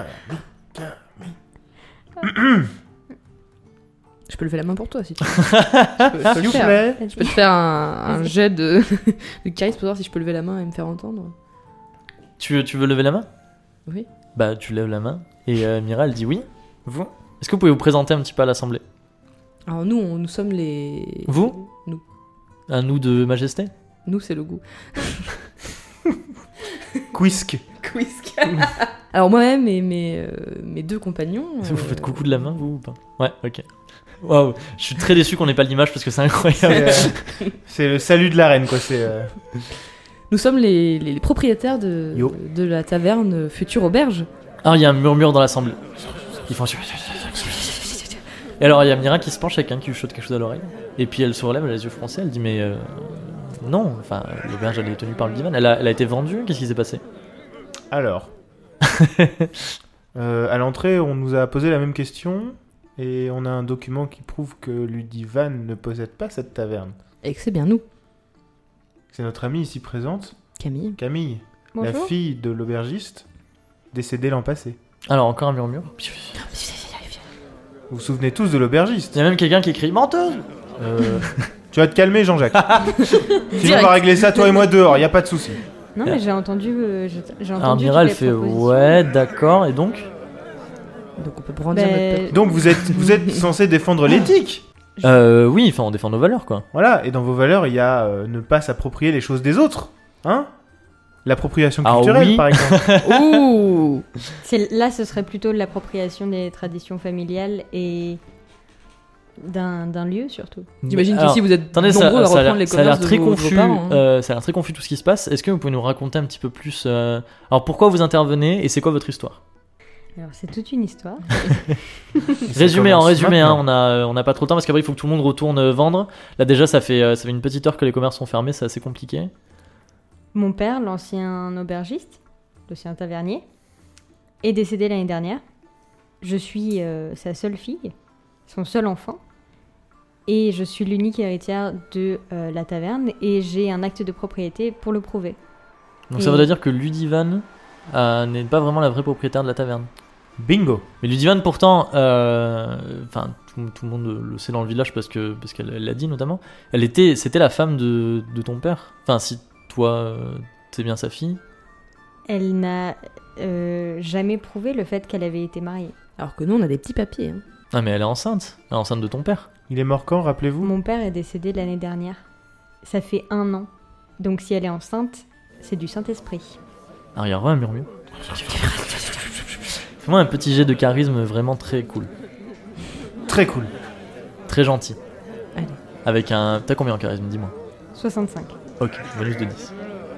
Speaker 2: Je peux lever la main pour toi si tu veux. Je peux
Speaker 3: S'il
Speaker 2: le
Speaker 3: vous
Speaker 2: faire.
Speaker 3: plaît.
Speaker 2: Je peux te faire un jet de charisme pour voir si je peux lever la main et me faire entendre.
Speaker 1: Tu veux lever la main?
Speaker 2: Oui.
Speaker 1: Bah tu lèves la main. Et Mira elle dit oui. Vous? Est-ce que vous pouvez vous présenter un petit peu à l'assemblée?
Speaker 2: Alors nous sommes les...
Speaker 1: Vous?
Speaker 2: Nous.
Speaker 1: Un nous de majesté?
Speaker 2: Nous, c'est le goût.
Speaker 3: Quisque.
Speaker 2: Quisk. Alors moi-même et mes deux compagnons...
Speaker 1: Vous faites coucou de la main vous ou pas? Ouais, ok. Waouh, je suis très déçu qu'on ait pas l'image parce que c'est incroyable.
Speaker 3: C'est le salut de la reine, quoi. C'est.
Speaker 2: Nous sommes les propriétaires de
Speaker 3: Yo.
Speaker 2: la taverne Future Auberge.
Speaker 1: Ah, il y a un murmure dans l'assemblée. Ils font... Et alors il y a Mira qui se penche avec un qui lui chuchote quelque chose à l'oreille. Et puis elle se relève, elle a les yeux froncés, elle dit mais non, enfin l'auberge elle est tenue par le divan, elle a été vendue, qu'est-ce qui s'est passé?
Speaker 3: Alors. À l'entrée, on nous a posé la même question et on a un document qui prouve que Ludivan ne possède pas cette taverne.
Speaker 2: Et que c'est bien nous,
Speaker 3: C'est notre amie ici présente,
Speaker 2: Camille.
Speaker 3: Camille, la
Speaker 4: Bonjour.
Speaker 3: fille de l'aubergiste, décédée l'an passé.
Speaker 1: Alors encore un murmure.
Speaker 3: Vous vous souvenez tous de l'aubergiste?
Speaker 1: Il y a même quelqu'un qui écrit menteuse.
Speaker 3: Tu vas te calmer, Jean-Jacques. Sinon, on
Speaker 2: Direct.
Speaker 3: va régler ça, toi et moi, dehors, y a pas de souci.
Speaker 4: Non, mais j'ai entendu. J'ai
Speaker 1: Alors
Speaker 4: entendu.
Speaker 1: Mira elle
Speaker 4: toutes les
Speaker 1: fait
Speaker 4: propositions.
Speaker 1: ouais d'accord et donc
Speaker 2: Donc on peut brandir
Speaker 4: Ben,
Speaker 2: notre tête.
Speaker 3: Donc, vous êtes censé défendre l'éthique.
Speaker 1: oui enfin on défend nos valeurs quoi.
Speaker 3: Voilà, et dans vos valeurs, il y a ne pas s'approprier les choses des autres. Hein? L'appropriation
Speaker 1: Ah
Speaker 3: culturelle,
Speaker 1: oui.
Speaker 3: par exemple.
Speaker 2: Ouh.
Speaker 4: Là, ce serait plutôt de l'appropriation des traditions familiales et d'un lieu surtout.
Speaker 2: J'imagine
Speaker 1: Alors,
Speaker 2: qu'ici vous êtes
Speaker 1: attendez,
Speaker 2: nombreux à
Speaker 1: ça a
Speaker 2: reprendre les
Speaker 1: l'air- ça a l'air
Speaker 2: commerces de
Speaker 1: très
Speaker 2: vos
Speaker 1: confus.
Speaker 2: parents. Hein.
Speaker 1: Ça a l'air très confus tout ce qui se passe. Est-ce que vous pouvez nous raconter un petit peu plus alors pourquoi vous intervenez et c'est quoi votre histoire?
Speaker 4: Alors, c'est toute une histoire.
Speaker 1: Résumé, en résumé, hein,
Speaker 3: maintenant.
Speaker 1: on a pas trop de temps parce qu'après il faut que tout le monde retourne vendre. Là déjà ça fait une petite heure que les commerces sont fermés, c'est assez compliqué.
Speaker 4: Mon père, l'ancien aubergiste, l'ancien tavernier, est décédé l'année dernière. Je suis sa seule fille, son seul enfant. Et je suis l'unique héritière de la taverne. Et j'ai un acte de propriété pour le prouver.
Speaker 1: Donc
Speaker 4: Et-
Speaker 1: ça voudrait dire que Ludivan n'est pas vraiment la vraie propriétaire de la taverne.
Speaker 3: Bingo.
Speaker 1: Mais Ludivan pourtant, enfin tout le monde le sait dans le village parce qu'elle l'a dit notamment, c'était la femme de ton père. Enfin si toi t'es bien sa fille.
Speaker 4: Elle n'a jamais prouvé le fait qu'elle avait été mariée.
Speaker 2: Alors que nous on a des petits papiers. Hein.
Speaker 1: Ah mais elle est enceinte de ton père.
Speaker 3: Il est mort quand, rappelez-vous?
Speaker 4: Mon père est décédé l'année dernière. Ça fait 1 an. Donc si elle est enceinte, c'est du Saint-Esprit.
Speaker 1: Alors il y a un murmure. Fais-moi un petit jet de charisme vraiment très cool,
Speaker 3: Très cool.
Speaker 1: très gentil.
Speaker 2: Allez.
Speaker 1: Avec un... T'as combien en charisme, dis-moi?
Speaker 4: 65.
Speaker 1: Ok, bonus de 10.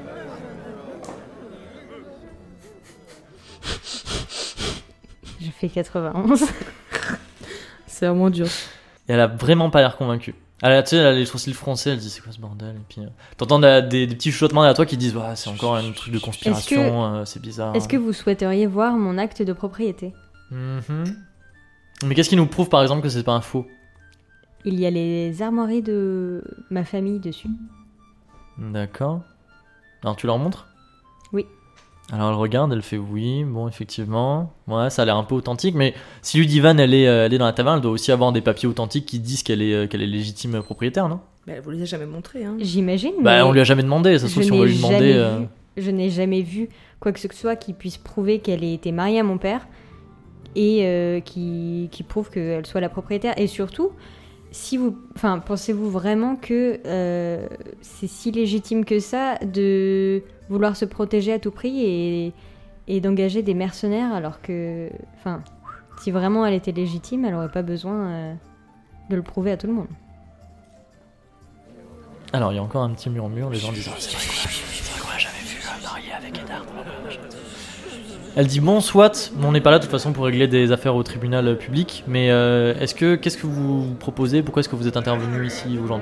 Speaker 4: Je fais 91.
Speaker 2: C'est vraiment dur.
Speaker 1: Et elle a vraiment pas l'air convaincue. Tu sais, elle a les sourcils froncés, elle dit c'est quoi ce bordel? Et puis t'entends des petits chuchotements derrière toi qui disent ouais, c'est encore un truc de conspiration, c'est bizarre.
Speaker 4: Est-ce que vous souhaiteriez voir mon acte de propriété?
Speaker 1: Mhm. Mais qu'est-ce qui nous prouve par exemple que c'est pas un faux?
Speaker 4: Il y a les armoiries de ma famille dessus.
Speaker 1: D'accord. Alors tu leur montres?
Speaker 4: Oui.
Speaker 1: Alors elle regarde, elle fait oui, bon effectivement, ouais ça a l'air un peu authentique, mais si Ludivan elle est dans la taverne, elle doit aussi avoir des papiers authentiques qui disent qu'elle est légitime propriétaire, non?
Speaker 2: Bah, elle vous les a jamais montrés. Hein.
Speaker 4: J'imagine.
Speaker 1: Bah,
Speaker 4: mais
Speaker 1: on lui a jamais demandé. Ça se trouve, si on va lui demander.
Speaker 4: je n'ai jamais vu quoi que ce soit qui puisse prouver qu'elle ait été mariée à mon père et qui prouve qu'elle soit la propriétaire. Et surtout, pensez-vous vraiment que c'est si légitime que ça de vouloir se protéger à tout prix et d'engager des mercenaires alors que, si vraiment elle était légitime, elle n'aurait pas besoin de le prouver à tout le monde.
Speaker 1: Alors, il y a encore un petit murmure, les gens disent c'est vrai qu'on l'a jamais vu marié avec Eddard. Elle dit bon, soit, on n'est pas là de toute façon pour régler des affaires au tribunal public, mais qu'est-ce que vous proposez? Pourquoi est-ce que vous êtes intervenu ici aujourd'hui?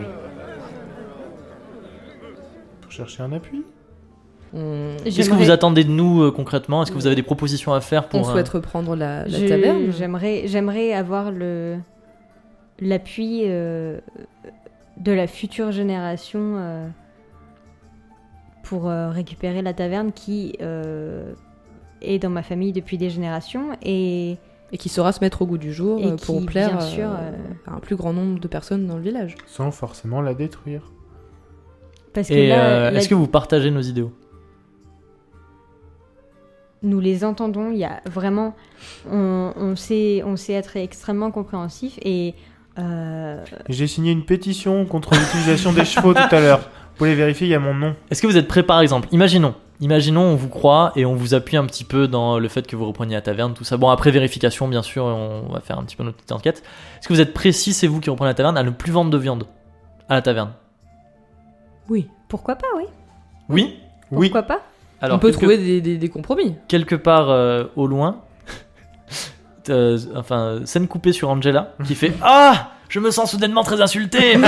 Speaker 3: Pour chercher un appui.
Speaker 1: Qu'est-ce que vous attendez de nous concrètement? Est-ce que vous avez des propositions à faire pour...
Speaker 2: On souhaite reprendre la taverne.
Speaker 4: J'aimerais avoir l'appui de la future génération pour récupérer la taverne qui est dans ma famille depuis des générations et
Speaker 2: qui saura se mettre au goût du jour pour plaire
Speaker 4: bien sûr,
Speaker 2: à un plus grand nombre de personnes dans le village.
Speaker 3: Sans forcément la détruire.
Speaker 4: Parce que
Speaker 1: et est-ce que vous partagez nos idéaux?
Speaker 4: Nous les entendons, il y a vraiment... On sait être extrêmement compréhensif et...
Speaker 3: J'ai signé une pétition contre l'utilisation des chevaux tout à l'heure. Vous pouvez vérifier, il y a mon nom.
Speaker 1: Est-ce que vous êtes prêts par exemple? Imaginons, on vous croit et on vous appuie un petit peu dans le fait que vous repreniez la taverne, tout ça. Bon, après vérification, bien sûr, on va faire un petit peu notre petite enquête. Est-ce que vous êtes prêts, si c'est vous qui reprenez la taverne, à ne plus vendre de viande à la taverne?
Speaker 2: Oui.
Speaker 4: Pourquoi pas, oui.
Speaker 1: Oui?
Speaker 3: Oui.
Speaker 4: Pourquoi pas?
Speaker 1: Alors,
Speaker 2: on peut trouver des compromis.
Speaker 1: Quelque part au loin, scène coupée sur Angela qui fait ah, je me sens soudainement très insultée.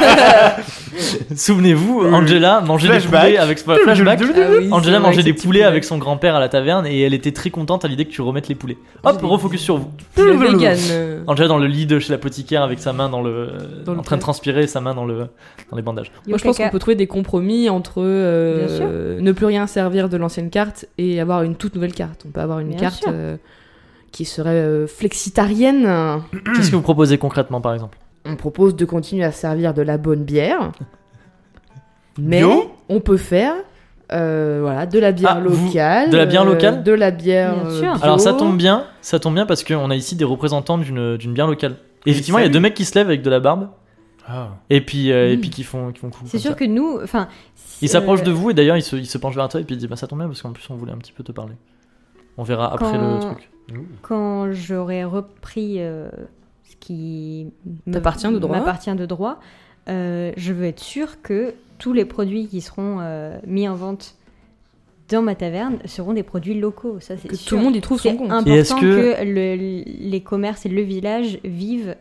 Speaker 1: Souvenez-vous, Angela mangeait des poulets avec flashback. Angela mangeait des poulets avec son grand-père à la taverne et elle était très contente à l'idée que tu remettes les poulets. Hop, refocus sur vous. Angela dans le lit de chez l'apothicaire avec sa main en train de transpirer, sa main dans les bandages.
Speaker 2: Moi, je pense qu'on peut trouver des compromis entre ne plus rien servir de l'ancienne carte et avoir une toute nouvelle carte. On peut avoir une carte qui serait flexitarienne.
Speaker 1: Qu'est-ce que vous proposez concrètement, par exemple?
Speaker 2: On propose de continuer à servir de la bonne bière, mais
Speaker 3: Bio
Speaker 2: on peut faire de la bière locale.
Speaker 1: De la bière locale
Speaker 2: de la bière bio.
Speaker 1: Alors ça tombe bien parce qu'on a ici des représentants d'une bière locale. Et effectivement, il y a deux mecs qui se lèvent avec de la barbe. Et puis qui font coucou.
Speaker 4: C'est sûr que nous...
Speaker 1: Ils s'approchent de vous et d'ailleurs, ils se penchent vers toi et puis ils disent ça tombe bien parce qu'en plus, on voulait un petit peu te parler. On verra après le truc.
Speaker 4: Quand j'aurai repris ce qui
Speaker 2: m'appartient
Speaker 4: de droit, je veux être sûre que tous les produits qui seront mis en vente dans ma taverne seront des produits locaux. Ça, c'est
Speaker 2: que
Speaker 4: sûr.
Speaker 2: tout le monde y trouve son compte.
Speaker 4: C'est important que les commerces et le village vivent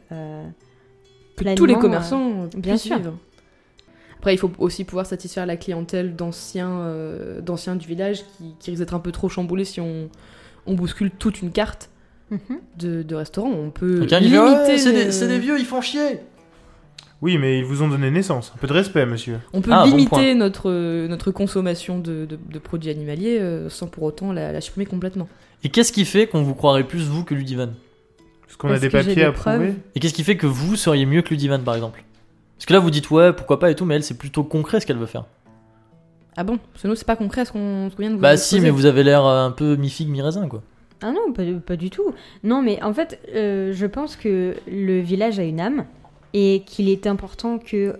Speaker 2: que tous les commerçants
Speaker 4: bien sûr.
Speaker 2: Vivre. Après, il faut aussi pouvoir satisfaire la clientèle d'anciens du village qui risque d'être un peu trop chamboulée si on bouscule toute une carte de restaurant. On peut limiter...
Speaker 1: c'est des vieux, ils font chier.
Speaker 3: Oui, mais ils vous ont donné naissance. Un peu de respect, monsieur.
Speaker 2: On peut limiter notre consommation de produits animaliers sans pour autant la supprimer complètement.
Speaker 1: Et qu'est-ce qui fait qu'on vous croirait plus, vous, que Ludivan?
Speaker 3: Parce qu'on a des papiers à prouver.
Speaker 1: Et qu'est-ce qui fait que vous seriez mieux que Ludivan, par exemple? Parce que là, vous dites ouais, pourquoi pas et tout, mais elle, c'est plutôt concret ce qu'elle veut faire.
Speaker 2: Ah bon? Parce que nous, c'est pas concret ce qu'on vient de vous
Speaker 1: Bah si, mais vous avez l'air un peu mi-figue, mi-raisin, quoi.
Speaker 4: Ah non, pas du tout. Non, mais en fait, je pense que le village a une âme et qu'il est important qu'il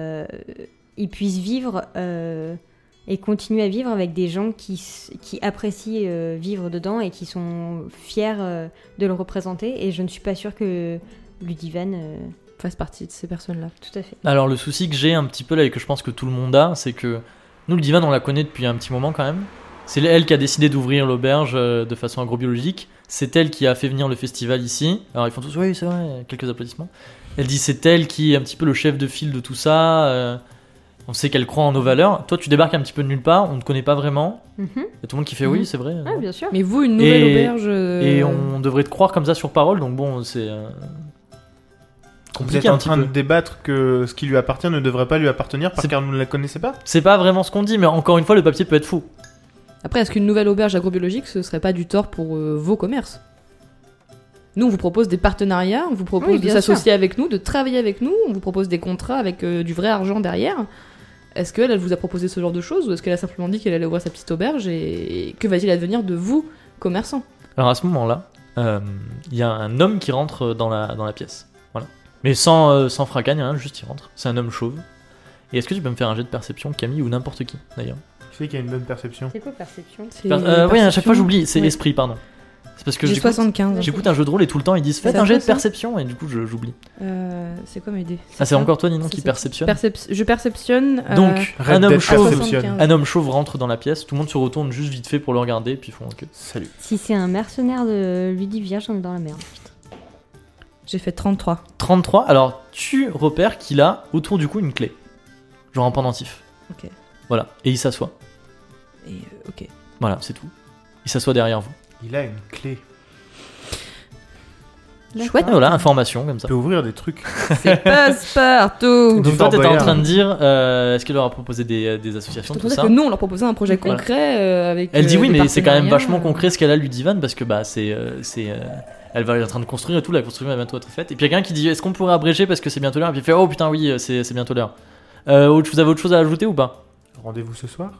Speaker 4: puisse vivre et continuer à vivre avec des gens qui apprécient vivre dedans et qui sont fiers de le représenter. Et je ne suis pas sûre que Ludivan...
Speaker 2: fasse partie de ces personnes-là.
Speaker 4: Tout à fait.
Speaker 1: Alors le souci que j'ai un petit peu là et que je pense que tout le monde a, c'est que nous, Ludivan, on la connaît depuis un petit moment quand même. C'est elle qui a décidé d'ouvrir l'auberge de façon agrobiologique. C'est elle qui a fait venir le festival ici. Alors ils font tous, oui c'est vrai, quelques applaudissements. Elle dit c'est elle qui est un petit peu le chef de file de tout ça. On sait qu'elle croit en nos valeurs. Toi tu débarques un petit peu de nulle part, on ne te connaît pas vraiment. Il y a tout le monde qui fait oui c'est vrai.
Speaker 4: Ah bien sûr.
Speaker 2: Mais vous, une nouvelle auberge...
Speaker 1: Et on devrait te croire comme ça sur parole, donc bon c'est...
Speaker 3: Vous êtes en train de débattre que ce qui lui appartient ne devrait pas lui appartenir parce qu'elle ne la connaissait pas?
Speaker 1: C'est pas vraiment ce qu'on dit, mais encore une fois, le papier peut être faux.
Speaker 2: Après, est-ce qu'une nouvelle auberge agrobiologique, ce serait pas du tort pour vos commerces? Nous, on vous propose des partenariats, on vous propose
Speaker 4: Oui,
Speaker 2: de
Speaker 4: bien
Speaker 2: s'associer avec nous, de travailler avec nous, on vous propose des contrats avec du vrai argent derrière. Est-ce qu'elle vous a proposé ce genre de choses ou est-ce qu'elle a simplement dit qu'elle allait ouvrir sa petite auberge et que va-t-il advenir de vous, commerçants?
Speaker 1: Alors à ce moment-là, il y a un homme qui rentre dans la pièce. Voilà. Mais sans fracas, ni rien, juste il rentre. C'est un homme chauve. Et est-ce que tu peux me faire un jet de perception, Camille, ou n'importe qui d'ailleurs?
Speaker 3: Qui c'est qui a une bonne perception?
Speaker 4: C'est quoi perception?
Speaker 1: Oui, à chaque fois j'oublie, c'est
Speaker 2: Oui.
Speaker 1: esprit, pardon. C'est parce que
Speaker 2: J'ai
Speaker 1: j'écoute
Speaker 2: 75.
Speaker 1: j'écoute un jeu de rôle et tout le temps ils disent faites
Speaker 2: C'est
Speaker 1: un jet de
Speaker 2: quoi, ça
Speaker 1: perception et du coup j'oublie.
Speaker 2: C'est quoi ma idée?
Speaker 1: Ah, c'est encore toi, Ninon,
Speaker 2: Ça,
Speaker 1: qui
Speaker 2: c'est-
Speaker 1: perceptionne.
Speaker 2: Je perceptionne.
Speaker 1: Donc,
Speaker 3: Red
Speaker 1: un homme
Speaker 3: Dead
Speaker 1: chauve,
Speaker 3: Perception.
Speaker 1: un homme chauve rentre dans la pièce, tout le monde se retourne juste vite fait pour le regarder, puis ils font ok.
Speaker 3: Salut.
Speaker 4: Si c'est un mercenaire de Ludivia, on est dans la merde.
Speaker 2: J'ai fait 33.
Speaker 1: 33, alors tu repères qu'il a autour du cou une clé. Genre un pendentif.
Speaker 2: Ok.
Speaker 1: Voilà, et il s'assoit.
Speaker 2: Et ok.
Speaker 1: Voilà, c'est tout. Il s'assoit derrière vous.
Speaker 3: Il a une clé.
Speaker 2: Chouette.
Speaker 1: Et voilà, information comme ça.
Speaker 3: Il peut ouvrir des trucs.
Speaker 2: C'est passe-partout.
Speaker 1: Donc
Speaker 3: Du
Speaker 1: toi
Speaker 3: Fort
Speaker 1: t'étais en
Speaker 3: Boyard.
Speaker 1: train de dire, est-ce qu'elle leur a proposé des associations,
Speaker 2: Je
Speaker 1: tout
Speaker 2: te
Speaker 1: ça
Speaker 2: que nous, on leur proposait un projet
Speaker 1: Voilà.
Speaker 2: concret avec.
Speaker 1: Elle dit oui,
Speaker 2: des
Speaker 1: mais c'est quand même
Speaker 2: partenariats.
Speaker 1: vachement concret ce qu'elle a, Ludivan, parce que bah elle va être en train de construire et tout, la construction va bientôt être faite. Et puis il y a quelqu'un qui dit est-ce qu'on pourrait abréger parce que c'est bientôt l'heure. Et puis il fait oh putain oui, c'est bientôt l'heure. Vous avez autre chose à ajouter ou pas?
Speaker 3: Rendez-vous ce soir.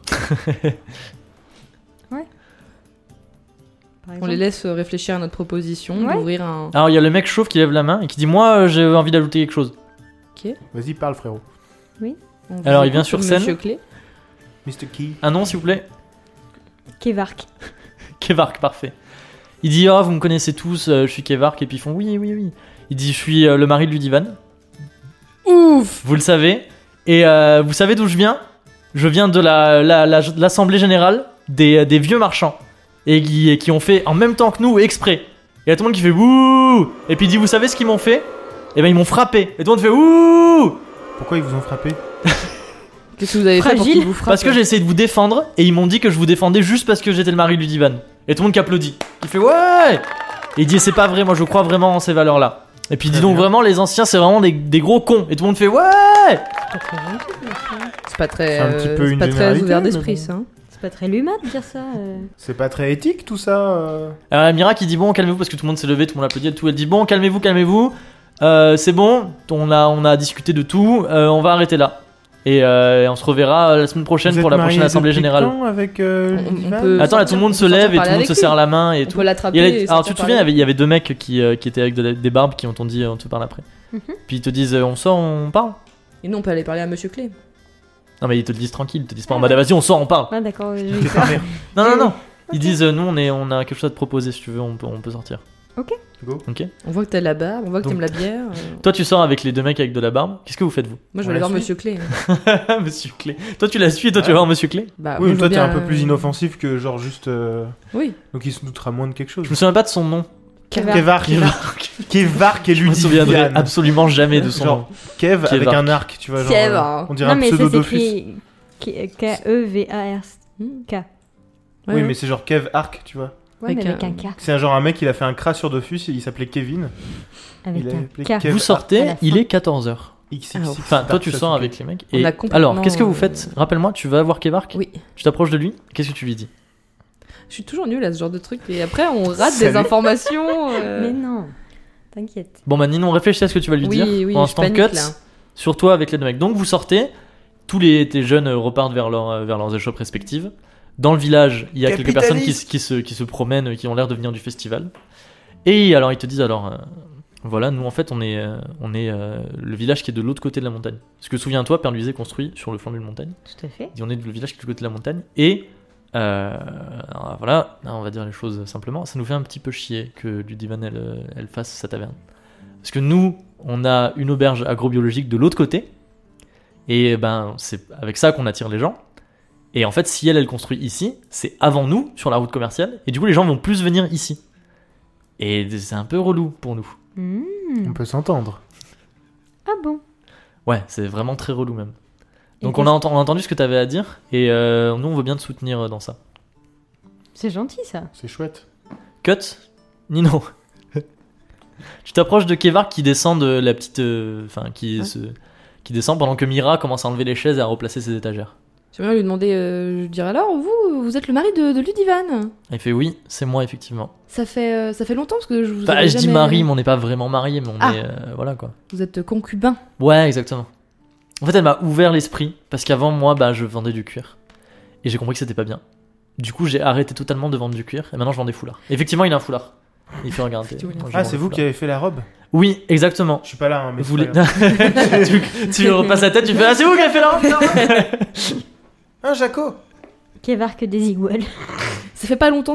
Speaker 4: Par
Speaker 2: On
Speaker 4: exemple.
Speaker 2: les laisse réfléchir à notre proposition,
Speaker 4: Ouais.
Speaker 2: d'ouvrir un.
Speaker 1: Alors il y a le mec chauve qui lève la main et qui dit moi j'ai envie d'ajouter quelque chose.
Speaker 2: Ok.
Speaker 3: Vas-y, parle, frérot.
Speaker 2: On vous
Speaker 1: Alors, il vient
Speaker 2: écoute,
Speaker 1: sur scène.
Speaker 2: Monsieur Clé.
Speaker 3: Mr. Key.
Speaker 1: Un nom s'il vous plaît?
Speaker 4: Kevark.
Speaker 1: Kevark, parfait. Il dit oh vous me connaissez tous, je suis Kevark, et puis ils font oui. Il dit je suis le mari de Ludivan.
Speaker 2: Ouf.
Speaker 1: Vous le savez. Et vous savez d'où je viens? Je viens de l'Assemblée Générale des vieux marchands. Et qui ont fait en même temps que nous, exprès. Et il y a tout le monde qui fait ouh. Et puis il dit vous savez ce qu'ils m'ont fait? Et ben ils m'ont frappé. Et tout le monde fait ouh.
Speaker 3: Pourquoi ils vous ont frappé?
Speaker 2: Qu'est-ce que vous avez fait pour
Speaker 4: Fragile.
Speaker 2: qu'ils vous frappent?
Speaker 1: Parce que j'ai essayé de vous défendre. Et ils m'ont dit que je vous défendais juste parce que j'étais le mari de Ludivan. Et tout le monde qui applaudit. Il fait ouais. Et il dit c'est pas vrai, moi je crois vraiment en ces valeurs là. Et puis il dit
Speaker 3: Très
Speaker 1: donc
Speaker 3: bien.
Speaker 1: vraiment les anciens c'est vraiment des gros cons. Et tout le monde fait ouais.
Speaker 2: C'est pas très.
Speaker 3: C'est un petit peu
Speaker 2: c'est
Speaker 3: une
Speaker 2: pas très
Speaker 3: généralité,
Speaker 2: ouvert
Speaker 3: mais
Speaker 2: d'esprit,
Speaker 3: bon.
Speaker 2: ça. hein.
Speaker 4: C'est pas très lumat de dire ça.
Speaker 3: C'est pas très éthique tout ça.
Speaker 1: Alors Amira qui dit bon calmez-vous parce que tout le monde s'est levé, tout le monde applaudit et tout. Elle dit bon calmez-vous. C'est bon, on a discuté de tout, on va arrêter là. Et on se reverra la semaine prochaine
Speaker 3: Vous
Speaker 1: pour
Speaker 3: êtes
Speaker 1: la prochaine
Speaker 3: mariés
Speaker 1: assemblée
Speaker 3: depuis
Speaker 1: générale.
Speaker 3: quand avec
Speaker 2: On
Speaker 3: Ludivan
Speaker 2: peut-
Speaker 1: Attends là tout le monde se
Speaker 2: On peut
Speaker 1: lève
Speaker 2: sortir
Speaker 1: et tout le
Speaker 2: parler
Speaker 1: monde se
Speaker 2: avec
Speaker 1: serre
Speaker 2: lui.
Speaker 1: la main et
Speaker 2: On
Speaker 1: tout.
Speaker 2: peut l'attraper.
Speaker 1: Il y a-
Speaker 2: et
Speaker 1: alors tu
Speaker 2: sortir
Speaker 1: te souviens,
Speaker 2: parler.
Speaker 1: il y avait deux mecs qui étaient avec des barbes qui t'ont dit on te parle après.
Speaker 4: Mhm.
Speaker 1: Puis ils te disent on sort, on parle.
Speaker 2: Et nous, on peut aller parler à Monsieur Clé.
Speaker 1: Non mais ils te le disent tranquille, ils te disent pas en mode ah, vas-y on sort, on parle.
Speaker 4: Ah d'accord, j'ai eu
Speaker 3: T'es
Speaker 4: peur.
Speaker 3: pas mère.
Speaker 1: Non. Ils disent nous on a quelque chose à te proposer si tu veux, on peut sortir.
Speaker 3: Go.
Speaker 1: Ok.
Speaker 2: On voit que t'as de la barbe, on voit que
Speaker 1: Donc-
Speaker 2: t'aimes la bière.
Speaker 1: Toi tu sors avec les deux mecs avec de la barbe. Qu'est-ce que vous faites vous?
Speaker 2: Moi, je
Speaker 3: On
Speaker 2: vais aller
Speaker 3: la
Speaker 2: voir
Speaker 3: suit
Speaker 2: Monsieur Clé.
Speaker 1: Monsieur Clé. Toi tu la suis et toi tu vas voir Monsieur Clé.
Speaker 2: Bah,
Speaker 3: Oui,
Speaker 2: moi,
Speaker 3: mais toi
Speaker 2: je
Speaker 3: t'es
Speaker 2: veux
Speaker 3: un
Speaker 2: bien,
Speaker 3: peu plus inoffensif que genre juste.
Speaker 2: Oui.
Speaker 3: Donc il se doutera moins de quelque chose.
Speaker 1: Je me souviens pas de son nom.
Speaker 3: Kevark. Kevark et
Speaker 1: Je me souviendrai
Speaker 3: Ludivan.
Speaker 1: absolument jamais de son
Speaker 3: Genre,
Speaker 1: nom.
Speaker 3: Kev avec
Speaker 1: Kevark.
Speaker 3: un arc, tu vois. Genre,
Speaker 2: Kev.
Speaker 3: on dirait
Speaker 4: Non
Speaker 3: un
Speaker 4: mais ça
Speaker 3: pseudo Dofus.
Speaker 4: s'écrit K-E-V-A-R-K.
Speaker 2: Ouais,
Speaker 3: Oui,
Speaker 2: ouais.
Speaker 3: mais c'est genre Kev Arc, tu vois.
Speaker 4: Ouais, mais
Speaker 2: Avec
Speaker 4: avec un K.
Speaker 3: C'est un genre un mec, il a fait un crash sur Dofus, et il s'appelait Kevin.
Speaker 4: Avec
Speaker 3: Il a
Speaker 4: un
Speaker 3: appelé
Speaker 4: K.
Speaker 3: Kev
Speaker 1: Vous
Speaker 4: à
Speaker 1: sortez,
Speaker 4: la
Speaker 1: il
Speaker 4: fin.
Speaker 1: est 14h.
Speaker 3: XXX.
Speaker 2: Ah,
Speaker 1: Enfin, toi tu
Speaker 3: Ça,
Speaker 1: sors
Speaker 3: c'est
Speaker 1: avec les mecs.
Speaker 2: On
Speaker 1: Et
Speaker 2: a complètement,
Speaker 1: alors, qu'est-ce que vous faites? Rappelle-moi, tu vas voir Kevark.
Speaker 2: Oui.
Speaker 1: Tu t'approches de lui. Qu'est-ce que tu lui dis?
Speaker 2: Je suis toujours nulle à ce genre de truc. Et après, on rate
Speaker 3: Salut.
Speaker 2: des informations.
Speaker 4: Mais non, t'inquiète.
Speaker 1: Bon, bah, Ninon, réfléchis à ce que tu vas lui
Speaker 2: Oui,
Speaker 1: dire.
Speaker 2: oui,
Speaker 1: Pour
Speaker 2: je
Speaker 1: l'instant,
Speaker 2: panique,
Speaker 1: cut
Speaker 2: là.
Speaker 1: sur toi avec les deux mecs. Donc, vous sortez. Tous tes jeunes repartent vers leurs échoppes respectives. Dans le village, il y a quelques personnes qui se promènent, qui ont l'air de venir du festival. Et alors, ils te disent alors. Voilà, nous en fait on est le village qui est de l'autre côté de la montagne. Parce que souviens-toi, Père Luisé construit sur le flanc d'une montagne.
Speaker 4: Tout à fait.
Speaker 1: Et on est le village qui est de l'autre côté de la montagne. Et alors voilà, on va dire les choses simplement. Ça nous fait un petit peu chier que Ludivan elle fasse sa taverne. Parce que nous, on a une auberge agrobiologique de l'autre côté. Et ben c'est avec ça qu'on attire les gens. Et en fait, si elle construit ici, c'est avant nous sur la route commerciale. Et du coup, les gens vont plus venir ici. Et c'est un peu relou pour nous.
Speaker 3: On peut s'entendre.
Speaker 4: Ah bon.
Speaker 1: Ouais, c'est vraiment très relou même.
Speaker 4: Et
Speaker 1: Donc on a entendu ce que tu avais à dire et nous on veut bien te soutenir dans ça.
Speaker 4: C'est gentil ça.
Speaker 3: C'est chouette.
Speaker 1: Cut, Nino. Tu t'approches de Kevark qui descend de la petite, qui descend pendant que Mira commence à enlever les chaises et à replacer ses étagères.
Speaker 2: J'aimerais lui demander, je dirais alors, vous êtes le mari de Ludivan.
Speaker 1: Il fait oui, c'est moi effectivement.
Speaker 2: Ça fait longtemps parce que je vous
Speaker 1: Enfin,
Speaker 2: avais
Speaker 1: je dis
Speaker 2: jamais-
Speaker 1: mari, mais on n'est pas vraiment mariés, mais on
Speaker 2: Ah.
Speaker 1: est voilà quoi.
Speaker 2: Vous êtes concubin.
Speaker 1: Ouais, exactement. En fait, elle m'a ouvert l'esprit parce qu'avant moi, je vendais du cuir et j'ai compris que c'était pas bien. Du coup, j'ai arrêté totalement de vendre du cuir et maintenant je vends des foulards. Effectivement, il a un foulard. Il fait regarder.
Speaker 2: Effectivement, il a un
Speaker 1: Moi, je
Speaker 3: Ah,
Speaker 1: vends
Speaker 3: c'est
Speaker 1: le
Speaker 3: vous qui
Speaker 1: foulard.
Speaker 3: avez fait la robe?
Speaker 1: Oui, exactement.
Speaker 3: Je suis pas là, hein, mais
Speaker 1: Vous
Speaker 3: c'est
Speaker 1: les-
Speaker 3: pas grave.
Speaker 1: tu repasses la tête, tu fais ah c'est vous qui avez fait la robe.
Speaker 3: Ah, Jaco!
Speaker 4: Kevark des Iguales.
Speaker 2: Ça fait pas longtemps,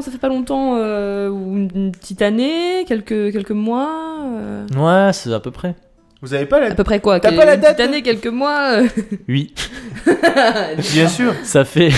Speaker 2: ou une petite année, quelques mois.
Speaker 1: Ouais, c'est à peu près.
Speaker 3: Vous avez pas la...
Speaker 2: À peu près quoi?
Speaker 3: T'as pas la
Speaker 2: une petite
Speaker 3: date
Speaker 2: année, quelques mois.
Speaker 1: Oui,
Speaker 3: Bien sûr.
Speaker 1: ça fait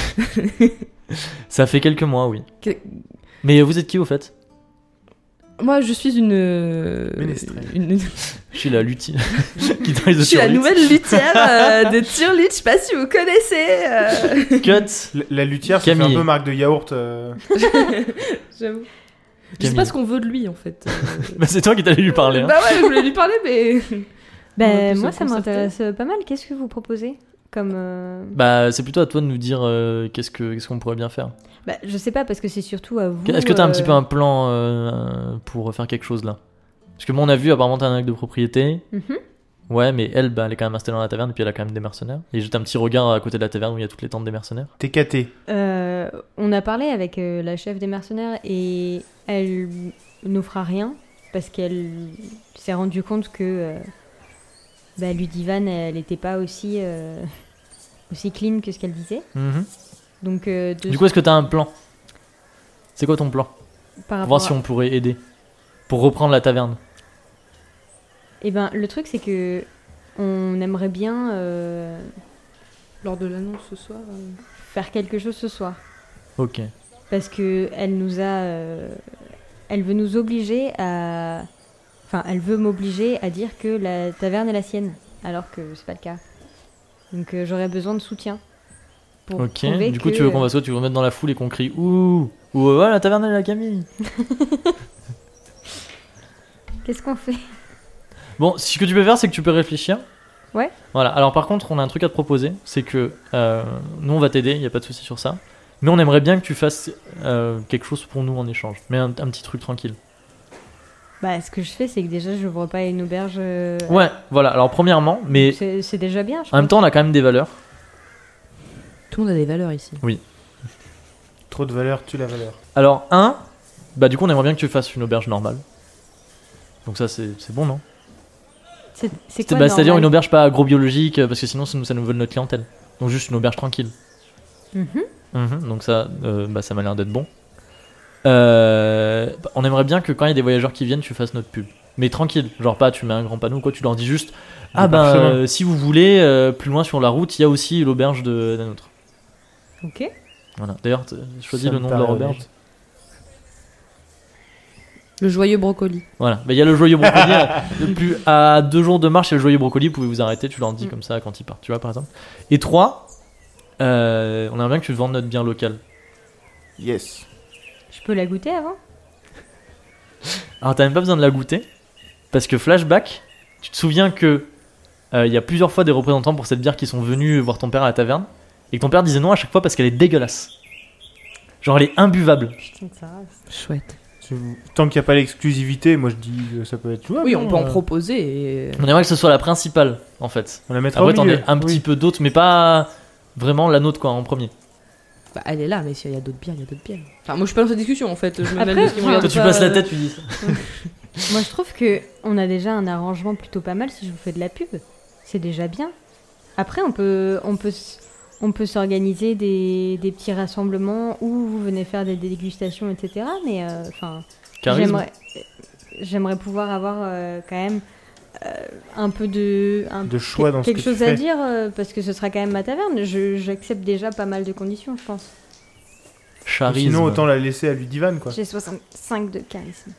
Speaker 1: ça fait quelques mois, oui.
Speaker 2: Que-
Speaker 1: Mais vous êtes qui au fait?
Speaker 2: Moi, je suis une.
Speaker 3: Ménestrel.
Speaker 1: Je suis la lutti qui dans les
Speaker 2: Je suis la
Speaker 1: Turluts.
Speaker 2: nouvelle luthière de Turlut. Je sais pas si vous connaissez.
Speaker 1: Cut.
Speaker 3: La luthière, ça fait
Speaker 1: Camille.
Speaker 3: un peu marque de yaourt.
Speaker 2: J'avoue. Je sais
Speaker 1: Camille.
Speaker 2: pas ce qu'on veut de lui en fait.
Speaker 1: C'est toi qui t'allais lui parler. Hein.
Speaker 2: Bah ouais, je voulais lui parler, mais. On va
Speaker 4: Ben,
Speaker 2: tous
Speaker 4: moi,
Speaker 2: se
Speaker 4: ça
Speaker 2: concerter.
Speaker 4: m'intéresse pas mal. Qu'est-ce que vous proposez comme
Speaker 1: C'est plutôt à toi de nous dire qu'est-ce qu'on pourrait bien faire.
Speaker 4: Je sais pas, parce que c'est surtout à vous.
Speaker 1: Est-ce que t'as un petit peu un plan pour faire quelque chose là? Parce que moi on a vu apparemment t'as un acte de propriété.
Speaker 4: Mhm.
Speaker 1: Ouais, mais elle, elle est quand même installée dans la taverne et puis elle a quand même des mercenaires. Et juste un petit regard à côté de la taverne où il y a toutes les tentes des mercenaires.
Speaker 3: TKT.
Speaker 4: On a parlé avec la chef des mercenaires et elle n'offra rien parce qu'elle s'est rendue compte que Ludivan, elle n'était pas aussi clean que ce qu'elle disait.
Speaker 1: Mhm.
Speaker 4: Donc,
Speaker 1: Du coup, est-ce que t'as un plan? C'est quoi ton plan?
Speaker 4: par
Speaker 1: Pour voir
Speaker 4: rapport
Speaker 1: si on pourrait aider. Pour reprendre la taverne.
Speaker 4: Eh ben, le truc, c'est que on aimerait bien
Speaker 2: Lors de l'annonce ce soir.
Speaker 4: faire quelque chose ce soir.
Speaker 1: Ok.
Speaker 4: Parce que elle nous a. Elle veut nous obliger à. Enfin, elle veut m'obliger à dire que la taverne est la sienne, alors que c'est pas le cas. Donc j'aurais besoin de soutien. Pour
Speaker 1: Ok.
Speaker 4: prouver
Speaker 1: Du coup,
Speaker 4: que-
Speaker 1: tu veux qu'on fasse quoi? Tu veux remettre dans la foule et qu'on crie ouh? Ou ouais, la taverne elle est la Camille.
Speaker 4: Qu'est-ce qu'on fait?
Speaker 1: Bon, ce que tu peux faire, c'est que tu peux réfléchir.
Speaker 4: Ouais.
Speaker 1: Voilà. Alors par contre, on a un truc à te proposer, c'est que nous on va t'aider, il y a pas de souci sur ça. Mais on aimerait bien que tu fasses quelque chose pour nous en échange. Mais un petit truc tranquille.
Speaker 4: Ce que je fais, c'est que déjà, je n'ouvre pas une auberge.
Speaker 1: Ouais. Voilà. Alors premièrement, mais
Speaker 4: C'est déjà bien, je
Speaker 1: en même temps, on a quand même des valeurs.
Speaker 2: Tout le monde a des valeurs ici.
Speaker 3: Trop de valeur, tue la valeur.
Speaker 1: Alors du coup, on aimerait bien que tu fasses une auberge normale. Donc ça, c'est bon, non?
Speaker 4: C'est
Speaker 1: C'est-
Speaker 4: quoi
Speaker 1: C'est-à-dire
Speaker 4: normal
Speaker 1: une auberge pas agrobiologique, parce que sinon ça nous vole notre clientèle. Donc juste une auberge tranquille.
Speaker 4: Mhm.
Speaker 1: Donc ça m'a l'air d'être bon. On aimerait bien que quand il y a des voyageurs qui viennent, tu fasses notre pub. Mais tranquille, genre pas tu mets un grand panneau, quoi, tu leur dis juste
Speaker 3: parchemin.
Speaker 1: si vous voulez, plus loin sur la route, il y a aussi l'auberge d'un autre.
Speaker 4: Ok.
Speaker 1: Voilà. D'ailleurs, choisis
Speaker 3: Ça
Speaker 1: le
Speaker 3: me
Speaker 1: nom de leur
Speaker 3: paraît
Speaker 1: auberge.
Speaker 3: honnête.
Speaker 2: Le joyeux brocoli.
Speaker 1: Voilà, il y a le joyeux brocoli. À 2 jours de marche, il y a le joyeux brocoli, vous pouvez vous arrêter, tu leur dis comme ça quand ils partent, tu vois, par exemple. Et 3, on aimerait bien que tu vendes notre bien local.
Speaker 3: Yes.
Speaker 4: Je peux la goûter avant?
Speaker 1: Alors t'as même pas besoin de la goûter, parce que flashback, tu te souviens que il y a plusieurs fois des représentants pour cette bière qui sont venus voir ton père à la taverne, et que ton père disait non à chaque fois parce qu'elle est dégueulasse. Genre elle est imbuvable.
Speaker 4: Putain de ça.
Speaker 2: Chouette.
Speaker 3: Tant qu'il n'y a pas l'exclusivité, moi je dis ça peut être jouable.
Speaker 2: Oui, on peut en
Speaker 3: hein.
Speaker 2: proposer. Et...
Speaker 1: On aimerait que ce soit la principale, en fait.
Speaker 3: On la mettra
Speaker 1: Après
Speaker 3: au
Speaker 1: t'en
Speaker 3: milieu.
Speaker 1: as un petit peu d'autres, mais pas vraiment la nôtre quoi, en premier.
Speaker 2: Bah, elle est là, mais s'il y a d'autres bières, il y a d'autres bières. Enfin, moi je suis pas dans cette discussion en fait. Je me
Speaker 4: Après,
Speaker 2: mêle de ce qui me
Speaker 4: enfin,
Speaker 2: regarde
Speaker 1: Quand tu
Speaker 2: pas,
Speaker 1: passes la tête, tu dis ça.
Speaker 4: Moi, je trouve que on a déjà un arrangement plutôt pas mal si je vous fais de la pub. C'est déjà bien. Après, on peut s'organiser des petits rassemblements où vous venez faire des dégustations, etc. Mais enfin,
Speaker 1: Charisme.
Speaker 4: j'aimerais pouvoir avoir quand même un peu de
Speaker 3: choix dans ce
Speaker 4: quelque
Speaker 3: que tu
Speaker 4: chose à
Speaker 3: fais.
Speaker 4: dire parce que ce sera quand même ma taverne. J'accepte déjà pas mal de conditions, je pense.
Speaker 1: Charisme.
Speaker 3: Sinon, autant la laisser à Ludivan, quoi.
Speaker 4: J'ai 65 de charisme.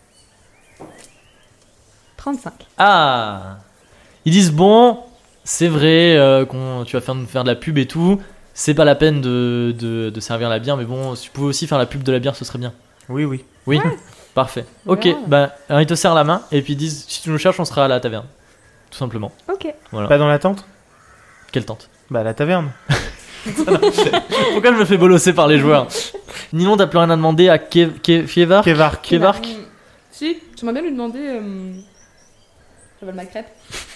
Speaker 4: 35.
Speaker 1: Ah, ils disent bon, c'est vrai tu vas faire de la pub et tout. C'est pas la peine de servir la bière, mais bon, si tu pouvais aussi faire la pub de la bière, ce serait bien.
Speaker 3: Oui, oui.
Speaker 1: Oui, parfait. Ok,
Speaker 4: Voilà.
Speaker 1: alors ils te serrent la main et puis ils disent si tu nous cherches, on sera à la taverne. Tout simplement.
Speaker 4: Ok.
Speaker 1: Voilà.
Speaker 3: Pas dans la tente?
Speaker 1: Quelle tente?
Speaker 3: Bah, la taverne.
Speaker 1: Pourquoi je me fais bolosser par les joueurs? Ninon, t'as plus rien à demander à Kievark?
Speaker 3: Kevark.
Speaker 2: Si, j'aimerais bien lui demander. J'avale ma crêpe.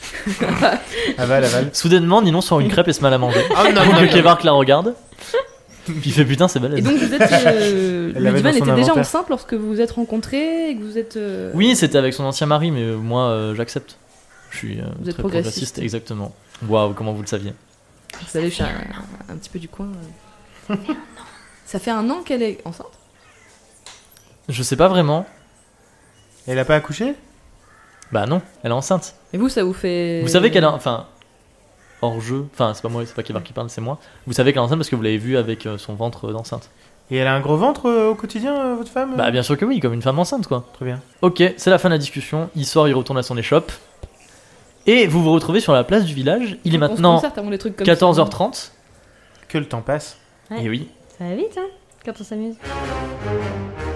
Speaker 3: Aval.
Speaker 1: Soudainement, Ninon sort une crêpe et se met à manger.
Speaker 3: Ah non,
Speaker 1: Donc Kievark la regarde. Puis il fait putain, c'est balèze.
Speaker 2: Et donc vous êtes.
Speaker 3: l'avait
Speaker 2: Ludivine
Speaker 3: dans son
Speaker 2: était déjà
Speaker 3: inventaire.
Speaker 2: enceinte lorsque vous vous êtes rencontrés et que vous êtes.
Speaker 1: Oui, c'était avec son ancien mari, mais moi j'accepte. Je suis
Speaker 2: Vous êtes
Speaker 1: très
Speaker 2: progressiste.
Speaker 1: exactement. Waouh, comment vous le saviez?
Speaker 2: Vous savez, je suis un petit peu du coin. Ça fait 1 an qu'elle est enceinte?
Speaker 1: Je sais pas vraiment.
Speaker 3: Elle a pas accouché?
Speaker 1: Bah non, elle est enceinte.
Speaker 2: Et vous, ça vous fait.
Speaker 1: Vous savez qu'elle a. Enfin. Hors jeu. Enfin, c'est pas moi, c'est pas Kievark qui parle, c'est moi. Vous savez qu'elle est enceinte parce que vous l'avez vue avec son ventre d'enceinte.
Speaker 3: Et elle a un gros ventre au quotidien, votre femme?
Speaker 1: Bah bien sûr que oui, comme une femme enceinte quoi.
Speaker 3: Très bien.
Speaker 1: Ok, c'est la fin de la discussion. Il sort, il retourne à son échoppe. Et vous vous retrouvez sur la place du village. Il est
Speaker 2: On se
Speaker 1: maintenant
Speaker 2: concerte avant des trucs comme ça.
Speaker 1: 14h30.
Speaker 3: Que le temps passe.
Speaker 4: Ouais.
Speaker 1: Et oui.
Speaker 4: Ça va vite, hein, quand on s'amuse.